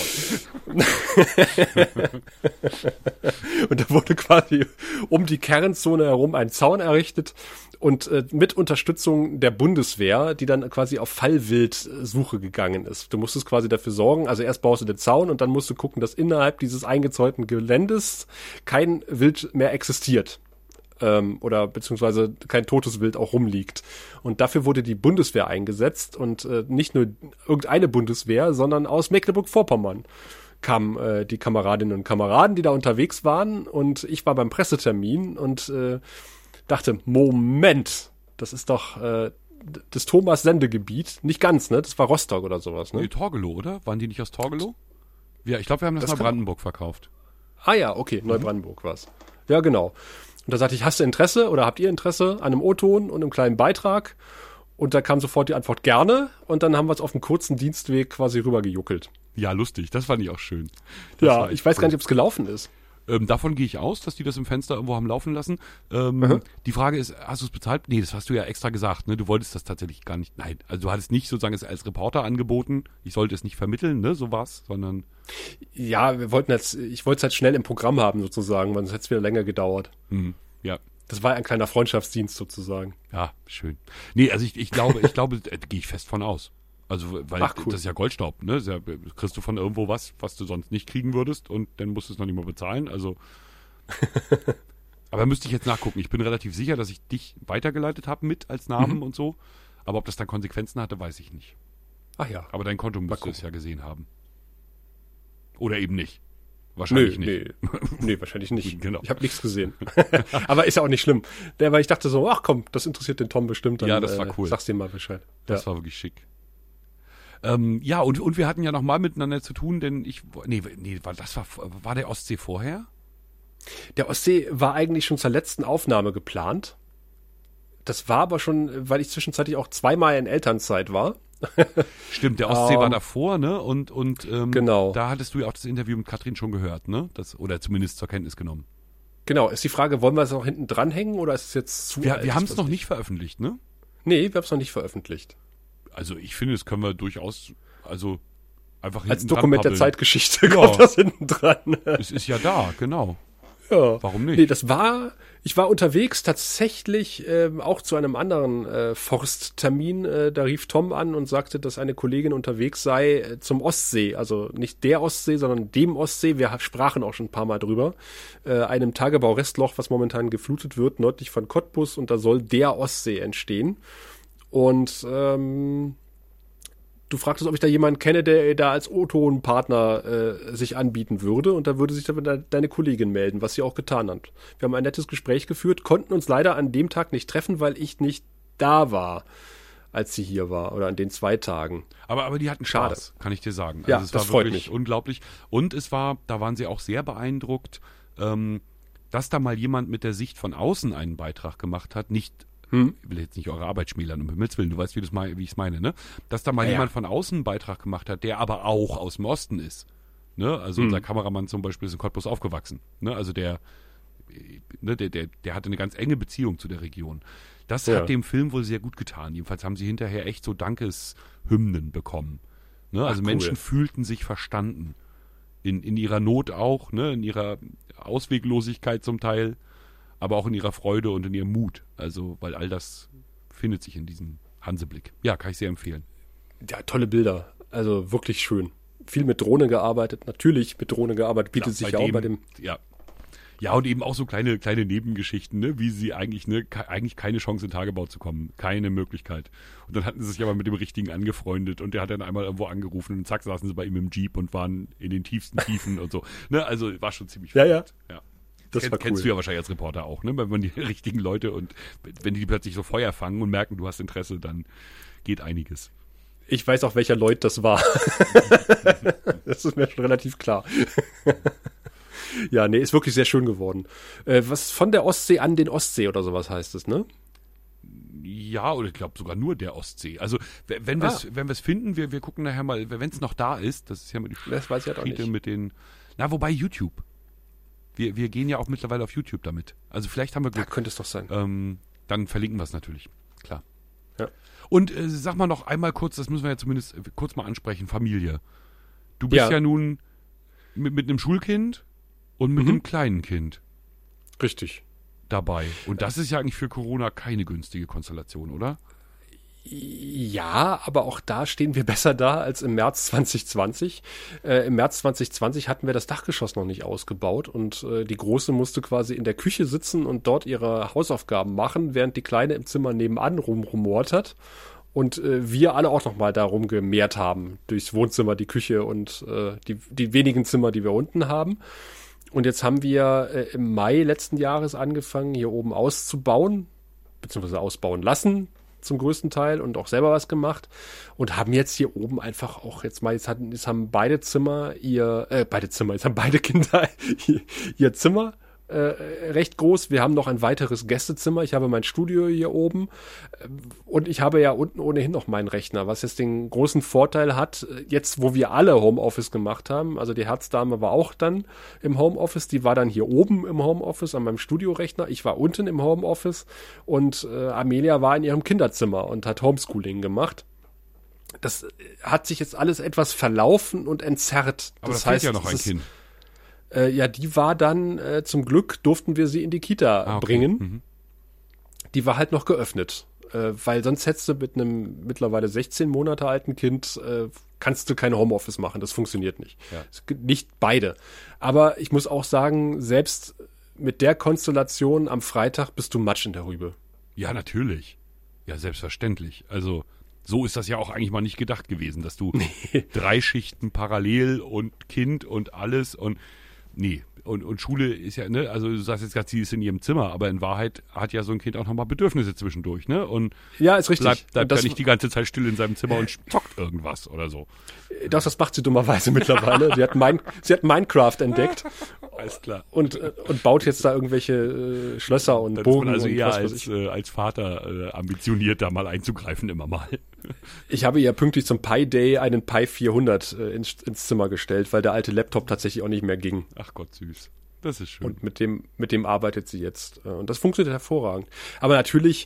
Und da wurde quasi um die Kernzone herum ein Zaun errichtet und mit Unterstützung der Bundeswehr, die dann quasi auf Fallwildsuche gegangen ist. Du musstest quasi dafür sorgen, also erst baust du den Zaun und dann musst du gucken, dass innerhalb dieses eingezäunten Geländes kein Wild mehr existiert. Oder beziehungsweise kein totes Wild auch rumliegt. Und dafür wurde die Bundeswehr eingesetzt und nicht nur irgendeine Bundeswehr, sondern aus Mecklenburg-Vorpommern kamen die Kameradinnen und Kameraden, die da unterwegs waren, und ich war beim Pressetermin und dachte, Moment, das ist doch das Thomas-Sendegebiet. Nicht ganz, ne? Das war Rostock oder sowas, ne? Nee, Torgelow, oder? Waren die nicht aus Torgelow? Ja, ich glaube, wir haben das nach Brandenburg verkauft. Ah ja, okay, Neubrandenburg war's. Ja, genau. Und da sagte ich, hast du Interesse oder habt ihr Interesse an einem O-Ton und einem kleinen Beitrag? Und da kam sofort die Antwort, gerne. Und dann haben wir es auf einem kurzen Dienstweg quasi rübergejuckelt. Ja, lustig. Das fand ich auch schön. Ich weiß gar nicht, ob es gelaufen ist. Davon gehe ich aus, dass die das im Fenster irgendwo haben laufen lassen. Die Frage ist, hast du es bezahlt? Nee, das hast du ja extra gesagt. Ne? Du wolltest das tatsächlich gar nicht. Nein, also du hattest nicht sozusagen es als Reporter angeboten. Ich sollte es nicht vermitteln, ne, so war's, sondern... Ja, ich wollte es halt schnell im Programm haben sozusagen, sonst hätte es wieder länger gedauert. Ja. Das war ein kleiner Freundschaftsdienst sozusagen. Ja, schön. Nee, also ich glaube, gehe ich fest von aus. Also, weil cool. Das ist ja Goldstaub, ne? Kriegst du von irgendwo was du sonst nicht kriegen würdest, und dann musst du es noch nicht mal bezahlen, also. Aber müsste ich jetzt nachgucken. Ich bin relativ sicher, dass ich dich weitergeleitet habe mit als Namen und so. Aber ob das dann Konsequenzen hatte, weiß ich nicht. Ach ja. Aber dein Konto müsste es ja gesehen haben. Oder eben nicht. Wahrscheinlich nicht. Nee, wahrscheinlich nicht. Genau. Ich habe nichts gesehen. Aber ist ja auch nicht schlimm. Weil ich dachte so, ach komm, das interessiert den Tom bestimmt. Dann, ja, das war cool. Sag's dir mal Bescheid. Das war wirklich schick. Ja, und wir hatten ja noch mal miteinander zu tun, denn war der Ostsee vorher? Der Ostsee war eigentlich schon zur letzten Aufnahme geplant. Das war aber schon, weil ich zwischenzeitlich auch zweimal in Elternzeit war. Stimmt, der Ostsee war davor, ne? Und genau. Da hattest du ja auch das Interview mit Katrin schon gehört, ne? Oder zumindest zur Kenntnis genommen. Genau, ist die Frage, wollen wir es noch hinten dranhängen oder ist es jetzt zu alt? Wir haben es noch nicht veröffentlicht, ne? Nee, wir haben es noch nicht veröffentlicht. Also ich finde, das können wir durchaus, also einfach hinten als Dokument der Zeitgeschichte kommt das hinten dran. Es ist ja da, genau. Ja. Warum nicht? Nee, ich war unterwegs tatsächlich auch zu einem anderen Forsttermin. Da rief Tom an und sagte, dass eine Kollegin unterwegs sei zum Ostsee. Also nicht der Ostsee, sondern dem Ostsee. Wir sprachen auch schon ein paar Mal drüber. Einem Tagebau-Restloch, was momentan geflutet wird, nördlich von Cottbus. Und da soll der Ostsee entstehen. Und Du fragtest, ob ich da jemanden kenne, der da als O-Ton-Partner sich anbieten würde. Und da würde sich dann deine Kollegin melden, was sie auch getan hat. Wir haben ein nettes Gespräch geführt, konnten uns leider an dem Tag nicht treffen, weil ich nicht da war, als sie hier war. Oder an den 2 Tagen. Aber die hatten Schade. Spaß, kann ich dir sagen. Ja, Also es das war freut wirklich mich. unglaublich. Und da waren sie auch sehr beeindruckt, dass da mal jemand mit der Sicht von außen einen Beitrag gemacht hat. Nicht, ich will jetzt nicht eure Arbeit schmälern, um Himmels Willen, du weißt, wie ich es meine, ne? Dass da mal Ja, jemand ja. von außen einen Beitrag gemacht hat, der aber auch aus dem Osten ist. Ne? Also unser Kameramann zum Beispiel ist in Cottbus aufgewachsen. Ne? Also der hatte eine ganz enge Beziehung zu der Region. Das Ja. hat dem Film wohl sehr gut getan. Jedenfalls haben sie hinterher echt so Dankeshymnen bekommen. Ne? Also Ach, cool. Menschen fühlten sich verstanden. In ihrer Not auch, ne? In ihrer Ausweglosigkeit zum Teil, aber auch in ihrer Freude und in ihrem Mut. Also, weil all das findet sich in diesem Hanseblick. Ja, kann ich sehr empfehlen. Ja, tolle Bilder. Also wirklich schön. Viel mit Drohne gearbeitet. Natürlich mit Drohne gearbeitet. Bietet sich ja auch bei dem... Ja, und eben auch so kleine Nebengeschichten, ne, wie sie eigentlich keine Chance in Tagebau zu kommen. Keine Möglichkeit. Und dann hatten sie sich aber mit dem Richtigen angefreundet und der hat dann einmal irgendwo angerufen und zack saßen sie bei ihm im Jeep und waren in den tiefsten Tiefen und so. Ne, also war schon ziemlich Ja, verrückt. Ja. Das war cool. Kennst du ja wahrscheinlich als Reporter auch, ne? Wenn man die richtigen Leute und wenn die plötzlich so Feuer fangen und merken, du hast Interesse, dann geht einiges. Ich weiß auch, welcher Lloyd das war. Das ist mir schon relativ klar. Ja, nee, ist wirklich sehr schön geworden. Was von der Ostsee an den Ostsee oder sowas heißt es, ne? Ja, oder ich glaube sogar nur der Ostsee. Also wenn wir es finden, wir gucken nachher mal, wenn es noch da ist, das ist ja mal die Das weiß ich halt auch Geschichte nicht. mit den, wobei YouTube. Wir gehen ja auch mittlerweile auf YouTube damit. Also vielleicht haben wir Ja, Glück. könnte es doch sein. Dann verlinken wir es natürlich, klar. Ja. Und sag mal noch einmal kurz, das müssen wir ja zumindest kurz mal ansprechen, Familie. Du bist ja nun mit einem Schulkind und mit einem kleinen Kind Richtig. dabei. Und das ist ja eigentlich für Corona keine günstige Konstellation, oder? Ja, aber auch da stehen wir besser da als im März 2020. Im März 2020 hatten wir das Dachgeschoss noch nicht ausgebaut und die Große musste quasi in der Küche sitzen und dort ihre Hausaufgaben machen, während die Kleine im Zimmer nebenan rumrumort hat. Und wir alle auch noch mal da rumgemehrt haben, durchs Wohnzimmer, die Küche und die wenigen Zimmer, die wir unten haben. Und jetzt haben wir im Mai letzten Jahres angefangen, hier oben auszubauen, beziehungsweise ausbauen lassen zum größten Teil und auch selber was gemacht und haben jetzt hier oben einfach auch jetzt haben beide Zimmer jetzt haben beide Kinder ihr Zimmer recht groß. Wir haben noch ein weiteres Gästezimmer. Ich habe mein Studio hier oben und ich habe ja unten ohnehin noch meinen Rechner, was jetzt den großen Vorteil hat, jetzt wo wir alle Homeoffice gemacht haben, also die Herzdame war auch dann im Homeoffice, die war dann hier oben im Homeoffice an meinem Studiorechner, ich war unten im Homeoffice und Amelia war in ihrem Kinderzimmer und hat Homeschooling gemacht. Das hat sich jetzt alles etwas verlaufen und entzerrt. Aber das da fehlt heißt, ja noch ein es ist- Kind. Ja, die war dann, zum Glück durften wir sie in die Kita bringen. Mhm. Die war halt noch geöffnet. Weil sonst hättest du mit einem mittlerweile 16 Monate alten Kind, kannst du kein Homeoffice machen. Das funktioniert nicht. Ja. Es gibt nicht beide. Aber ich muss auch sagen, selbst mit der Konstellation am Freitag bist du Matsch in der Rübe. Ja, natürlich. Ja, selbstverständlich. Also so ist das ja auch eigentlich mal nicht gedacht gewesen, dass du 3 Schichten parallel und Kind und alles und nee. Und Schule ist ja, ne, also du sagst jetzt gerade, sie ist in ihrem Zimmer, aber in Wahrheit hat ja so ein Kind auch nochmal Bedürfnisse zwischendurch, ne? Und Ja, ist richtig. bleibt Und das- ja nicht die ganze Zeit still in seinem Zimmer und zockt irgendwas oder so. Das macht sie dummerweise mittlerweile. Sie hat Minecraft entdeckt Alles klar. und baut jetzt da irgendwelche Schlösser und Dann ist Bogen man also und eher was weiß ich. als Vater ambitioniert, da mal einzugreifen immer mal. Ich habe ihr pünktlich zum Pi Day einen Pi 400 ins Zimmer gestellt, weil der alte Laptop tatsächlich auch nicht mehr ging. Ach Gott, süß. Das ist schön. Und mit dem arbeitet sie jetzt. Und das funktioniert hervorragend. Aber natürlich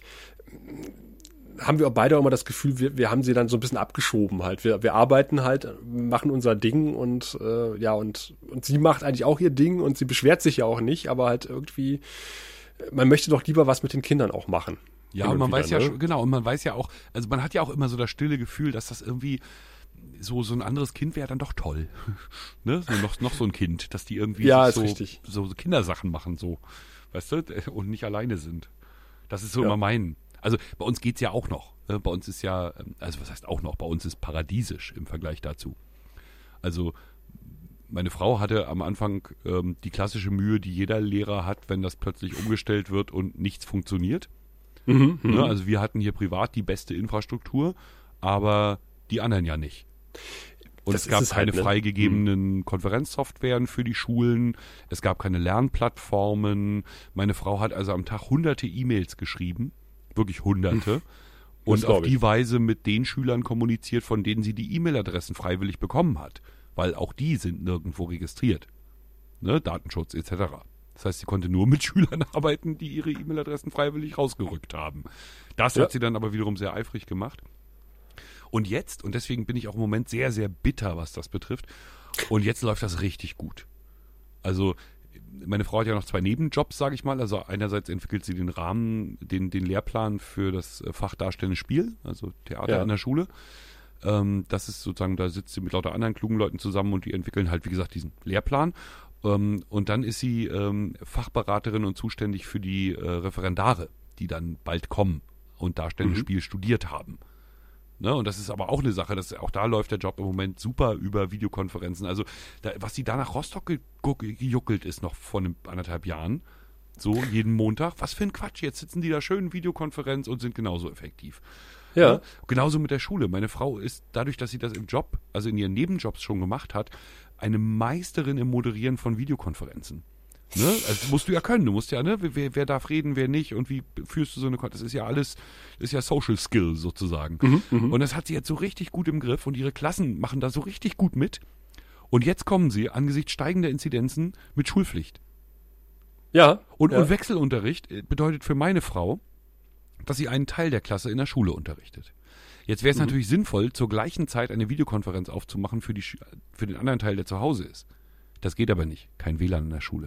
haben wir auch beide auch immer das Gefühl, wir haben sie dann so ein bisschen abgeschoben halt. Wir arbeiten halt, machen unser Ding und und sie macht eigentlich auch ihr Ding und sie beschwert sich ja auch nicht, aber halt irgendwie, man möchte doch lieber was mit den Kindern auch machen. Ja, Hin und man wieder, weiß ja ne? schon, genau, und man weiß ja auch, also man hat ja auch immer so das stille Gefühl, dass das irgendwie so ein anderes Kind wäre dann doch toll. Ne? So noch so ein Kind, dass die irgendwie Ja, sich ist richtig. so Kindersachen machen, so, weißt du, und nicht alleine sind. Das ist so Ja. immer mein. Also bei uns geht's ja auch noch. Bei uns ist ja, also was heißt auch noch, bei uns ist paradiesisch im Vergleich dazu. Also meine Frau hatte am Anfang die klassische Mühe, die jeder Lehrer hat, wenn das plötzlich umgestellt wird und nichts funktioniert. Ne, also wir hatten hier privat die beste Infrastruktur, aber die anderen ja nicht. Und es gab keine freigegebenen Konferenzsoftwaren für die Schulen, es gab keine Lernplattformen. Meine Frau hat also am Tag hunderte E-Mails geschrieben, wirklich hunderte, und auf die Weise mit den Schülern kommuniziert, von denen sie die E-Mail-Adressen freiwillig bekommen hat, weil auch die sind nirgendwo registriert. Ne, Datenschutz etc. Das heißt, sie konnte nur mit Schülern arbeiten, die ihre E-Mail-Adressen freiwillig rausgerückt haben. Das hat sie dann aber wiederum sehr eifrig gemacht. Und jetzt, und deswegen bin ich auch im Moment sehr, sehr bitter, was das betrifft, und jetzt läuft das richtig gut. Also meine Frau hat ja noch 2 Nebenjobs, sage ich mal. Also einerseits entwickelt sie den Rahmen, den Lehrplan für das Fach Darstellendes Spiel, also Theater in der Schule. Das ist sozusagen, da sitzt sie mit lauter anderen klugen Leuten zusammen und die entwickeln halt, wie gesagt, diesen Lehrplan. Und dann ist sie Fachberaterin und zuständig für die Referendare, die dann bald kommen und Darstellendes Spiel studiert haben. Ne? Und das ist aber auch eine Sache, auch da läuft der Job im Moment super über Videokonferenzen. Also was die da nach Rostock gejuckelt ist noch vor 1,5 Jahren, so jeden Montag, was für ein Quatsch, jetzt sitzen die da schön in Videokonferenz und sind genauso effektiv. Ja. Genauso mit der Schule. Meine Frau ist, dadurch, dass sie das im Job, also in ihren Nebenjobs schon gemacht hat, eine Meisterin im Moderieren von Videokonferenzen. Ne? Also das musst du ja können. Du musst ja, ne, wer darf reden, wer nicht und wie führst du so eine Konferenz. Das ist ja alles, das ist ja Social Skill sozusagen. Und das hat sie jetzt so richtig gut im Griff und ihre Klassen machen da so richtig gut mit. Und jetzt kommen sie angesichts steigender Inzidenzen mit Schulpflicht. Ja. Und Wechselunterricht bedeutet für meine Frau, dass sie einen Teil der Klasse in der Schule unterrichtet. Jetzt wäre es natürlich sinnvoll, zur gleichen Zeit eine Videokonferenz aufzumachen für den anderen Teil, der zu Hause ist. Das geht aber nicht. Kein WLAN in der Schule.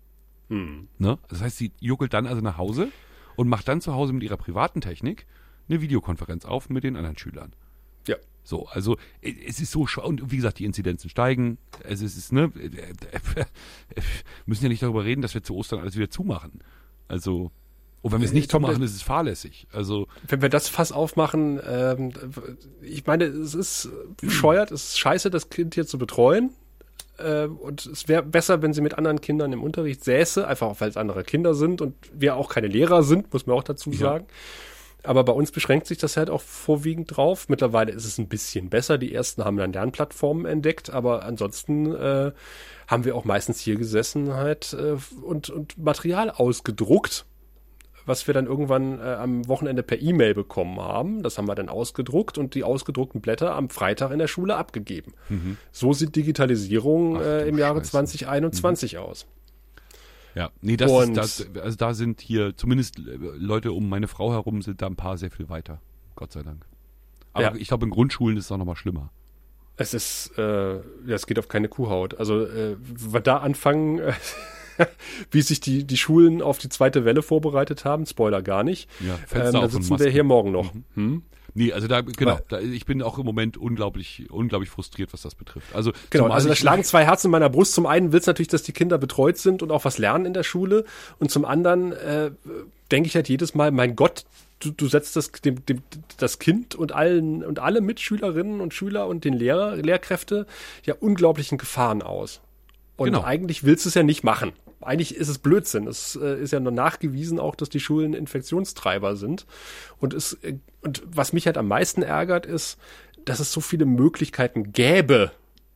Ne? Das heißt, sie juckelt dann also nach Hause und macht dann zu Hause mit ihrer privaten Technik eine Videokonferenz auf mit den anderen Schülern. Ja. So, also es ist so, und wie gesagt, die Inzidenzen steigen. Es ist, ne, wir müssen ja nicht darüber reden, dass wir zu Ostern alles wieder zumachen. Also, und wenn wir es nicht zumachen, ist es fahrlässig. Also, wenn wir das Fass aufmachen, ich meine, es ist bescheuert, es ist scheiße, das Kind hier zu betreuen. Und es wäre besser, wenn sie mit anderen Kindern im Unterricht säße, einfach auch, weil es andere Kinder sind und wir auch keine Lehrer sind, muss man auch dazu sagen. Aber bei uns beschränkt sich das halt auch vorwiegend drauf. Mittlerweile ist es ein bisschen besser. Die ersten haben dann Lernplattformen entdeckt, aber ansonsten haben wir auch meistens hier gesessen halt und Material ausgedruckt, was wir dann irgendwann am Wochenende per E-Mail bekommen haben. Das haben wir dann ausgedruckt und die ausgedruckten Blätter am Freitag in der Schule abgegeben. So sieht Digitalisierung im Jahre 2021 aus. Ja, nee, also da sind hier zumindest Leute um meine Frau herum sind da ein paar sehr viel weiter. Gott sei Dank. Aber ich glaube, in Grundschulen ist es auch noch mal schlimmer. Es ist, es geht auf keine Kuhhaut. Also, wenn wir da anfangen, wie sich die Schulen auf die zweite Welle vorbereitet haben, Spoiler gar nicht. Ja, da sitzen wir hier morgen noch. Nee, also ich bin auch im Moment unglaublich frustriert, was das betrifft. Also genau, also da schlagen 2 Herzen in meiner Brust. Zum einen willst du natürlich, dass die Kinder betreut sind und auch was lernen in der Schule. Und zum anderen denke ich halt jedes Mal, mein Gott, du setzt das Kind und alle Mitschülerinnen und Schüler und den Lehrkräfte ja unglaublichen Gefahren aus. Und eigentlich willst du es ja nicht machen. Eigentlich ist es Blödsinn. Es ist ja nur nachgewiesen auch, dass die Schulen Infektionstreiber sind. Und was mich halt am meisten ärgert, ist, dass es so viele Möglichkeiten gäbe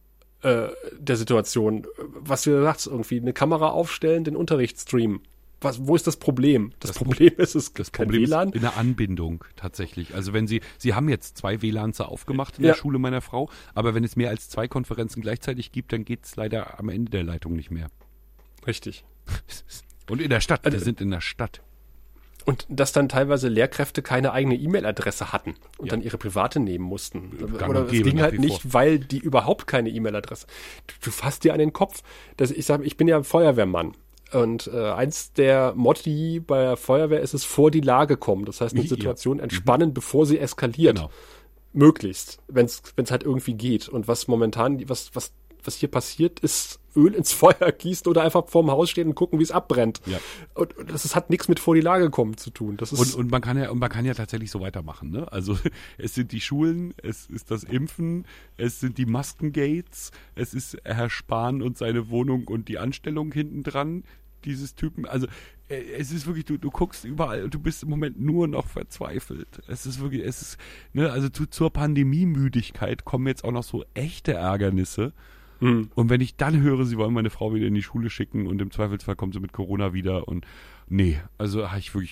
der Situation. Was du sagst, irgendwie eine Kamera aufstellen, den Unterricht streamen. Wo ist das Problem? Das Problem ist, es gibt kein WLAN. Ist in der Anbindung tatsächlich. Also wenn Sie haben jetzt 2 WLANs aufgemacht in der Schule meiner Frau, aber wenn es mehr als 2 Konferenzen gleichzeitig gibt, dann geht es leider am Ende der Leitung nicht mehr. Richtig. Und in der Stadt, wir sind in der Stadt. Und dass dann teilweise Lehrkräfte keine eigene E-Mail-Adresse hatten und dann ihre private nehmen mussten. Oder es ging halt nicht, weil die überhaupt keine E-Mail-Adresse. Du fasst dir an den Kopf. Ich bin ja Feuerwehrmann. Und eins der Motti bei der Feuerwehr ist es, vor die Lage kommen. Das heißt, eine Situation entspannen, bevor sie eskaliert. Genau. Möglichst, wenn es halt irgendwie geht. Und was momentan, was was hier passiert, ist Öl ins Feuer gießen oder einfach vorm Haus stehen und gucken, wie es abbrennt. Ja. Und das hat nichts mit vor die Lage kommen zu tun. Das ist Und man kann ja tatsächlich so weitermachen, ne? Also es sind die Schulen, es ist das Impfen, es sind die Maskengates, es ist Herr Spahn und seine Wohnung und die Anstellung hinten dran dieses Typen. Also es ist wirklich, du guckst überall und du bist im Moment nur noch verzweifelt. Es ist wirklich, ne, also zur Pandemiemüdigkeit kommen jetzt auch noch so echte Ärgernisse. Und wenn ich dann höre, sie wollen meine Frau wieder in die Schule schicken und im Zweifelsfall kommt sie mit Corona wieder und nee, also habe ich wirklich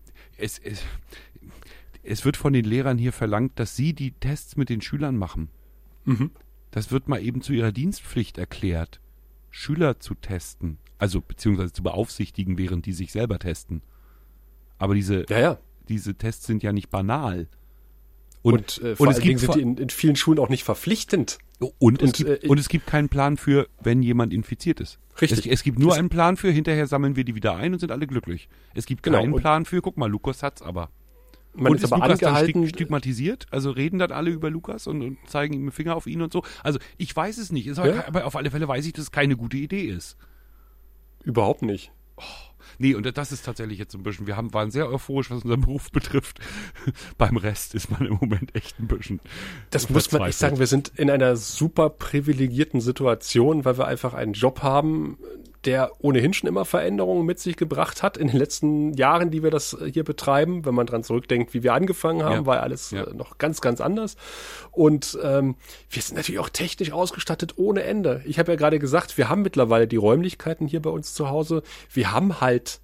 es wird von den Lehrern hier verlangt, dass sie die Tests mit den Schülern machen. Das wird mal eben zu ihrer Dienstpflicht erklärt, Schüler zu testen, also beziehungsweise zu beaufsichtigen, während die sich selber testen. Aber diese Tests sind ja nicht banal. Und vor allen Dingen sind die in vielen Schulen auch nicht verpflichtend. Und es gibt keinen Plan für, wenn jemand infiziert ist. Richtig. Es gibt nur einen Plan für, hinterher sammeln wir die wieder ein und sind alle glücklich. Es gibt keinen Plan für, guck mal, Lukas hat's aber. Man ist aber Lukas angehalten, dann stigmatisiert? Also reden dann alle über Lukas und zeigen ihm den Finger auf ihn und so? Also ich weiß es nicht. Aber auf alle Fälle weiß ich, dass es keine gute Idee ist. Überhaupt nicht. Nee, und das ist tatsächlich jetzt so ein bisschen, waren sehr euphorisch, was unseren Beruf betrifft. Beim Rest ist man im Moment echt ein bisschen Das muss man echt sagen, wir sind in einer super privilegierten Situation, weil wir einfach einen Job haben, der ohnehin schon immer Veränderungen mit sich gebracht hat in den letzten Jahren, die wir das hier betreiben. Wenn man dran zurückdenkt, wie wir angefangen haben, war alles noch ganz, ganz anders. Und wir sind natürlich auch technisch ausgestattet ohne Ende. Ich habe ja gerade gesagt, wir haben mittlerweile die Räumlichkeiten hier bei uns zu Hause. Wir haben halt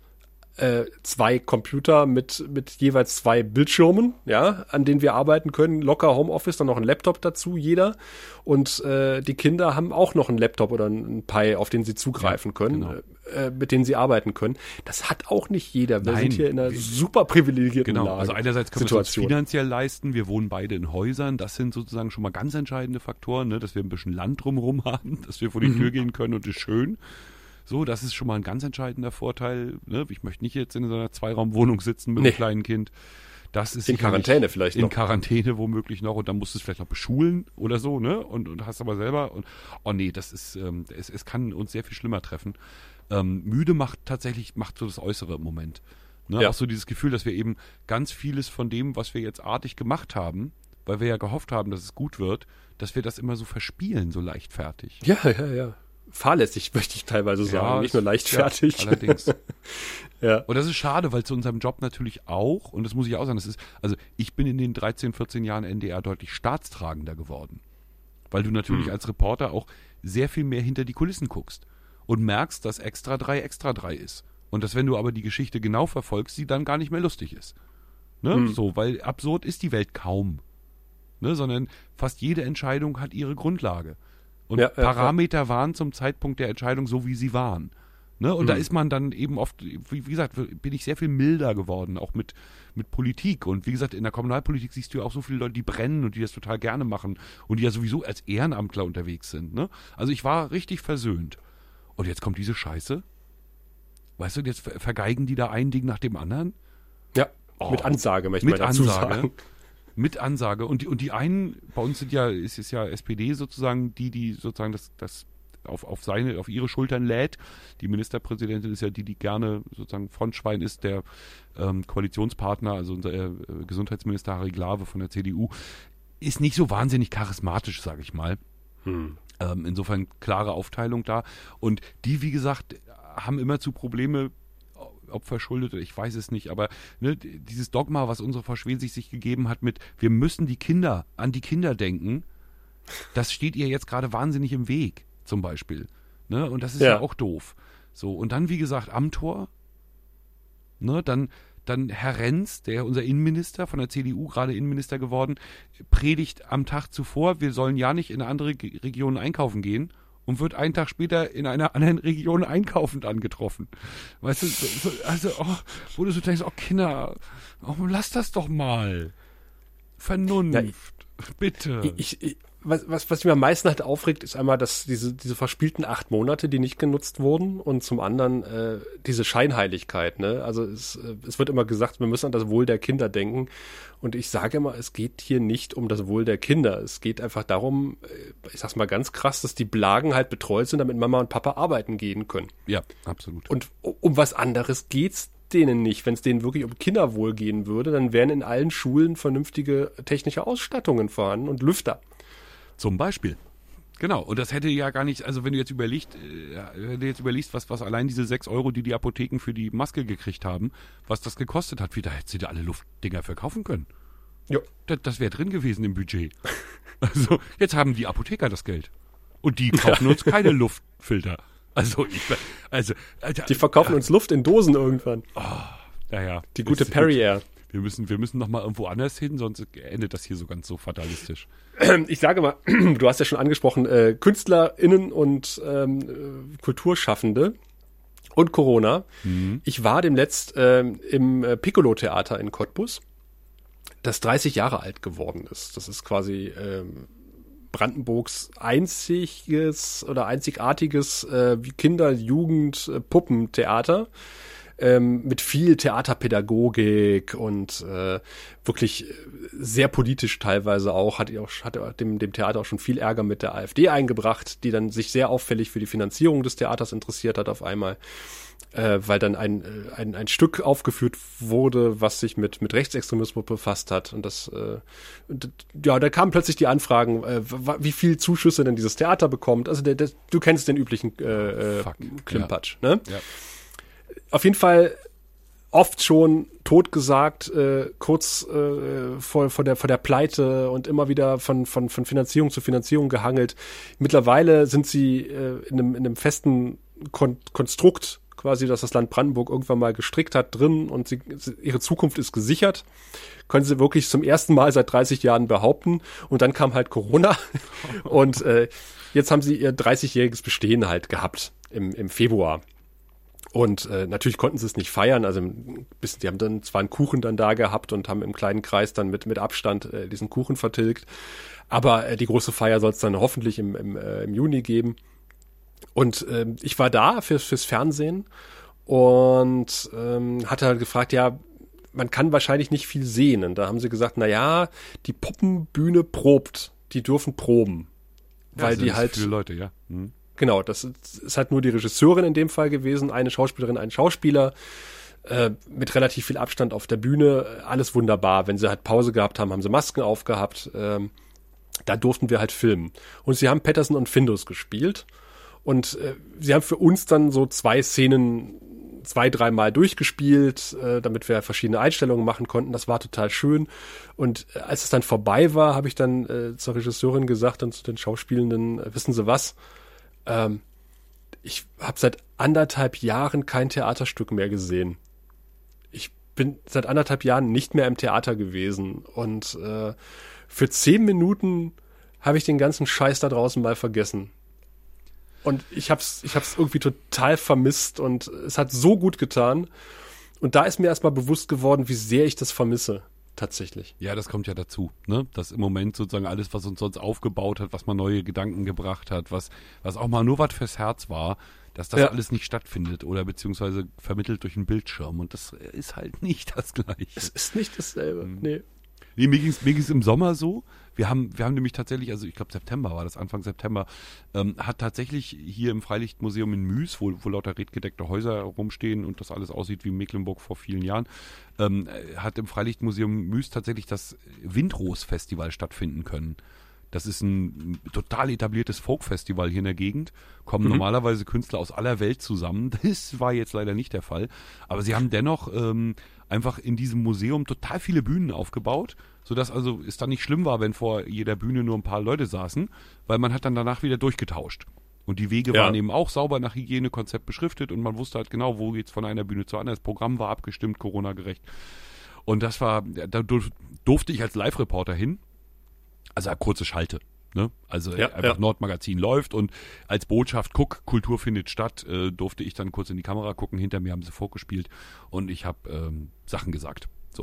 2 Computer mit jeweils 2 Bildschirmen, ja, an denen wir arbeiten können. Locker Homeoffice, dann noch ein Laptop dazu, jeder. Und die Kinder haben auch noch einen Laptop oder einen Pi, auf den sie zugreifen können, mit denen sie arbeiten können. Das hat auch nicht jeder. Wir sind hier in einer super privilegierten Lage. Also einerseits können wir es uns finanziell leisten. Wir wohnen beide in Häusern. Das sind sozusagen schon mal ganz entscheidende Faktoren, ne? Dass wir ein bisschen Land drumherum haben, dass wir vor die Tür gehen können und ist schön. So, das ist schon mal ein ganz entscheidender Vorteil. Ne? Ich möchte nicht jetzt in so einer Zweiraumwohnung sitzen mit einem kleinen Kind. Das ist in Quarantäne vielleicht noch. In Quarantäne womöglich noch und dann musst du es vielleicht noch beschulen oder so, ne? Und hast aber selber und oh nee, das ist es kann uns sehr viel schlimmer treffen. Müde macht so das Äußere im Moment. Ne? Auch so dieses Gefühl, dass wir eben ganz vieles von dem, was wir jetzt artig gemacht haben, weil wir ja gehofft haben, dass es gut wird, dass wir das immer so verspielen, so leichtfertig. Ja. Fahrlässig, möchte ich teilweise sagen, nicht nur leichtfertig. Ja, allerdings. Und das ist schade, weil zu unserem Job natürlich auch, und das muss ich auch sagen, also ich bin in den 13, 14 Jahren NDR deutlich staatstragender geworden. Weil du natürlich als Reporter auch sehr viel mehr hinter die Kulissen guckst und merkst, dass Extra 3 ist. Und dass, wenn du aber die Geschichte genau verfolgst, sie dann gar nicht mehr lustig ist. Ne? So, weil absurd ist die Welt kaum. Ne? Sondern fast jede Entscheidung hat ihre Grundlage. Und Parameter waren zum Zeitpunkt der Entscheidung so, wie sie waren. Ne? Und da ist man dann eben oft, wie gesagt, bin ich sehr viel milder geworden, auch mit Politik. Und wie gesagt, in der Kommunalpolitik siehst du ja auch so viele Leute, die brennen und die das total gerne machen und die ja sowieso als Ehrenamtler unterwegs sind. Ne? Also ich war richtig versöhnt. Und jetzt kommt diese Scheiße. Weißt du, jetzt vergeigen die da ein Ding nach dem anderen. Ja, mit Ansage möchte ich mal dazu sagen. Mit Ansage. Und die einen, bei uns ist ja SPD sozusagen, die sozusagen das auf ihre Schultern lädt. Die Ministerpräsidentin ist ja die gerne sozusagen Frontschwein ist, der Koalitionspartner, also unser Gesundheitsminister Harry Glawe von der CDU, ist nicht so wahnsinnig charismatisch, sage ich mal. Insofern klare Aufteilung da. Und die, wie gesagt, haben immerzu Probleme, ob verschuldet oder ich weiß es nicht, aber ne, dieses Dogma, was unsere Frau Schwesig sich gegeben hat mit, wir müssen an die Kinder denken, das steht ihr jetzt gerade wahnsinnig im Weg, zum Beispiel. Ne? Und das ist ja auch doof. So, und dann, wie gesagt, Amthor, ne, dann Herr Renz, unser Innenminister von der CDU, gerade Innenminister geworden, predigt am Tag zuvor, wir sollen ja nicht in eine andere Region einkaufen gehen. Und wird einen Tag später in einer anderen Region einkaufend angetroffen. Weißt du, wo du so denkst, Kinder, lass das doch mal. Vernunft, bitte. was mich am meisten halt aufregt, ist einmal, dass diese verspielten 8 Monate, die nicht genutzt wurden, und zum anderen diese Scheinheiligkeit, ne? Also es wird immer gesagt, wir müssen an das Wohl der Kinder denken. Und ich sage immer, es geht hier nicht um das Wohl der Kinder. Es geht einfach darum, ich sag's mal ganz krass, dass die Blagen halt betreut sind, damit Mama und Papa arbeiten gehen können. Ja, absolut. Und um was anderes geht's denen nicht. Wenn es denen wirklich um Kinderwohl gehen würde, dann wären in allen Schulen vernünftige technische Ausstattungen vorhanden und Lüfter. Zum Beispiel. Genau. Und das hätte ja gar nicht, also wenn du jetzt überlegst, was allein diese 6 Euro, die Apotheken für die Maske gekriegt haben, was das gekostet hat, da hätten sie da alle Luftdinger verkaufen können. Ja. Das wäre drin gewesen im Budget. Also, jetzt haben die Apotheker das Geld. Und die kaufen uns keine Luftfilter. Die verkaufen uns Luft in Dosen irgendwann. Naja. Die gute Perrier. Wir müssen noch mal irgendwo anders hin, sonst endet das hier so ganz so fatalistisch. Ich sage mal, du hast ja schon angesprochen, KünstlerInnen und Kulturschaffende und Corona. Mhm. Ich war demnächst im Piccolo-Theater in Cottbus, das 30 Jahre alt geworden ist. Das ist quasi Brandenburgs einzigartiges Kinder-, Jugend-, Puppentheater. Mit viel Theaterpädagogik und wirklich sehr politisch teilweise auch, hat dem Theater auch schon viel Ärger mit der AfD eingebracht, die dann sich sehr auffällig für die Finanzierung des Theaters interessiert hat auf einmal, weil dann ein Stück aufgeführt wurde, was sich mit Rechtsextremismus befasst hat. Und da kamen plötzlich die Anfragen, wie viel Zuschüsse denn dieses Theater bekommt. Also du kennst den üblichen Klimpatsch, ja. Ne? Ja. Auf jeden Fall oft schon totgesagt, kurz vor der Pleite und immer wieder von Finanzierung zu Finanzierung gehangelt. Mittlerweile sind sie in einem festen Konstrukt, quasi, dass das Land Brandenburg irgendwann mal gestrickt hat, drin, und ihre Zukunft ist gesichert. Können sie wirklich zum ersten Mal seit 30 Jahren behaupten. Und dann kam halt Corona und jetzt haben sie ihr 30-jähriges Bestehen halt gehabt im Februar. Und natürlich konnten sie es nicht feiern, also die haben dann zwar einen Kuchen dann da gehabt und haben im kleinen Kreis dann mit Abstand diesen Kuchen vertilgt, aber die große Feier soll es dann hoffentlich im Juni geben. Und ich war da fürs Fernsehen und hatte halt gefragt, ja, man kann wahrscheinlich nicht viel sehen. Und da haben sie gesagt, die Puppenbühne probt, die dürfen proben. Ja, weil die halt viele Leute, ja. Mhm. Genau, das ist halt nur die Regisseurin in dem Fall gewesen, eine Schauspielerin, ein Schauspieler, mit relativ viel Abstand auf der Bühne, alles wunderbar. Wenn sie halt Pause gehabt haben, haben sie Masken aufgehabt, da durften wir halt filmen. Und sie haben Patterson und Findus gespielt und sie haben für uns dann so 2 Szenen 2-3 Mal durchgespielt, damit wir verschiedene Einstellungen machen konnten. Das war total schön. Und als es dann vorbei war, habe ich dann zur Regisseurin gesagt und zu den Schauspielenden, wissen Sie was? Ich habe seit 1,5 Jahren kein Theaterstück mehr gesehen. Ich bin seit 1,5 Jahren nicht mehr im Theater gewesen. Und für 10 Minuten habe ich den ganzen Scheiß da draußen mal vergessen. Und ich hab's irgendwie total vermisst und es hat so gut getan. Und da ist mir erstmal bewusst geworden, wie sehr ich das vermisse. Tatsächlich. Ja, das kommt ja dazu, ne? Dass im Moment sozusagen alles, was uns sonst aufgebaut hat, was mal neue Gedanken gebracht hat, was auch mal nur was fürs Herz war, dass das alles nicht stattfindet oder beziehungsweise vermittelt durch einen Bildschirm. Und das ist halt nicht das Gleiche. Es ist nicht dasselbe, nee. Nee, mir ging's im Sommer so. Wir haben nämlich tatsächlich, also ich glaube September war das, Anfang September, hat tatsächlich hier im Freilichtmuseum in Müs, wo lauter redgedeckte Häuser rumstehen und das alles aussieht wie Mecklenburg vor vielen Jahren, hat im Freilichtmuseum Müs tatsächlich das Windros-Festival stattfinden können. Das ist ein total etabliertes Folk-Festival hier in der Gegend. Kommen normalerweise Künstler aus aller Welt zusammen. Das war jetzt leider nicht der Fall. Aber sie haben dennoch einfach in diesem Museum total viele Bühnen aufgebaut, sodass also es dann nicht schlimm war, wenn vor jeder Bühne nur ein paar Leute saßen, weil man hat dann danach wieder durchgetauscht. Und die Wege waren eben auch sauber nach Hygienekonzept beschriftet und man wusste halt genau, wo geht's von einer Bühne zur anderen. Das Programm war abgestimmt, Corona-gerecht. Und da durfte ich als Live-Reporter hin. Also kurze Schalte, ne? Also einfach Nordmagazin läuft und als Botschaft, guck, Kultur findet statt, durfte ich dann kurz in die Kamera gucken. Hinter mir haben sie vorgespielt und ich habe Sachen gesagt. So.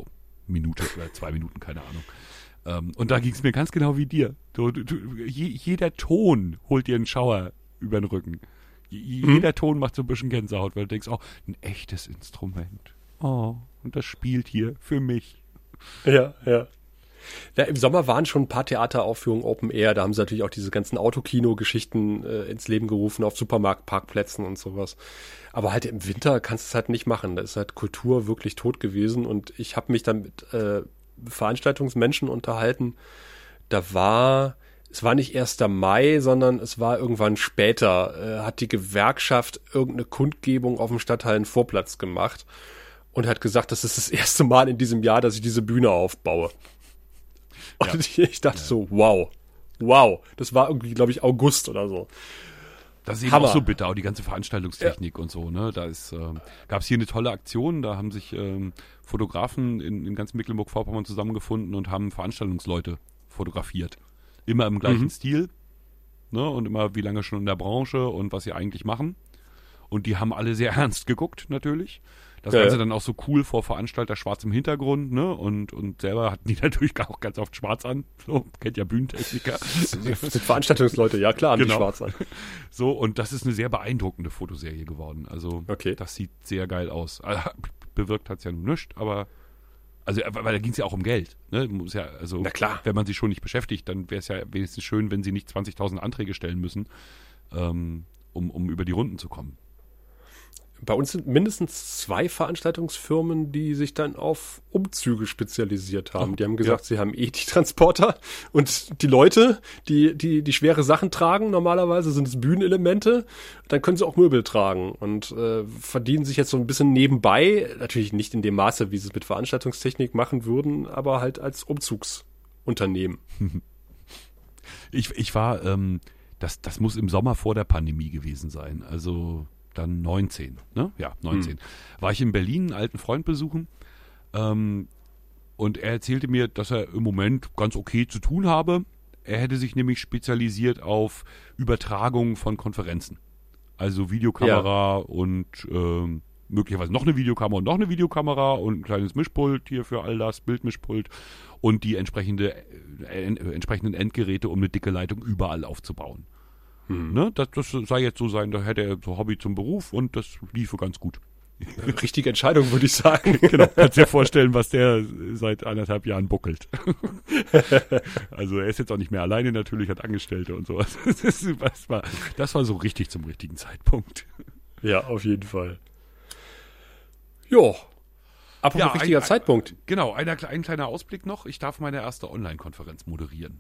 Minute oder 2 Minuten, keine Ahnung. Und da ging es mir ganz genau wie dir. Jeder Ton holt dir einen Schauer über den Rücken. Jeder Ton macht so ein bisschen Gänsehaut, weil du denkst, oh, ein echtes Instrument. Oh, und das spielt hier für mich. Ja. Ja, im Sommer waren schon ein paar Theateraufführungen Open Air. Da haben sie natürlich auch diese ganzen Autokino-Geschichten ins Leben gerufen auf Supermarktparkplätzen und sowas. Aber halt im Winter kannst du es halt nicht machen. Da ist halt Kultur wirklich tot gewesen. Und ich habe mich dann mit Veranstaltungsmenschen unterhalten. Es war nicht 1. Mai, sondern es war irgendwann später. Hat die Gewerkschaft irgendeine Kundgebung auf dem Stadthallenvorplatz gemacht und hat gesagt, das ist das erste Mal in diesem Jahr, dass ich diese Bühne aufbaue. Und ich dachte so, wow. Das war irgendwie, glaube ich, August oder so. Das ist eben auch so bitter, auch die ganze Veranstaltungstechnik und so, ne? Da gab es hier eine tolle Aktion, da haben sich Fotografen in ganz Mecklenburg-Vorpommern zusammengefunden und haben Veranstaltungsleute fotografiert. Immer im gleichen Stil, ne? Und immer wie lange schon in der Branche und was sie eigentlich machen. Und die haben alle sehr ernst geguckt, natürlich. Das Ganze dann auch so cool vor Veranstalter schwarz im Hintergrund, ne? Und selber hatten die natürlich auch ganz oft schwarz an. So, kennt ja Bühnentechniker. Das sind Veranstaltungsleute, ja klar, genau. Die schwarz an. So, und das ist eine sehr beeindruckende Fotoserie geworden. Also, Das sieht sehr geil aus. Bewirkt hat's ja nun nichts, aber weil da ging es ja auch um Geld. Ne? Muss ja, also, na klar. Wenn man sich schon nicht beschäftigt, dann wäre es ja wenigstens schön, wenn sie nicht 20.000 Anträge stellen müssen, um über die Runden zu kommen. Bei uns sind mindestens 2 Veranstaltungsfirmen, die sich dann auf Umzüge spezialisiert haben. Die haben gesagt, sie haben die Transporter und die Leute, die schwere Sachen tragen, normalerweise sind es Bühnenelemente, dann können sie auch Möbel tragen und verdienen sich jetzt so ein bisschen nebenbei, natürlich nicht in dem Maße, wie sie es mit Veranstaltungstechnik machen würden, aber halt als Umzugsunternehmen. Ich war, das muss im Sommer vor der Pandemie gewesen sein, also dann 19, ne? Ja, 19. War ich in Berlin einen alten Freund besuchen und er erzählte mir, dass er im Moment ganz okay zu tun habe. Er hätte sich nämlich spezialisiert auf Übertragung von Konferenzen. Also Videokamera und möglicherweise noch eine Videokamera und ein kleines Mischpult hier für all das, Bildmischpult und die entsprechenden Endgeräte, um eine dicke Leitung überall aufzubauen. Ne? Das sei jetzt so sein, da hätte er so Hobby zum Beruf und das liefe ganz gut. Richtige Entscheidung, würde ich sagen. Genau, kannst dir vorstellen, was der seit 1,5 Jahren buckelt. Also er ist jetzt auch nicht mehr alleine natürlich, hat Angestellte und sowas. Das war so richtig zum richtigen Zeitpunkt. Ja, auf jeden Fall. Jo. Apropos richtiger Zeitpunkt. Genau, ein kleiner Ausblick noch. Ich darf meine erste Online-Konferenz moderieren.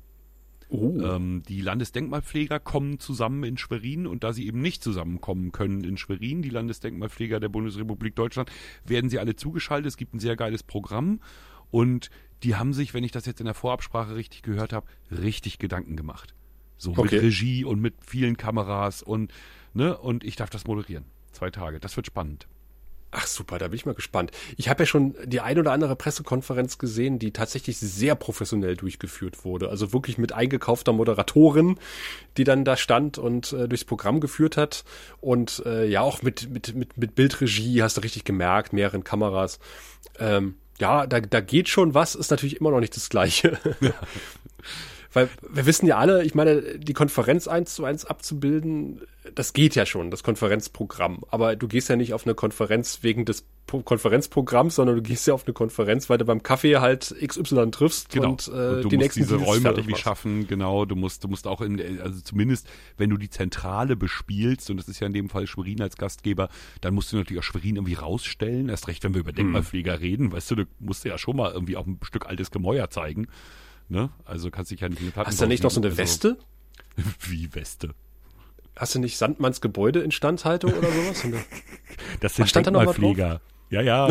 Die Landesdenkmalpfleger kommen zusammen in Schwerin und da sie eben nicht zusammenkommen können in Schwerin, die Landesdenkmalpfleger der Bundesrepublik Deutschland, werden sie alle zugeschaltet. Es gibt ein sehr geiles Programm und die haben sich, wenn ich das jetzt in der Vorabsprache richtig gehört habe, richtig Gedanken gemacht. So mit Regie und mit vielen Kameras und ich darf das moderieren. 2 Tage. Das wird spannend. Ach super, da bin ich mal gespannt. Ich habe ja schon die ein oder andere Pressekonferenz gesehen, die tatsächlich sehr professionell durchgeführt wurde. Also wirklich mit eingekaufter Moderatorin, die dann da stand und durchs Programm geführt hat. Und auch mit Bildregie, hast du richtig gemerkt, mehreren Kameras. Da geht schon was, ist natürlich immer noch nicht das Gleiche. Ja. Weil wir wissen ja alle, ich meine, die Konferenz 1:1 abzubilden, das geht ja schon, das Konferenzprogramm. Aber du gehst ja nicht auf eine Konferenz wegen des Konferenzprogramms, sondern du gehst ja auf eine Konferenz, weil du beim Kaffee halt XY triffst und du die musst nächsten diese Räume irgendwie machst. schaffen, genau. Du musst auch also zumindest, wenn du die Zentrale bespielst, und das ist ja in dem Fall Schwerin als Gastgeber, dann musst du natürlich auch Schwerin irgendwie rausstellen. Erst recht, wenn wir über Denkmalpfleger reden, weißt du musst ja schon mal irgendwie auch ein Stück altes Gemäuer zeigen. Ne? Also kannst dich ja nicht in den Hast du nicht noch so eine Weste? Wie Weste? Hast du nicht Sandmanns Gebäude Instandhaltung oder sowas? Das sind Denkmalpfleger. Ja. Ja,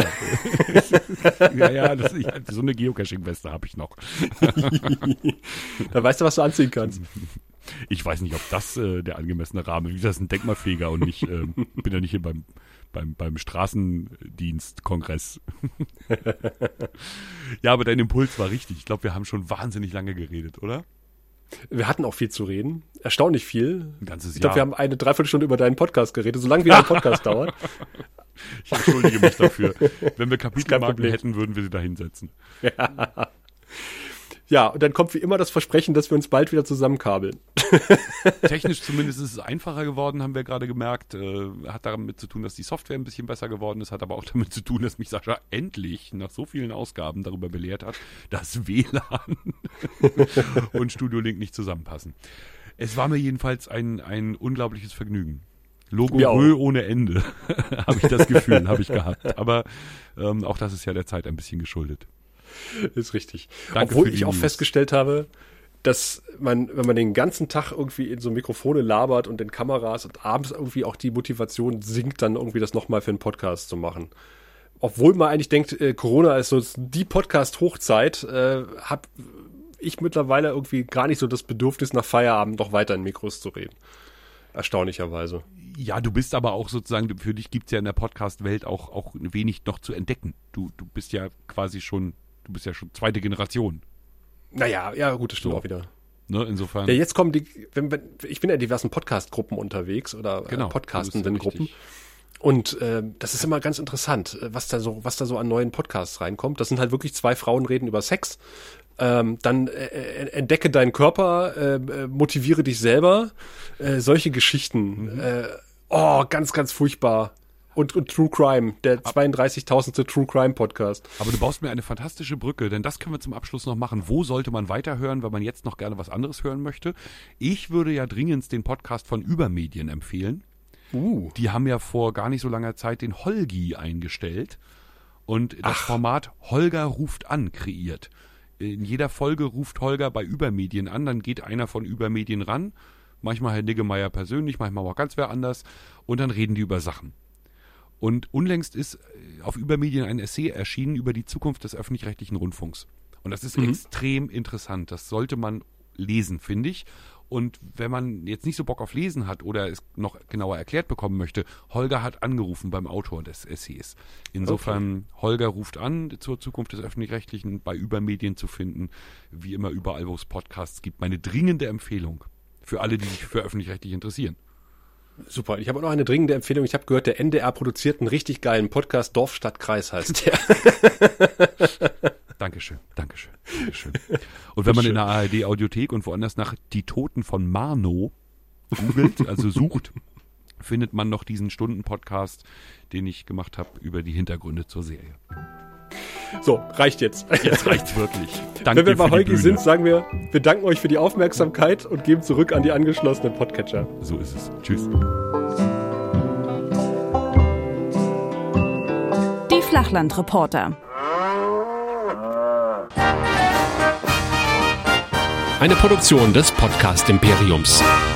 so eine Geocaching-Weste habe ich noch. Da weißt du, was du anziehen kannst. Ich weiß nicht, ob das der angemessene Rahmen ist. Das ist ein Denkmalpfleger und nicht, bin ja nicht hier beim Straßendienstkongress. Ja, aber dein Impuls war richtig. Ich glaube, wir haben schon wahnsinnig lange geredet, oder? Wir hatten auch viel zu reden. Erstaunlich viel. Ein ganzes Ich glaube, Jahr. wir haben eine Dreiviertelstunde über deinen Podcast geredet, solange wie dein Podcast dauert. Ich entschuldige mich dafür. Wenn wir kein Kapitelmarken Problem. hätten, würden wir sie da hinsetzen. Ja, und dann kommt wie immer das Versprechen, dass wir uns bald wieder zusammenkabeln. Technisch zumindest ist es einfacher geworden, haben wir gerade gemerkt. Hat damit zu tun, dass die Software ein bisschen besser geworden ist, hat aber auch damit zu tun, dass mich Sascha endlich nach so vielen Ausgaben darüber belehrt hat, dass WLAN und Studio Link nicht zusammenpassen. Es war mir jedenfalls ein unglaubliches Vergnügen. Logorö ohne Ende, habe ich das Gefühl, habe ich gehabt. Aber auch das ist ja der Zeit ein bisschen geschuldet. Ist richtig. Danke Obwohl für die ich auch News. festgestellt habe, dass man, wenn man den ganzen Tag irgendwie in so Mikrofone labert und in Kameras und abends irgendwie auch die Motivation sinkt, dann irgendwie das nochmal für einen Podcast zu machen. Obwohl man eigentlich denkt, Corona ist so die Podcast-Hochzeit, habe ich mittlerweile irgendwie gar nicht so das Bedürfnis, nach Feierabend noch weiter in Mikros zu reden. Erstaunlicherweise. Ja, du bist aber auch sozusagen, für dich gibt's ja in der Podcast-Welt auch wenig noch zu entdecken. Du bist ja quasi schon, du bist ja schon zweite Generation. Naja, ja gut, das stimmt So. auch wieder. Ne, insofern. Ja, jetzt kommen ich bin ja in diversen Podcast-Gruppen unterwegs oder Genau, podcastenden das ist Gruppen. richtig. Und das ist immer ganz interessant, was da so an neuen Podcasts reinkommt. Das sind halt wirklich 2 Frauen reden über Sex. Dann entdecke deinen Körper, motiviere dich selber. Solche Geschichten. Ganz, ganz furchtbar. Und True Crime, der 32.000. True Crime Podcast. Aber du baust mir eine fantastische Brücke, denn das können wir zum Abschluss noch machen. Wo sollte man weiterhören, wenn man jetzt noch gerne was anderes hören möchte? Ich würde ja dringendst den Podcast von Übermedien empfehlen. Die haben ja vor gar nicht so langer Zeit den Holgi eingestellt und das Format Holger ruft an kreiert. In jeder Folge ruft Holger bei Übermedien an, dann geht einer von Übermedien ran, manchmal Herr Niggemeier persönlich, manchmal auch ganz wer anders und dann reden die über Sachen. Und unlängst ist auf Übermedien ein Essay erschienen über die Zukunft des öffentlich-rechtlichen Rundfunks. Und das ist extrem interessant. Das sollte man lesen, finde ich. Und wenn man jetzt nicht so Bock auf Lesen hat oder es noch genauer erklärt bekommen möchte, Holger hat angerufen beim Autor des Essays. Insofern, Holger ruft an, zur Zukunft des Öffentlich-Rechtlichen bei Übermedien zu finden. Wie immer überall, wo es Podcasts gibt. Meine dringende Empfehlung für alle, die sich für Öffentlich-Rechtlich interessieren. Super. Ich habe auch noch eine dringende Empfehlung. Ich habe gehört, der NDR produziert einen richtig geilen Podcast. Dorf, Stadt, Kreis heißt der. Dankeschön. Und wenn man in der ARD-Audiothek und woanders nach Die Toten von Marnow googelt, also sucht, findet man noch diesen Stunden-Podcast, den ich gemacht habe über die Hintergründe zur Serie. So, reicht jetzt. Jetzt reicht's wirklich. Danke Wenn wir bei für die Holgi Bühne. sind, sagen wir danken euch für die Aufmerksamkeit und geben zurück an die angeschlossenen Podcatcher. So ist es. Tschüss. Die Flachlandreporter. Eine Produktion des Podcast Imperiums.